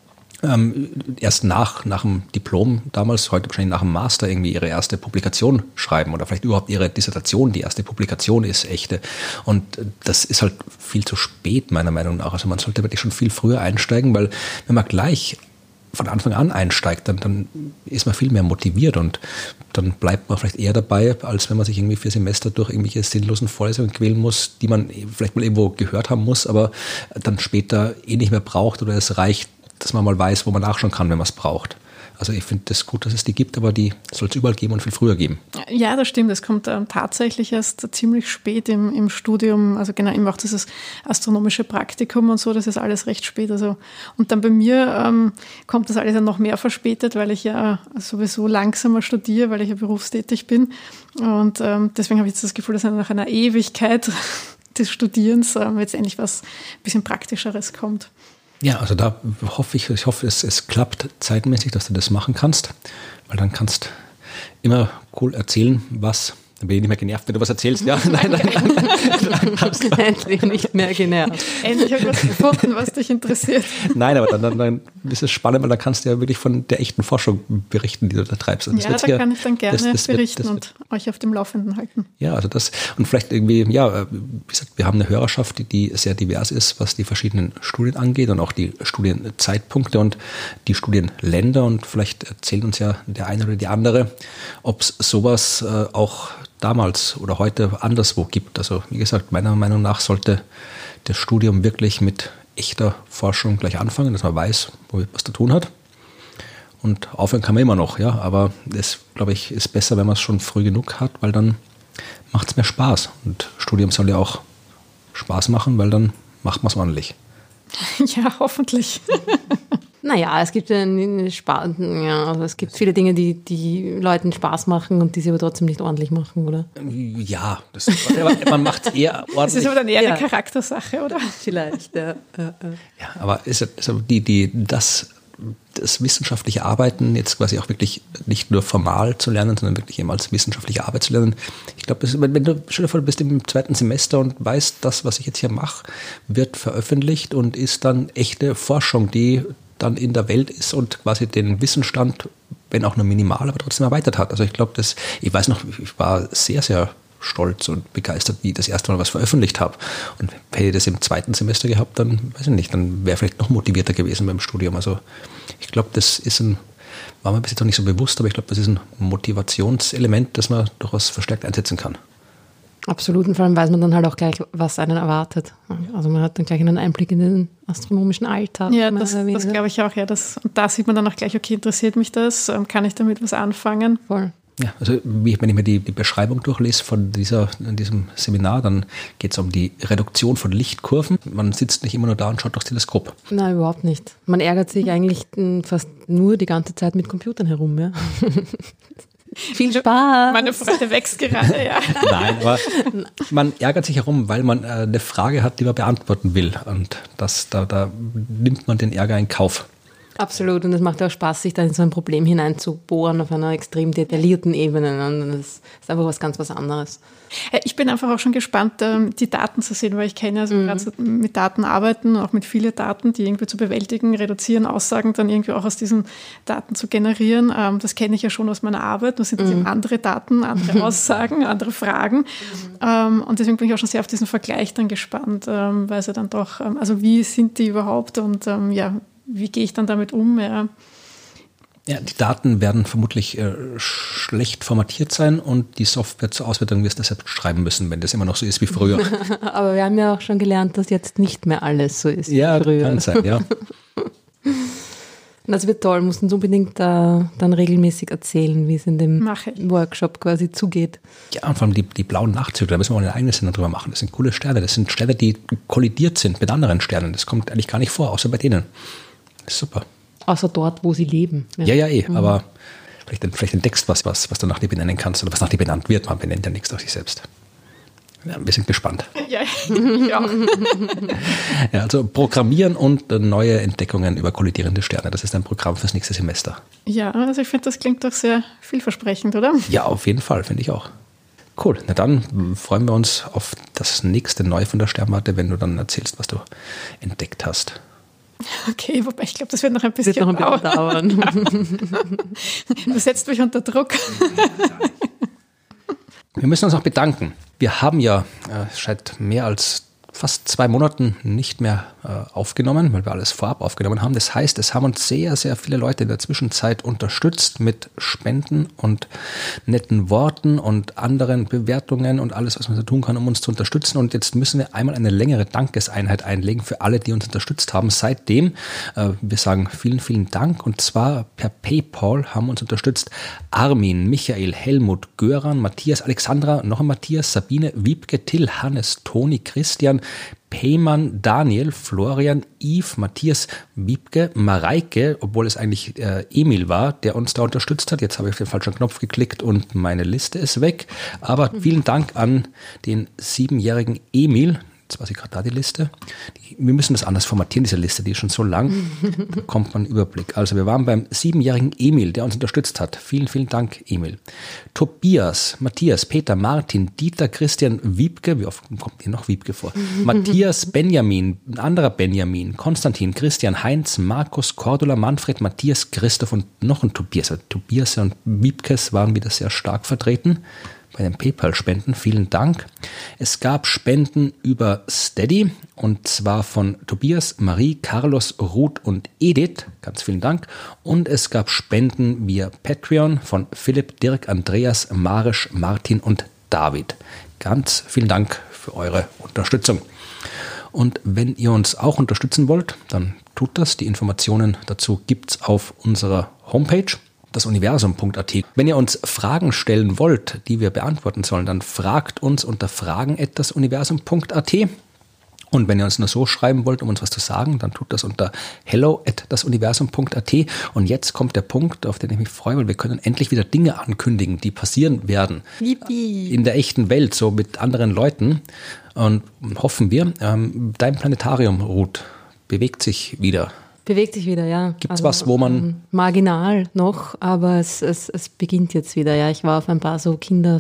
Ähm, erst nach, nach dem Diplom damals, heute wahrscheinlich nach dem Master irgendwie ihre erste Publikation schreiben oder vielleicht überhaupt ihre Dissertation, die erste Publikation ist, echte. Und das ist halt viel zu spät, meiner Meinung nach. Also man sollte wirklich schon viel früher einsteigen, weil wenn man gleich von Anfang an einsteigt, dann, dann ist man viel mehr motiviert und dann bleibt man vielleicht eher dabei, als wenn man sich irgendwie vier Semester durch irgendwelche sinnlosen Vorlesungen quälen muss, die man vielleicht mal irgendwo gehört haben muss, aber dann später eh nicht mehr braucht oder es reicht, dass man mal weiß, wo man nachschauen kann, wenn man es braucht. Also ich finde das gut, dass es die gibt, aber die soll es überall geben und viel früher geben. Ja, das stimmt. Das kommt ähm, tatsächlich erst ziemlich spät im, im Studium. Also genau, eben auch dieses astronomische Praktikum und so, das ist alles recht spät. Also, und dann bei mir ähm, kommt das alles dann noch mehr verspätet, weil ich ja sowieso langsamer studiere, weil ich ja berufstätig bin. Und ähm, deswegen habe ich jetzt das Gefühl, dass nach einer Ewigkeit des Studierens ähm, jetzt endlich was ein bisschen Praktischeres kommt. Ja, also da hoffe ich, ich hoffe, es, es klappt zeitmäßig, dass du das machen kannst, weil dann kannst immer cool erzählen, was. Dann bin ich nicht mehr genervt, wenn du was erzählst. Ja, nein, nein, nein. nein. Endlich nicht mehr genervt. Endlich habe ich was gefunden, was dich interessiert. Nein, aber dann, dann, dann ist es spannend, weil da kannst du ja wirklich von der echten Forschung berichten, die du da treibst. Also ja, da hier, kann ich dann gerne das, das berichten wird, wird, und euch auf dem Laufenden halten. Ja, also das und vielleicht irgendwie, ja, wie gesagt, wir haben eine Hörerschaft, die, die sehr divers ist, was die verschiedenen Studien angeht und auch die Studienzeitpunkte und die Studienländer und vielleicht erzählt uns ja der eine oder die andere, ob es sowas äh, auch damals oder heute anderswo gibt. Also wie gesagt, meiner Meinung nach sollte das Studium wirklich mit echter Forschung gleich anfangen, dass man weiß, wo man was zu tun hat. Und aufhören kann man immer noch, ja. Aber das, glaube ich, ist besser, wenn man es schon früh genug hat, weil dann macht es mehr Spaß. Und Studium soll ja auch Spaß machen, weil dann macht man es ordentlich. Ja, hoffentlich. Naja, es gibt, eine Spaß, ja, also es gibt viele Dinge, die, die Leuten Spaß machen und die sie aber trotzdem nicht ordentlich machen, oder? Ja, das, man macht es eher ordentlich. Das ist aber dann eher ja. eine Charaktersache, oder? Vielleicht, ja. Ja, ja aber ist, ist die, die, das, das wissenschaftliche Arbeiten jetzt quasi auch wirklich nicht nur formal zu lernen, sondern wirklich eben als wissenschaftliche Arbeit zu lernen. Ich glaube, wenn du stell dir vor, du bist im zweiten Semester und weißt, das, was ich jetzt hier mache, wird veröffentlicht und ist dann echte Forschung, die dann in der Welt ist und quasi den Wissensstand, wenn auch nur minimal, aber trotzdem erweitert hat. Also ich glaube, das, ich weiß noch, ich war sehr, sehr stolz und begeistert, wie ich das erste Mal was veröffentlicht habe. Und hätte ich das im zweiten Semester gehabt, dann weiß ich nicht, dann wäre ich vielleicht noch motivierter gewesen beim Studium. Also ich glaube, das ist ein, war mir bis jetzt noch nicht so bewusst, aber ich glaube, das ist ein Motivationselement, das man durchaus verstärkt einsetzen kann. Absolut, und vor allem weiß man dann halt auch gleich, was einen erwartet. Also man hat dann gleich einen Einblick in den astronomischen Alltag. Ja, das, das glaube ich auch. Ja, das, und da sieht man dann auch gleich, okay, interessiert mich das? Kann ich damit was anfangen? Voll. Ja, also wenn ich mir die, die Beschreibung durchlese von dieser, diesem Seminar, dann geht es um die Reduktion von Lichtkurven. Man sitzt nicht immer nur da und schaut durchs Teleskop. Nein, überhaupt nicht. Man ärgert sich eigentlich fast nur die ganze Zeit mit Computern herum. Ja. Viel Spaß. Meine Freude wächst gerade, ja. Nein, aber man ärgert sich herum, weil man äh, eine Frage hat, die man beantworten will. Und das, da, da nimmt man den Ärger in Kauf. Absolut. Und es macht auch Spaß, sich da in so ein Problem hineinzubohren auf einer extrem detaillierten Ebene. Und das ist einfach was ganz was anderes. Ich bin einfach auch schon gespannt, die Daten zu sehen, weil ich kenne also mhm. gerade so mit Daten arbeiten, auch mit vielen Daten, die irgendwie zu bewältigen, reduzieren, Aussagen dann irgendwie auch aus diesen Daten zu generieren. Das kenne ich ja schon aus meiner Arbeit. Nur sind das mhm. eben andere Daten, andere Aussagen, andere Fragen. Mhm. Und deswegen bin ich auch schon sehr auf diesen Vergleich dann gespannt, weil sie dann doch, also wie sind die überhaupt und ja, wie gehe ich dann damit um? Ja. Ja, die Daten werden vermutlich äh, schlecht formatiert sein und die Software zur Auswertung wirst du selbst schreiben müssen, wenn das immer noch so ist wie früher. Aber wir haben ja auch schon gelernt, dass jetzt nicht mehr alles so ist ja, wie früher. Ja, kann sein, ja. Das wird toll, musst uns unbedingt äh, dann regelmäßig erzählen, wie es in dem Workshop quasi zugeht. Ja, und vor allem die, die blauen Nachtzüge, da müssen wir mal eine eigene Sendung drüber machen. Das sind coole Sterne, das sind Sterne, die kollidiert sind mit anderen Sternen. Das kommt eigentlich gar nicht vor, außer bei denen. Das ist super. Außer dort, wo sie leben. Ja, ja, ja eh, mhm. aber vielleicht, vielleicht entdeckst du was, was, was du nach dir benennen kannst oder was nach dir benannt wird. Man benennt ja nichts durch sich selbst. Ja, wir sind gespannt. Ja, ich auch. Ja, also Programmieren und neue Entdeckungen über kollidierende Sterne. Das ist ein Programm fürs nächste Semester. Ja, also ich finde, das klingt doch sehr vielversprechend, oder? Ja, auf jeden Fall, finde ich auch. Cool, na dann freuen wir uns auf das nächste Neu von der Sternwarte, wenn du dann erzählst, was du entdeckt hast. Okay, wobei ich glaube, das wird noch ein bisschen, wird noch ein bisschen dauern. dauern. Du setzt mich unter Druck. Wir müssen uns auch bedanken. Wir haben ja äh, seit mehr als fast zwei Monaten nicht mehr äh, aufgenommen, weil wir alles vorab aufgenommen haben. Das heißt, es haben uns sehr, sehr viele Leute in der Zwischenzeit unterstützt mit Spenden und netten Worten und anderen Bewertungen und alles, was man so tun kann, um uns zu unterstützen. Und jetzt müssen wir einmal eine längere Dankeseinheit einlegen für alle, die uns unterstützt haben. Seitdem, äh, wir sagen vielen, vielen Dank. Und zwar per PayPal haben uns unterstützt Armin, Michael, Helmut, Göran, Matthias, Alexandra, noch ein Matthias, Sabine, Wiebke, Till, Hannes, Toni, Christian, Peyman, Daniel, Florian, Yves, Matthias, Wiebke, Mareike, obwohl es eigentlich äh, Emil war, der uns da unterstützt hat. Jetzt habe ich auf den falschen Knopf geklickt und meine Liste ist weg. Aber vielen Dank an den siebenjährigen Emil. Jetzt weiß ich gerade da die Liste. Die, wir müssen das anders formatieren, diese Liste, die ist schon so lang. Da kommt man einen Überblick. Also wir waren beim siebenjährigen Emil, der uns unterstützt hat. Vielen, vielen Dank, Emil. Tobias, Matthias, Peter, Martin, Dieter, Christian, Wiebke, wie oft kommt hier noch Wiebke vor? Matthias, Benjamin, ein anderer Benjamin, Konstantin, Christian, Heinz, Markus, Cordula, Manfred, Matthias, Christoph und noch ein Tobias. Also Tobias und Wiebkes waren wieder sehr stark vertreten bei den PayPal-Spenden. Vielen Dank. Es gab Spenden über Steady und zwar von Tobias, Marie, Carlos, Ruth und Edith. Ganz vielen Dank. Und es gab Spenden via Patreon von Philipp, Dirk, Andreas, Marisch, Martin und David. Ganz vielen Dank für eure Unterstützung. Und wenn ihr uns auch unterstützen wollt, dann tut das. Die Informationen dazu gibt's auf unserer Homepage. das universum punkt a t. Wenn ihr uns Fragen stellen wollt, die wir beantworten sollen, dann fragt uns unter fragen at das universum punkt a t. Und wenn ihr uns nur so schreiben wollt, um uns was zu sagen, dann tut das unter hello at das universum punkt a t. Und jetzt kommt der Punkt, auf den ich mich freue, weil wir können endlich wieder Dinge ankündigen, die passieren werden. Yippie. In der echten Welt, so mit anderen Leuten. Und hoffen wir, ähm, dein Planetarium, Ruth, bewegt sich wieder. Bewegt sich wieder, ja. Gibt es also, was, wo man... Marginal noch, aber es, es, es beginnt jetzt wieder, ja. Ich war auf ein paar so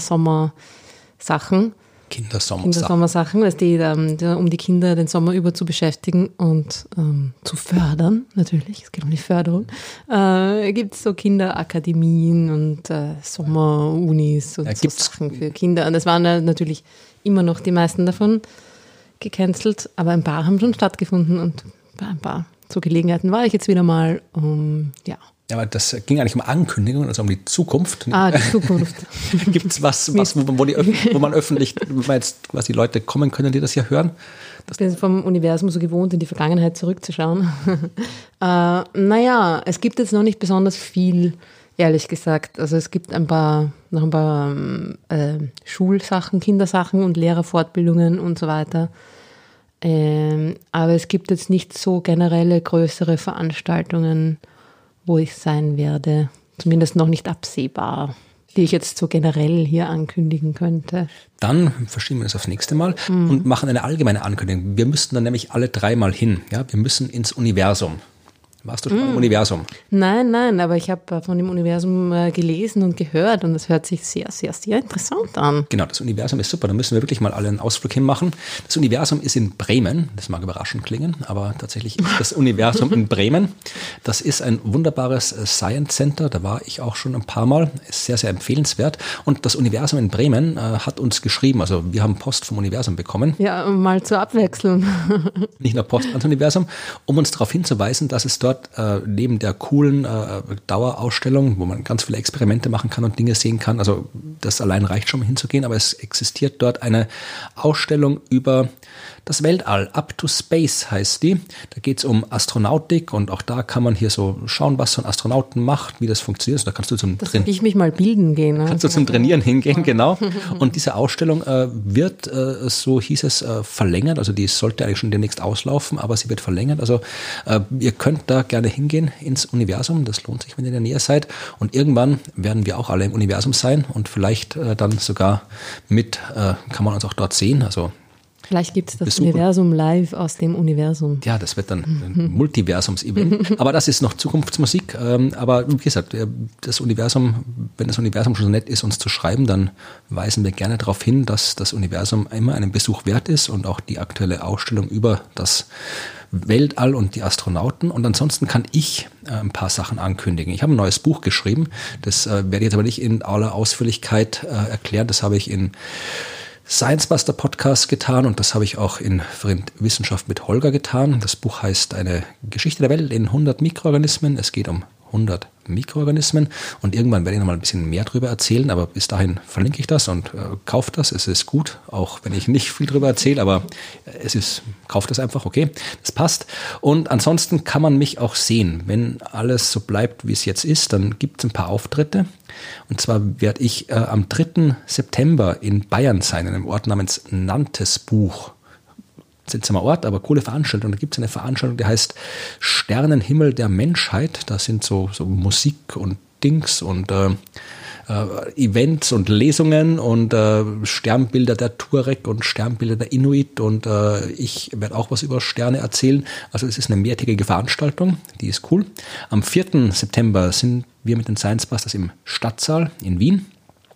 Kindersommer-Sachen. Kindersommer-Sachen. Kindersommer-Sachen, weißt du, um, um die Kinder den Sommer über zu beschäftigen und ähm, zu fördern, natürlich, es geht um die Förderung. Äh, gibt es so Kinderakademien und äh, Sommerunis und ja, so Sachen für Kinder. Und es waren ja natürlich immer noch die meisten davon gecancelt, aber ein paar haben schon stattgefunden und bei ein paar so Gelegenheiten war ich jetzt wieder mal, um ja, Ja, aber das ging eigentlich um Ankündigungen, also um die Zukunft. Ah, die Zukunft. Gibt es was, was wo, wo, die, wo man öffentlich, wo man jetzt quasi Leute kommen können, die das hier hören? Ich bin vom Universum so gewohnt, in die Vergangenheit zurückzuschauen. äh, naja, es gibt jetzt noch nicht besonders viel, ehrlich gesagt. Also es gibt ein paar, noch ein paar äh, Schulsachen, Kindersachen und Lehrerfortbildungen und so weiter. Ähm, aber es gibt jetzt nicht so generelle, größere Veranstaltungen, wo ich sein werde. Zumindest noch nicht absehbar, die ich jetzt so generell hier ankündigen könnte. Dann verschieben wir das aufs nächste Mal mhm. und machen eine allgemeine Ankündigung. Wir müssten dann nämlich alle dreimal hin. Ja? Wir müssen ins Universum. Warst du schon mhm. im Universum? Nein, nein, aber ich habe von dem Universum gelesen und gehört und das hört sich sehr, sehr, sehr interessant an. Genau, das Universum ist super, da müssen wir wirklich mal alle einen Ausflug hinmachen. Das Universum ist in Bremen, das mag überraschend klingen, aber tatsächlich ist das Universum in Bremen. Das ist ein wunderbares Science Center, da war ich auch schon ein paar Mal, ist sehr, sehr empfehlenswert. Und das Universum in Bremen äh, hat uns geschrieben, also wir haben Post vom Universum bekommen. Ja, mal zur Abwechslung. Nicht nur Post ans Universum, um uns darauf hinzuweisen, dass es dort Äh, neben der coolen äh, Dauerausstellung, wo man ganz viele Experimente machen kann und Dinge sehen kann, also das allein reicht schon, um hinzugehen, aber es existiert dort eine Ausstellung über das Weltall. Up to Space heißt die. Da geht es um Astronautik und auch da kann man hier so schauen, was so ein Astronauten macht, wie das funktioniert. Also da kannst du zum das ich mich mal bilden gehen. Ne? Kannst du zum Trainieren hingehen, genau. Und diese Ausstellung äh, wird, äh, so hieß es, äh, verlängert. Also die sollte eigentlich schon demnächst auslaufen, aber sie wird verlängert. Also äh, ihr könnt da gerne hingehen ins Universum. Das lohnt sich, wenn ihr in der Nähe seid. Und irgendwann werden wir auch alle im Universum sein und vielleicht äh, dann sogar mit, äh, kann man uns auch dort sehen. Also vielleicht gibt es das besuchen. Universum live aus dem Universum. Ja, das wird dann ein Multiversums-Event. Aber das ist noch Zukunftsmusik. Aber wie gesagt, das Universum, wenn das Universum schon so nett ist, uns zu schreiben, dann weisen wir gerne darauf hin, dass das Universum immer einen Besuch wert ist und auch die aktuelle Ausstellung über das Weltall und die Astronauten. Und ansonsten kann ich äh, ein paar Sachen ankündigen. Ich habe ein neues Buch geschrieben. Das äh, werde ich jetzt aber nicht in aller Ausführlichkeit äh, erklären. Das habe ich in Science Buster Podcast getan und das habe ich auch in Vrind Wissenschaft mit Holger getan. Das Buch heißt Eine Geschichte der Welt in hundert Mikroorganismen. Es geht um hundert Mikroorganismen und irgendwann werde ich noch mal ein bisschen mehr drüber erzählen, aber bis dahin verlinke ich das und äh, kauft das. Es ist gut, auch wenn ich nicht viel drüber erzähle, aber es ist, kauft das einfach, okay, das passt. Und ansonsten kann man mich auch sehen. Wenn alles so bleibt, wie es jetzt ist, dann gibt es ein paar Auftritte. Und zwar werde ich äh, am dritten September in Bayern sein, in einem Ort namens Nantesbuch. Seltsamer Ort, aber coole Veranstaltung. Da gibt es eine Veranstaltung, die heißt Sternenhimmel der Menschheit. Da sind so, so Musik und Dings und äh, äh, Events und Lesungen und äh, Sternbilder der Tuareg und Sternbilder der Inuit und äh, ich werde auch was über Sterne erzählen. Also es ist eine mehrtägige Veranstaltung, die ist cool. Am vierten September sind wir mit den Science Busters im Stadtsaal in Wien.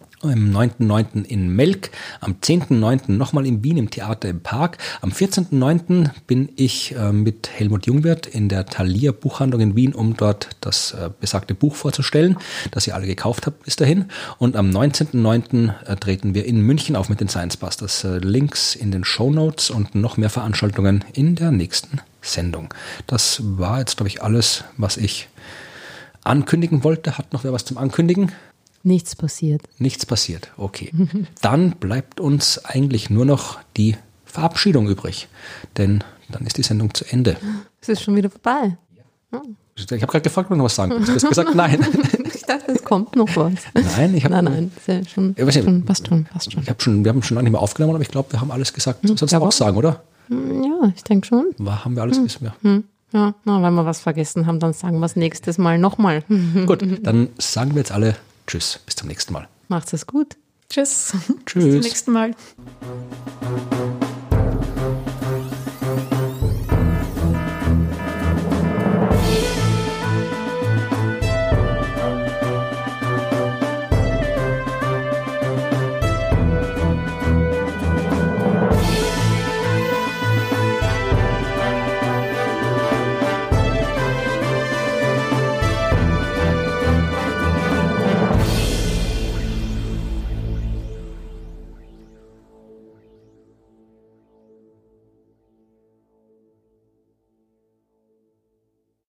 Am neunten neunten in Melk, am zehnten neunten nochmal in Wien im Theater im Park. Am vierzehnten neunten bin ich äh, mit Helmut Jungwirth in der Thalia Buchhandlung in Wien, um dort das äh, besagte Buch vorzustellen, das ihr alle gekauft habt bis dahin. Und am neunzehnten neunten äh, treten wir in München auf mit den Science Busters. Äh, Links in den Shownotes und noch mehr Veranstaltungen in der nächsten Sendung. Das war jetzt, glaube ich, alles, was ich ankündigen wollte. Hat noch wer was zum Ankündigen? Nichts passiert. Nichts passiert, okay. Dann bleibt uns eigentlich nur noch die Verabschiedung übrig, denn dann ist die Sendung zu Ende. Es ist schon wieder vorbei. Ja. Ich habe gerade gefragt, ob du noch was sagen willst. Du hast gesagt, nein. Ich dachte, es kommt noch was. Nein, ich habe... Nein, nein, ist ja schon, ich weiß nicht, schon, passt schon, passt schon. Ich hab schon. Wir haben schon lange nicht mehr aufgenommen, aber ich glaube, wir haben alles gesagt. Hm, sollst du auch sagen, oder? Ja, ich denke schon. War, haben wir alles hm. wissen wir. Hm. Ja, na, wenn wir was vergessen haben, dann sagen wir es nächstes Mal nochmal. Gut, dann sagen wir jetzt alle Tschüss, bis zum nächsten Mal. Macht's es gut. Tschüss. Tschüss. Bis zum nächsten Mal.